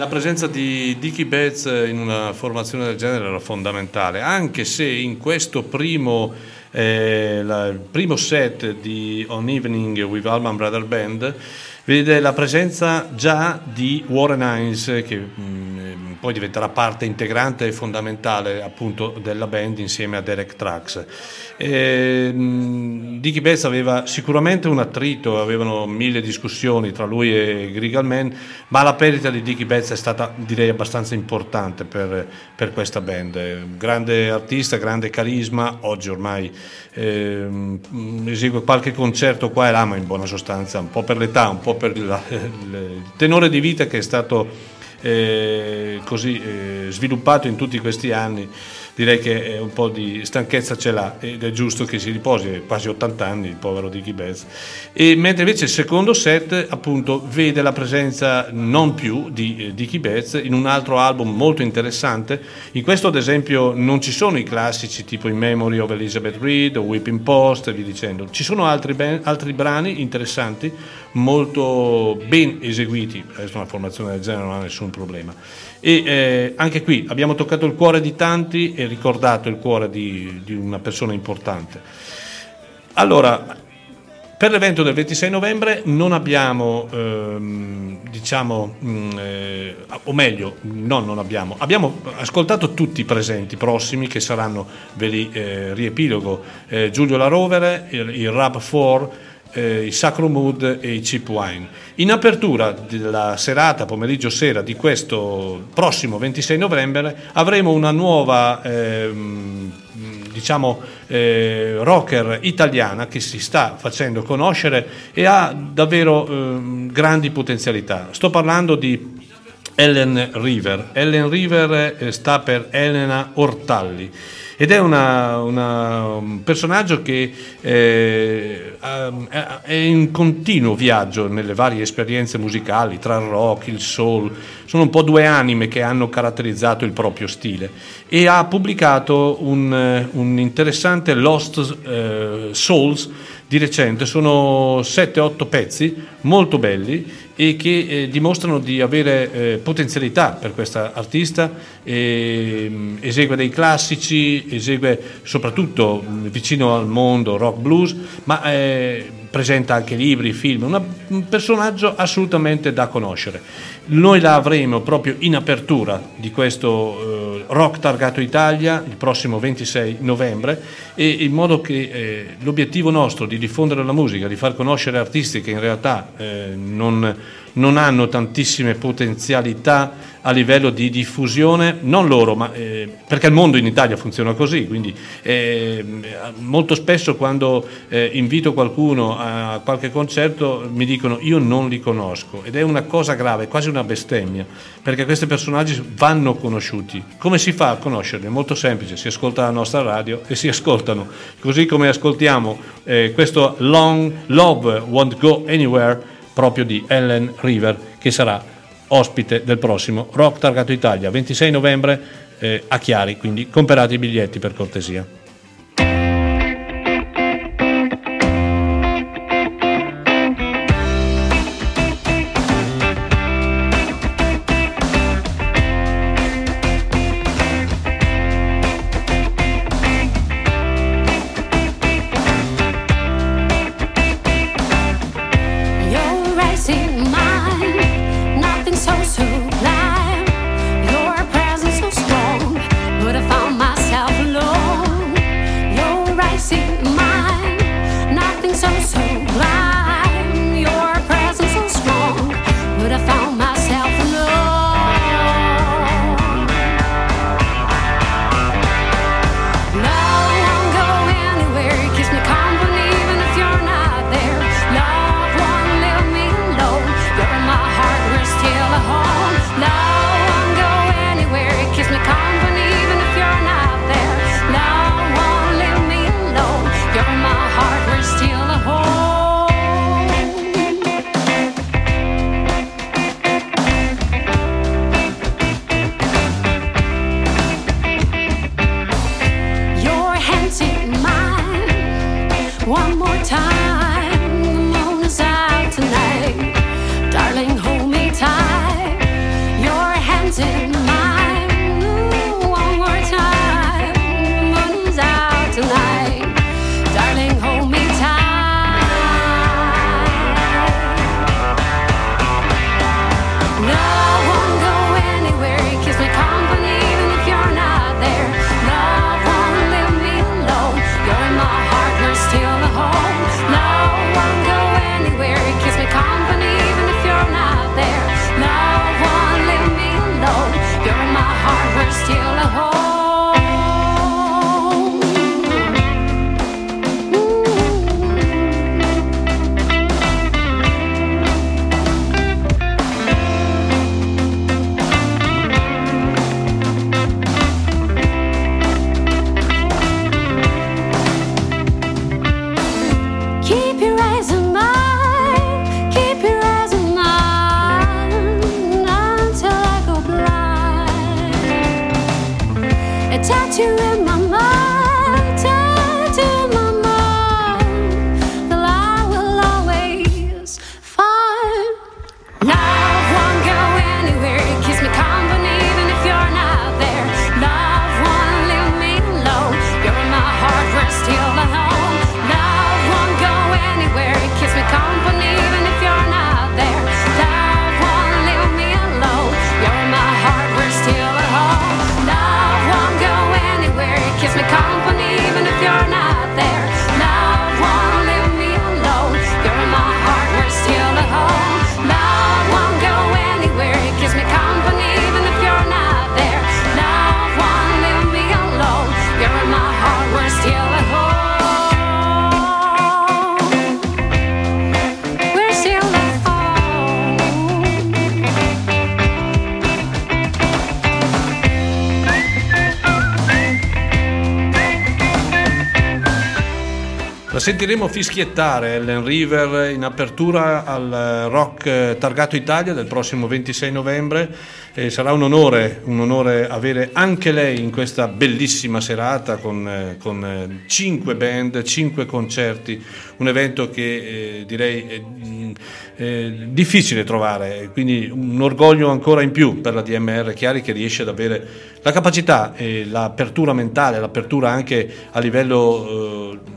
presenza di Dickie Betts in una formazione del genere era fondamentale, anche se in questo primo, eh, la, il primo set di On Evening with Allman Brothers Band vede la presenza già di Warren Hines, che mh, poi diventerà parte integrante e fondamentale appunto della band insieme a Derek Trucks. E, mh, Dickie Betts aveva sicuramente un attrito, avevano mille discussioni tra lui e Greg Allman, ma la perdita di Dickie Betts è stata, direi, abbastanza importante per, per questa band. Grande artista, grande carisma, oggi ormai eh, esegue qualche concerto qua e là, ma in buona sostanza un po' per l'età, un po' per la, il tenore di vita che è stato eh, così eh, sviluppato in tutti questi anni, direi che un po' di stanchezza ce l'ha ed è giusto che si riposi, è quasi ottanta anni il povero Dickie Betts. E mentre invece il secondo set appunto vede la presenza non più di eh, Dickie Betts in un altro album molto interessante. In questo ad esempio non ci sono i classici tipo In Memory of Elizabeth Reed o Whipping Post e via dicendo, ci sono altri, ben, altri brani interessanti, molto ben eseguiti. Adesso una formazione del genere non ha nessun problema. E eh, anche qui abbiamo toccato il cuore di tanti e ricordato il cuore di, di una persona importante. Allora, per l'evento del ventisei novembre non abbiamo, ehm, diciamo, mh, eh, o meglio, no, non abbiamo, abbiamo ascoltato tutti i presenti prossimi che saranno, ve li eh, riepilogo, eh, Giulio La Rovere, il, il Rap quattro, Eh, i Sacro Mood e i Cheap Wine. In apertura della serata, pomeriggio sera di questo prossimo ventisei novembre avremo una nuova ehm, diciamo eh, rocker italiana che si sta facendo conoscere e ha davvero ehm, grandi potenzialità. Sto parlando di Ellen River. Ellen River eh, sta per Elena Ortalli ed è una, una, un personaggio che eh, è in continuo viaggio nelle varie esperienze musicali tra il rock, il soul. Sono un po' due anime che hanno caratterizzato il proprio stile e ha pubblicato un, un interessante Lost eh, Souls di recente. Sono sette otto pezzi molto belli e che eh, dimostrano di avere eh, potenzialità per questa artista. E, esegue dei classici, esegue soprattutto vicino al mondo rock blues, ma eh, presenta anche libri, film, una, un personaggio assolutamente da conoscere. Noi la avremo proprio in apertura di questo eh, Rock Targato Italia il prossimo ventisei novembre, e in modo che eh, l'obiettivo nostro di diffondere la musica, di far conoscere artisti che in realtà eh, non, non hanno tantissime potenzialità a livello di diffusione, non loro, ma eh, perché il mondo in Italia funziona così, quindi eh, molto spesso quando eh, invito qualcuno a qualche concerto mi dicono io non li conosco, ed è una cosa grave, quasi una bestemmia, perché questi personaggi vanno conosciuti. Come si fa a conoscerli? È molto semplice, si ascolta la nostra radio e si ascoltano, così come ascoltiamo eh, questo Long Love Won't Go Anywhere proprio di Ellen River, che sarà ospite del prossimo Rock Targato Italia ventisei novembre eh, a Chiari, quindi comprate i biglietti per cortesia. But I found myself alone. tattoo in my mind, tattoo in my mind, that I will always find. Love won't go anywhere, kiss me company even if you're not there. Love won't leave me alone, you're in my heart, we're still at home. Love won't go anywhere, kiss me company even if you're not there. Love won't leave me alone, you're in my heart, we're still at home. Love won't go anywhere, kiss me company even if you're not there. Love won't leave me alone, you're in my heart, we're still at home. Love won't go anywhere, kiss me company even if you're not there. Love won't leave me alone, you're in my heart, we're still at home. We're still at home. La sentiremo fischiettare Ellen River in apertura al Rock Targato Italia del prossimo ventisei novembre e sarà un onore, un onore avere anche lei in questa bellissima serata con, con cinque band, cinque concerti, un evento che eh, direi è, è difficile trovare, quindi un orgoglio ancora in più per la D M R Chiari, che riesce ad avere la capacità e l'apertura mentale, l'apertura anche a livello eh,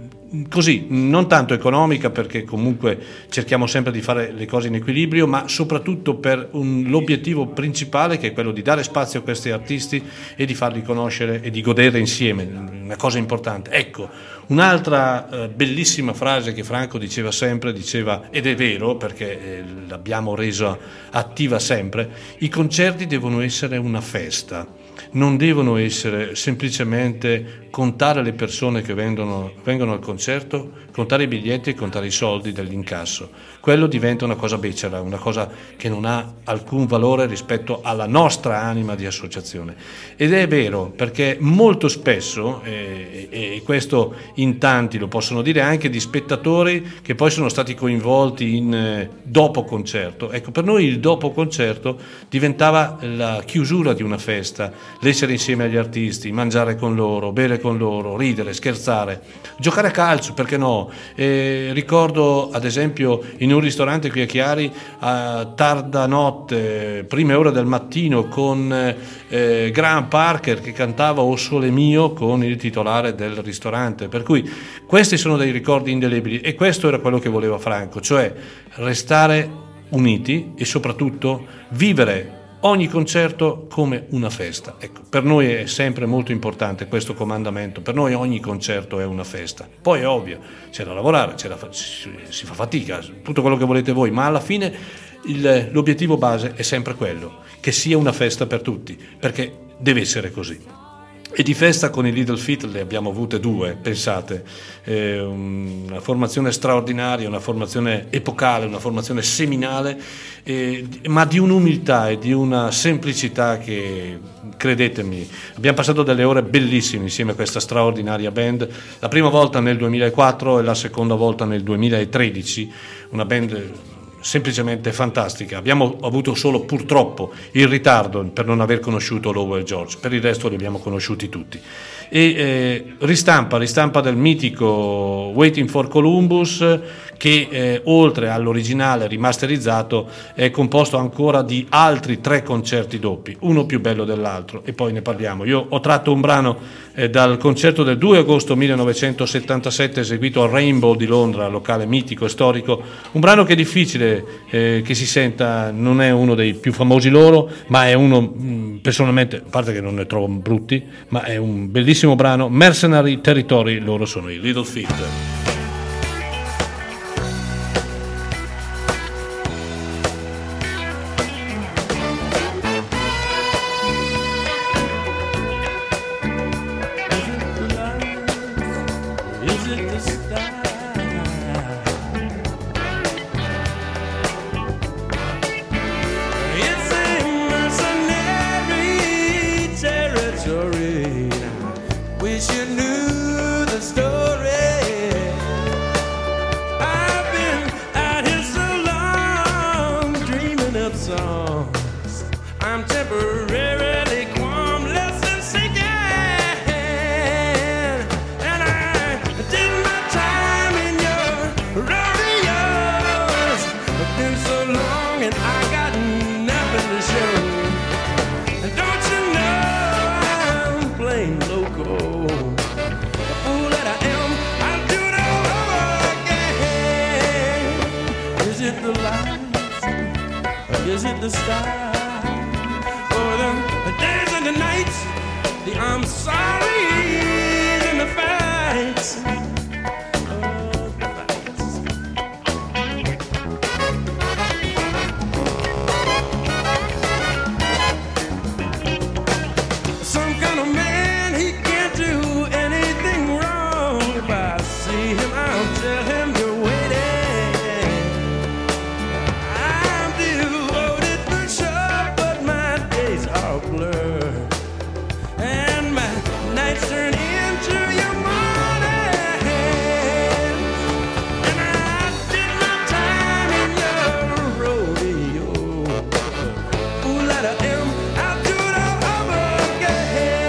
così, non tanto economica, perché comunque cerchiamo sempre di fare le cose in equilibrio, ma soprattutto per un, l'obiettivo principale, che è quello di dare spazio a questi artisti e di farli conoscere e di godere insieme, una cosa importante. Ecco, un'altra eh, bellissima frase che Franco diceva sempre, diceva, ed è vero perché eh, l'abbiamo resa attiva sempre: i concerti devono essere una festa, non devono essere semplicemente contare le persone che vengono, vengono al concerto, contare i biglietti e contare i soldi dell'incasso. Quello diventa una cosa becera, una cosa che non ha alcun valore rispetto alla nostra anima di associazione. Ed è vero, perché molto spesso, e, e questo in tanti lo possono dire, anche di spettatori che poi sono stati coinvolti in eh, dopo concerto. Ecco, per noi il dopo concerto diventava la chiusura di una festa, l'essere insieme agli artisti, mangiare con loro, bere con loro, ridere, scherzare, giocare a calcio, perché no? E ricordo ad esempio in un ristorante qui a Chiari a tarda notte, prime ore del mattino, con eh, Graham Parker che cantava O Sole Mio con il titolare del ristorante, per cui questi sono dei ricordi indelebili, e questo era quello che voleva Franco, cioè restare uniti e soprattutto vivere ogni concerto come una festa. Ecco, per noi è sempre molto importante questo comandamento, per noi ogni concerto è una festa. Poi è ovvio, c'è da lavorare, c'è da fa- si fa fatica, tutto quello che volete voi, ma alla fine il, l'obiettivo base è sempre quello, che sia una festa per tutti, perché deve essere così. E di festa con i Little Feat le abbiamo avute due, pensate, eh, una formazione straordinaria, una formazione epocale, una formazione seminale, eh, ma di un'umiltà e di una semplicità che, credetemi, abbiamo passato delle ore bellissime insieme a questa straordinaria band, la prima volta nel duemilaquattro e la seconda volta nel duemilatredici, una band semplicemente fantastica. Abbiamo avuto solo purtroppo il ritardo per non aver conosciuto Lowell George, per il resto li abbiamo conosciuti tutti. E eh, ristampa, ristampa del mitico Waiting for Columbus, che eh, oltre all'originale rimasterizzato è composto ancora di altri tre concerti doppi, uno più bello dell'altro, e poi ne parliamo. Io ho tratto un brano eh, dal concerto del due agosto millenovecentosettantasette eseguito al Rainbow di Londra, locale mitico e storico, un brano che è difficile eh, che si senta, non è uno dei più famosi loro, ma è uno mh, personalmente, a parte che non ne trovo brutti, ma è un bellissimo brano, Mercenary Territory, loro sono i Little Feat. I'm temporarily qualmless and sinking. the stars, oh, the days and the nights, the I'm sorry and the fights. Some kind of man, he can't do anything wrong. If I see him, I'll tell him you're waiting. I'm devoted for sure, but my days are blurred, and my nights turn into your morning. And I did my time in your rodeo. Fool that I am, I'll do it all over again.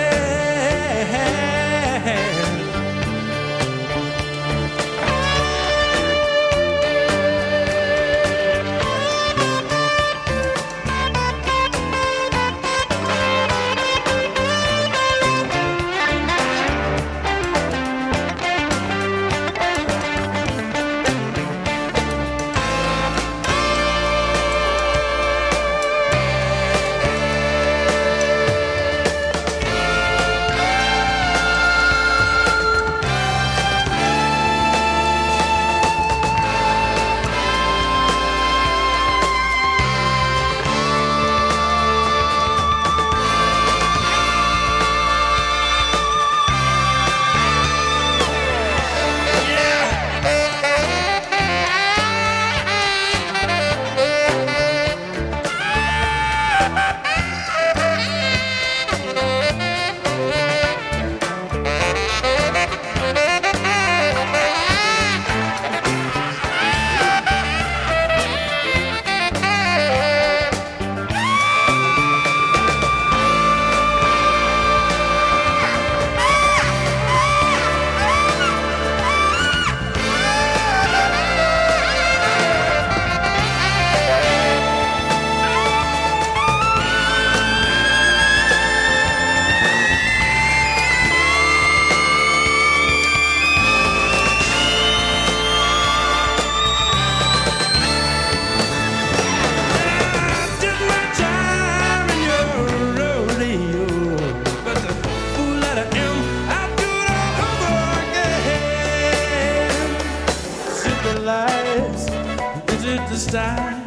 Style,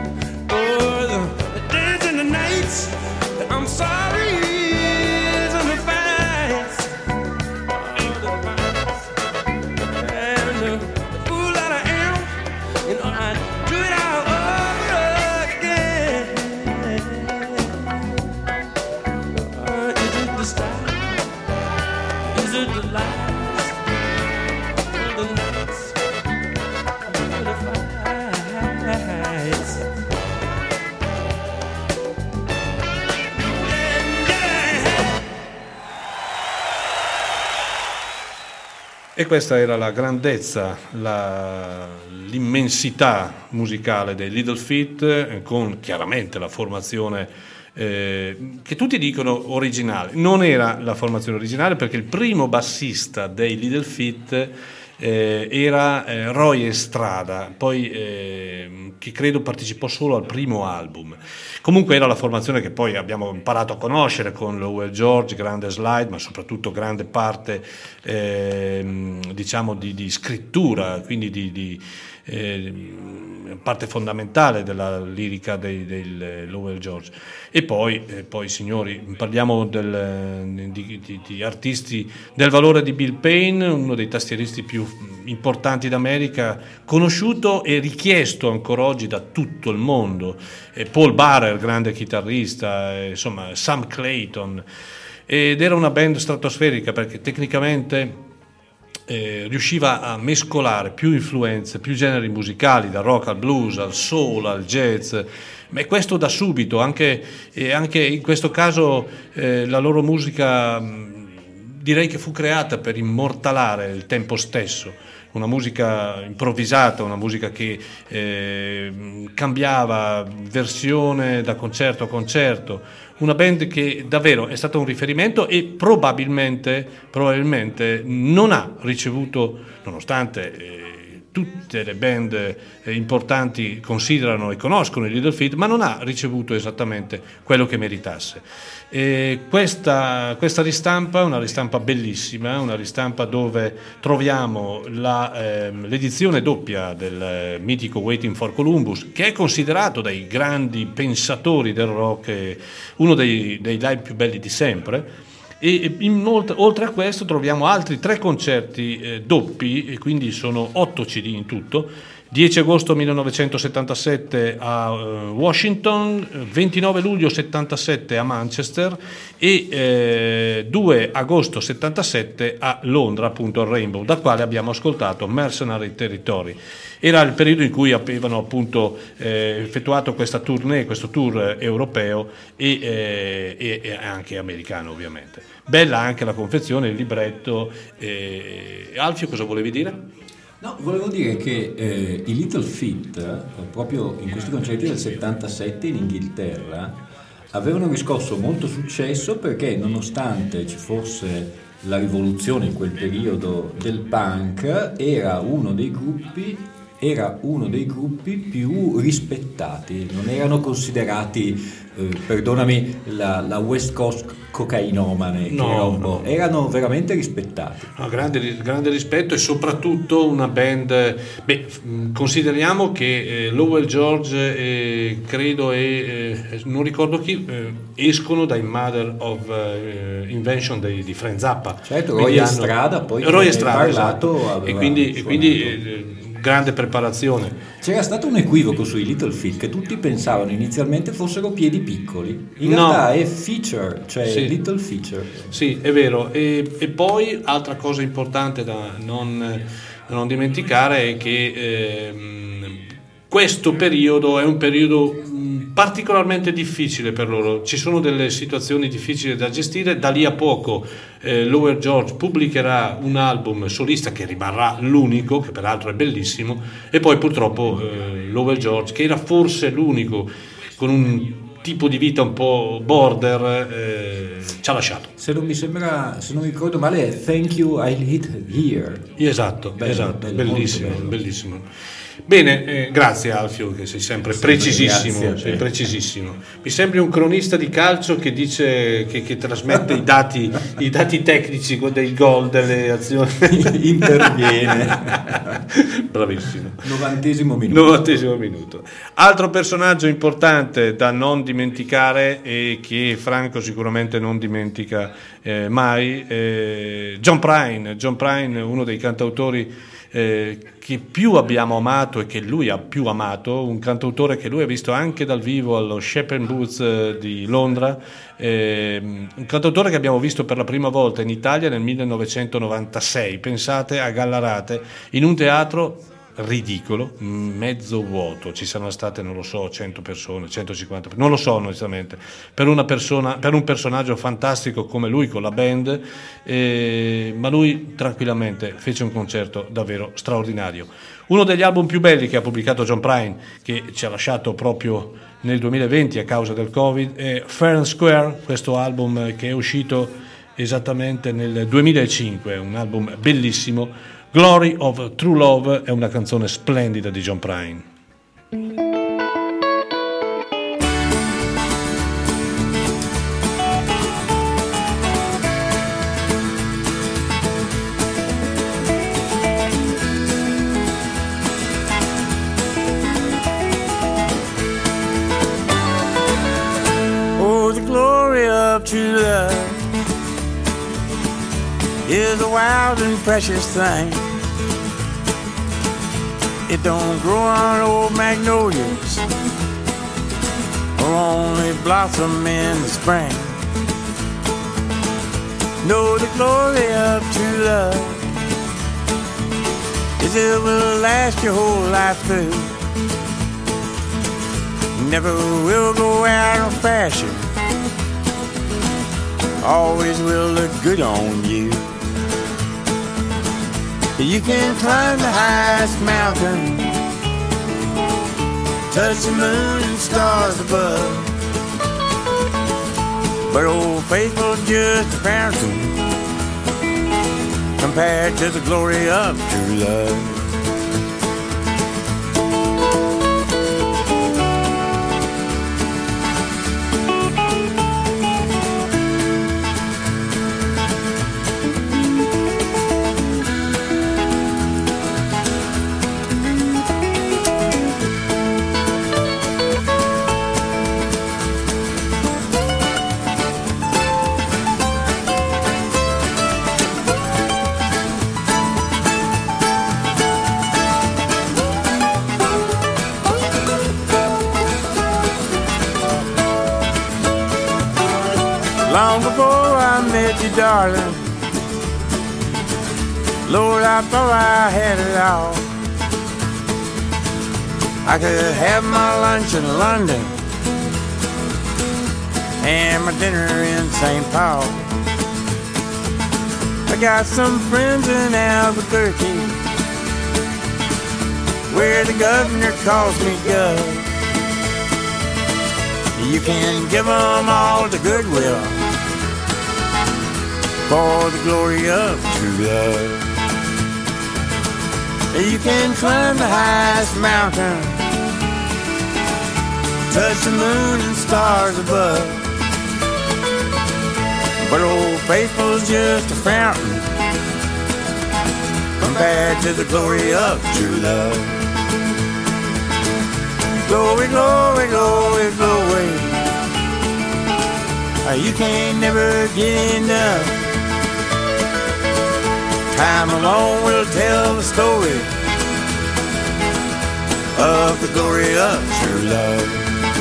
oh, the, the days and the nights, I'm sorry, and the fights, oh, the fights, and the, the fool that I am, you know, I do it all over again. Uh, is it the style? Is it the lights? Oh, the nights, oh, the fights. E questa era la grandezza, la, l'immensità musicale dei Little Feat, eh, con chiaramente la formazione eh, che tutti dicono originale. Non era la formazione originale, perché il primo bassista dei Little Feat Eh, era eh, Roy Estrada, poi eh, che credo partecipò solo al primo album. Comunque era la formazione che poi abbiamo imparato a conoscere con Lowell George, grande slide, ma soprattutto grande parte eh, diciamo di, di scrittura, quindi di, di eh, parte fondamentale della lirica dei, del Lowell George. E poi, eh, poi signori, parliamo del, di, di, di artisti del valore di Bill Payne, uno dei tastieristi più importanti d'America, conosciuto e richiesto ancora oggi da tutto il mondo, e Paul Barrer, grande chitarrista, e, insomma Sam Clayton, ed era una band stratosferica perché tecnicamente Eh, riusciva a mescolare più influenze, più generi musicali, dal rock al blues, al soul, al jazz, ma questo da subito, anche, eh, anche in questo caso eh, la loro musica mh, direi che fu creata per immortalare il tempo stesso, una musica improvvisata, una musica che eh, cambiava versione da concerto a concerto, una band che davvero è stata un riferimento e probabilmente, probabilmente non ha ricevuto, nonostante eh, tutte le band eh, importanti considerano e conoscono i Little Feat, ma non ha ricevuto esattamente quello che meritasse. E questa, questa ristampa è una ristampa bellissima, una ristampa dove troviamo la, eh, l'edizione doppia del eh, mitico Waiting for Columbus, che è considerato dai grandi pensatori del rock eh, uno dei, dei live più belli di sempre. E in, oltre a questo troviamo altri tre concerti eh, doppi, e quindi sono otto C D in tutto. dieci agosto millenovecentosettantasette a uh, Washington, ventinove luglio settantasette a Manchester e eh, due agosto settantasette a Londra, appunto al Rainbow, da quale abbiamo ascoltato Mercenary Territory. Era il periodo in cui avevano appunto eh, effettuato questa tournée, questo tour europeo e, eh, e, e anche americano ovviamente. Bella anche la confezione, il libretto. Eh, Alfio, cosa volevi dire? No, volevo dire che eh, i Little Feat, eh, proprio in questi concerti del settantasette in Inghilterra, avevano riscosso molto successo perché nonostante ci fosse la rivoluzione in quel periodo del punk, era uno dei gruppi era uno dei gruppi più rispettati, non erano considerati, eh, perdonami, la, la West Coast cocainomane, no, che era un po', no. erano veramente rispettati. No, grande, grande rispetto, e soprattutto una band, beh, consideriamo che eh, Lowell George eh, credo e eh, non ricordo chi eh, escono dai Mother of eh, Invention di, di Frank Zappa. Certo, Roy Estrada, poi Roy Estrada, parlato, esatto. E quindi, e quindi eh, grande preparazione. C'era stato un equivoco sui Little Feat, che tutti pensavano inizialmente fossero piedi piccoli, in No. realtà è feature, cioè Sì. Little Feature. Sì, è vero. E, e poi altra cosa importante da non, non dimenticare è che ehm, questo periodo è un periodo mh, particolarmente difficile per loro. Ci sono delle situazioni difficili da gestire. Da lì a poco eh, Lowell George pubblicherà un album solista che rimarrà l'unico, che peraltro è bellissimo, e poi purtroppo eh, Lowell George, che era forse l'unico con un tipo di vita un po' border, eh, ci ha lasciato. Se non mi sembra, se non mi ricordo male, è Thank You I Hit Here. Esatto, Bello, esatto, bello, bellissimo, molto bello. bellissimo. Bene, eh, grazie Alfio, che sei sempre Sempre precisissimo, grazie a sei te. precisissimo. Mi sembri un cronista di calcio che dice che, che trasmette i dati, i dati tecnici dei gol, delle azioni. Interviene. Bravissimo. Novantesimo minuto. Novantesimo minuto. Altro personaggio importante da non dimenticare e che Franco sicuramente non dimentica eh, mai, eh, John Prine. John Prine, uno dei cantautori eh, che più abbiamo amato e che lui ha più amato, un cantautore che lui ha visto anche dal vivo allo Shepherd Booth eh, di Londra, eh, un cantautore che abbiamo visto per la prima volta in Italia nel millenovecentonovantasei, pensate, a Gallarate, in un teatro ridicolo, mezzo vuoto, ci saranno state, non lo so, cento persone, centocinquanta, non lo so onestamente, per una persona, per un personaggio fantastico come lui con la band, eh, ma lui tranquillamente fece un concerto davvero straordinario. Uno degli album più belli che ha pubblicato John Prine, che ci ha lasciato proprio nel duemilaventi a causa del Covid, è Fair and Square, questo album che è uscito esattamente nel duemilacinque, un album bellissimo. Glory of True Love è una canzone splendida di John Prine. Oh, the glory of true love is a wild and precious thing. It don't grow on old magnolias or only blossom in the spring. No, the glory of true love is it will last your whole life through. Never will go out of fashion, always will look good on you. You can climb the highest mountain, touch the moon and stars above, but old faithful just a fountain compared to the glory of true love. before I met you, darling. Lord, I thought I had it all. I could have my lunch in London and my dinner in Saint Paul. I got some friends in Albuquerque where the governor calls me Gov. You can give them all the goodwill for the glory of true love. You can climb the highest mountain, touch the moon and stars above, but Old Faithful's just a fountain compared to the glory of true love. Glory, glory, glory, glory. You can't never get enough. Time alone will tell the story of the glory of true love.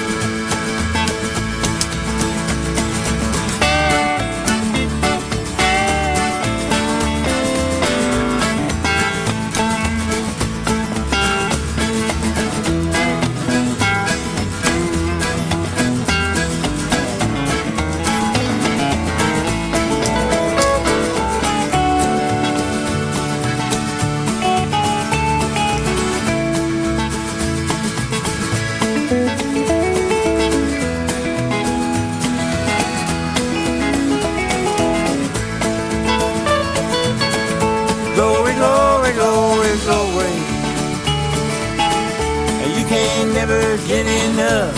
Get enough.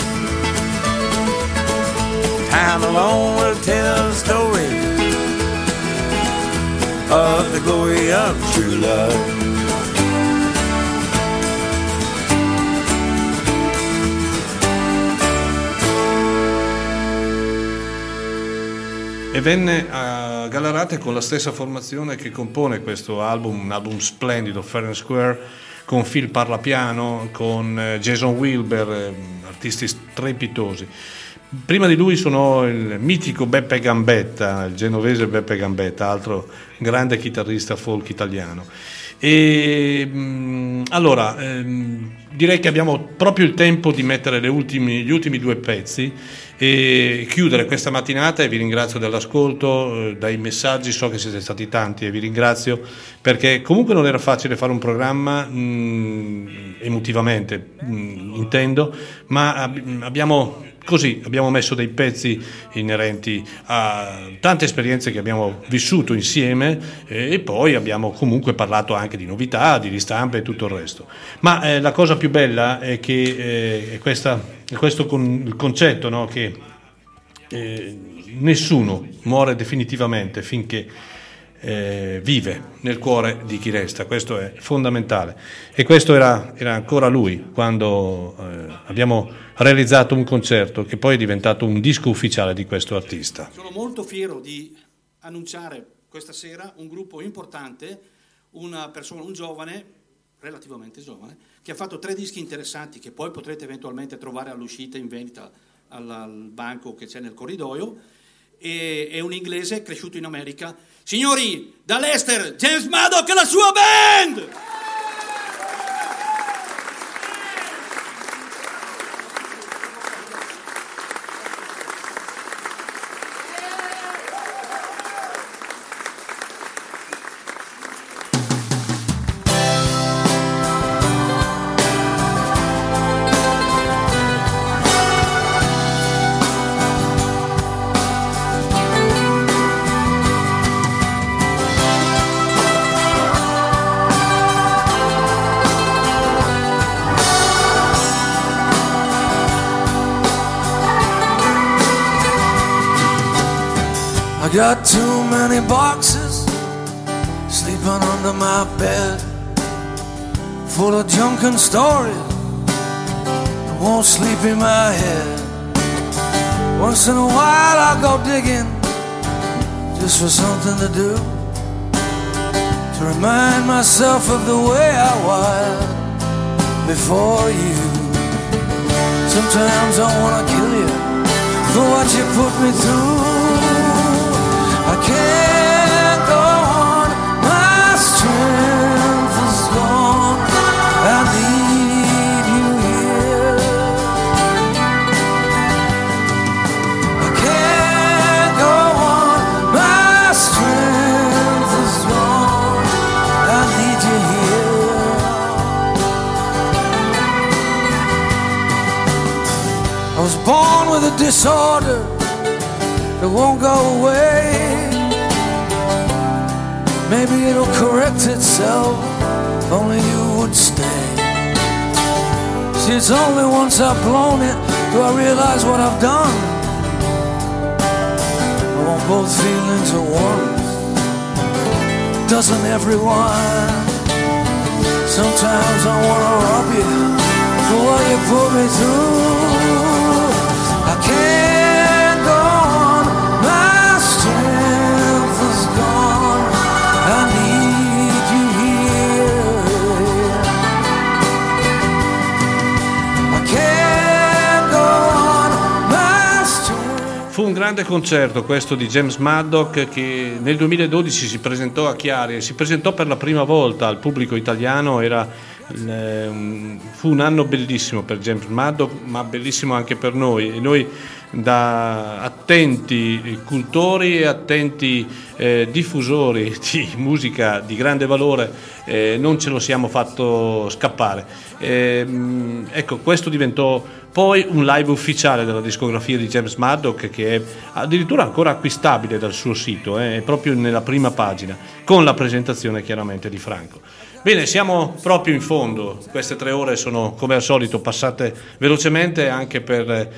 Time alone will tell the story of the glory of true love. E venne a Gallarate con la stessa formazione che compone questo album, un album splendido, Fair and Square, con Phil Parlapiano, con Jason Wilber, artisti strepitosi. Prima di lui suonò il mitico Beppe Gambetta, il genovese Beppe Gambetta, altro grande chitarrista folk italiano. E mh, allora ehm, direi che abbiamo proprio il tempo di mettere le ultimi, gli ultimi due pezzi e chiudere questa mattinata, e vi ringrazio dell'ascolto, eh, dai messaggi, so che siete stati tanti e vi ringrazio, perché comunque non era facile fare un programma mh, emotivamente, mh, intendo, ma ab- abbiamo così abbiamo messo dei pezzi inerenti a tante esperienze che abbiamo vissuto insieme, eh, e poi abbiamo comunque parlato anche di novità, di ristampe e tutto il resto. Ma eh, la cosa più bella è che eh, è, questa, è questo con, il concetto, no? Che eh, nessuno muore definitivamente finché eh, vive nel cuore di chi resta. Questo è fondamentale, e questo era, era ancora lui quando eh, abbiamo realizzato un concerto che poi è diventato un disco ufficiale di questo artista. Sono molto fiero di annunciare questa sera un gruppo importante, una persona, un giovane, relativamente giovane, che ha fatto tre dischi interessanti che poi potrete eventualmente trovare all'uscita in vendita al, al banco che c'è nel corridoio. E, è un inglese cresciuto in America. Signori, dall'Ester, James Maddock e la sua band! I got too many boxes sleeping under my bed, full of junk and stories that won't sleep in my head. Once in a while I go digging just for something to do, to remind myself of the way I was before you. Sometimes I wanna kill you for what you put me through. disorder that won't go away. Maybe it'll correct itself if only you would stay. See, it's only once I've blown it do I realize what I've done. I want both feelings at once. Doesn't everyone? Sometimes I wanna rob you for what you put me through. I can't go on, my strength is gone. I need you here. I can't go on, my strength. Fu un grande concerto questo di James Maddock, che nel duemiladodici si presentò a Chiari e si presentò per la prima volta al pubblico italiano. Era fu un anno bellissimo per James Maddock, ma bellissimo anche per noi, e noi da attenti cultori e attenti eh, diffusori di musica di grande valore eh, non ce lo siamo fatto scappare. Eh, ecco, questo diventò poi un live ufficiale della discografia di James Maddock, che è addirittura ancora acquistabile dal suo sito, eh, è proprio nella prima pagina, con la presentazione chiaramente di Franco. Bene, siamo proprio in fondo, queste tre ore sono come al solito passate velocemente, anche per,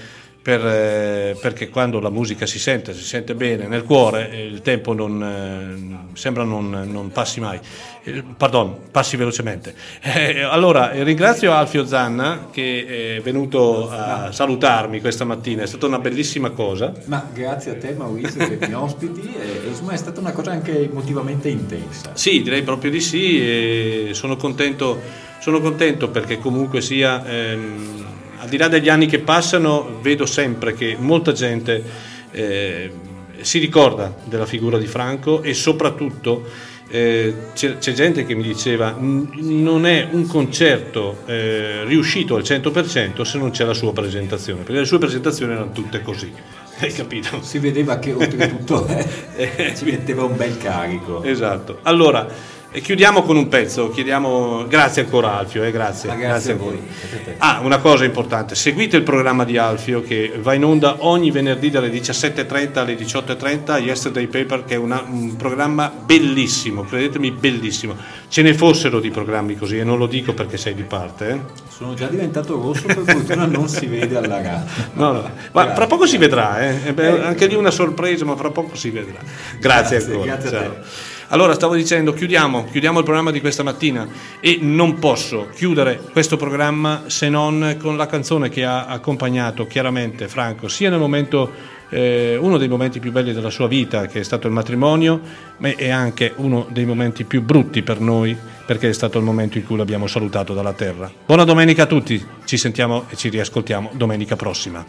per, perché quando la musica si sente, si sente bene nel cuore, il tempo non sembra non, non passi mai, pardon, passi velocemente. Eh, allora ringrazio Alfio Zanna che è venuto a salutarmi questa mattina, è stata una bellissima cosa. Ma grazie a te Maurizio che mi ospiti, e, insomma è stata una cosa anche emotivamente intensa. Sì, direi proprio di sì, e sono contento, sono contento perché comunque sia, ehm, al di là degli anni che passano, vedo sempre che molta gente eh, si ricorda della figura di Franco, e soprattutto Eh, c'è, c'è gente che mi diceva non è un concerto eh, riuscito al cento per cento se non c'è la sua presentazione, perché le sue presentazioni erano tutte così, hai capito? Si vedeva che oltretutto eh, ci metteva un bel carico. Esatto. Allora e chiudiamo con un pezzo, chiediamo, grazie ancora Alfio, eh, grazie, Ma grazie grazie, a a voi. voi. Ah, una cosa importante, seguite il programma di Alfio che va in onda ogni venerdì dalle diciassette e trenta alle diciotto e trenta, Yesterday Paper, che è una, un programma bellissimo, credetemi, bellissimo. Ce ne fossero di programmi così, e non lo dico perché sei di parte. Eh. Sono già diventato rosso, per fortuna non si vede alla radio. No, no. Ma fra poco si vedrà, eh. Beh, anche lì una sorpresa, ma fra poco si vedrà. Grazie, Grazie ancora. grazie a Ciao. te. Allora, stavo dicendo, chiudiamo, chiudiamo il programma di questa mattina, e non posso chiudere questo programma se non con la canzone che ha accompagnato chiaramente Franco, sia nel momento, eh, uno dei momenti più belli della sua vita, che è stato il matrimonio, ma è anche uno dei momenti più brutti per noi, perché è stato il momento in cui l'abbiamo salutato dalla terra. Buona domenica a tutti, ci sentiamo e ci riascoltiamo domenica prossima.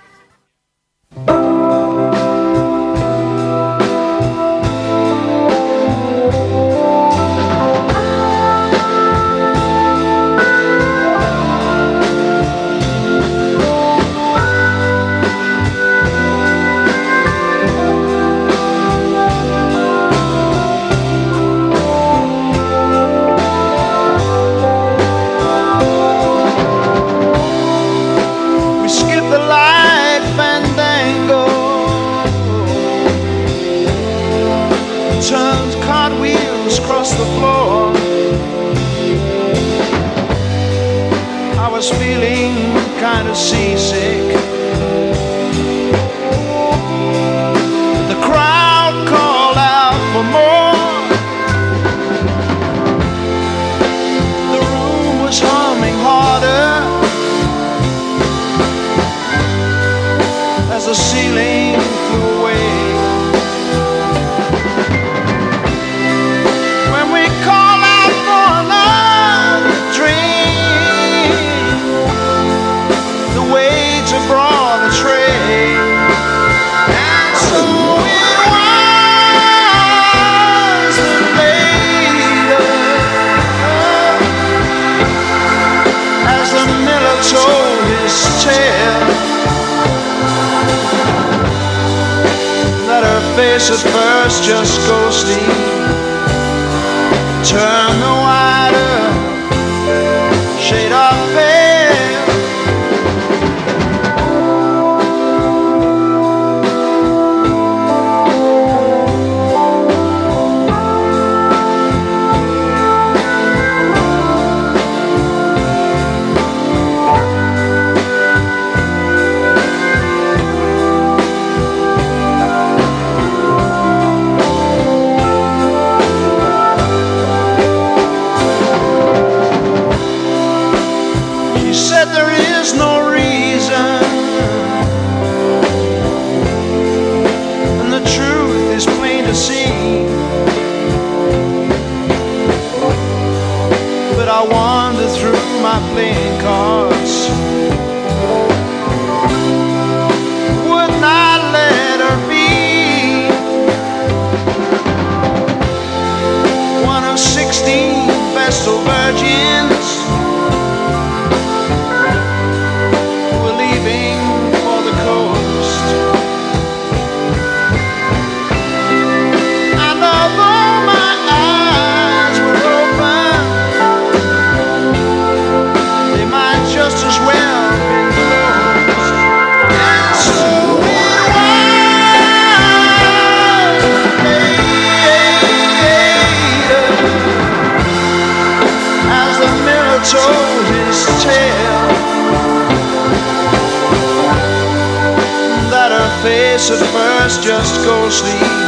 Kind of seasick. The crowd called out for more. The room was humming harder as the ceiling flew away. When we call out for another drink, brought a tray, and so it was that later, as the miller told his tale, that her face at first just ghostly turned the whiter shade of pale. to see. But I wander through my playing cards. Would not let her be one of sixteen Vestal virgins who were leaving for the coast. And although my eyes were open, they might just as well be closed. And so it was later, as the mirror told his tale, that her face at first just ghostly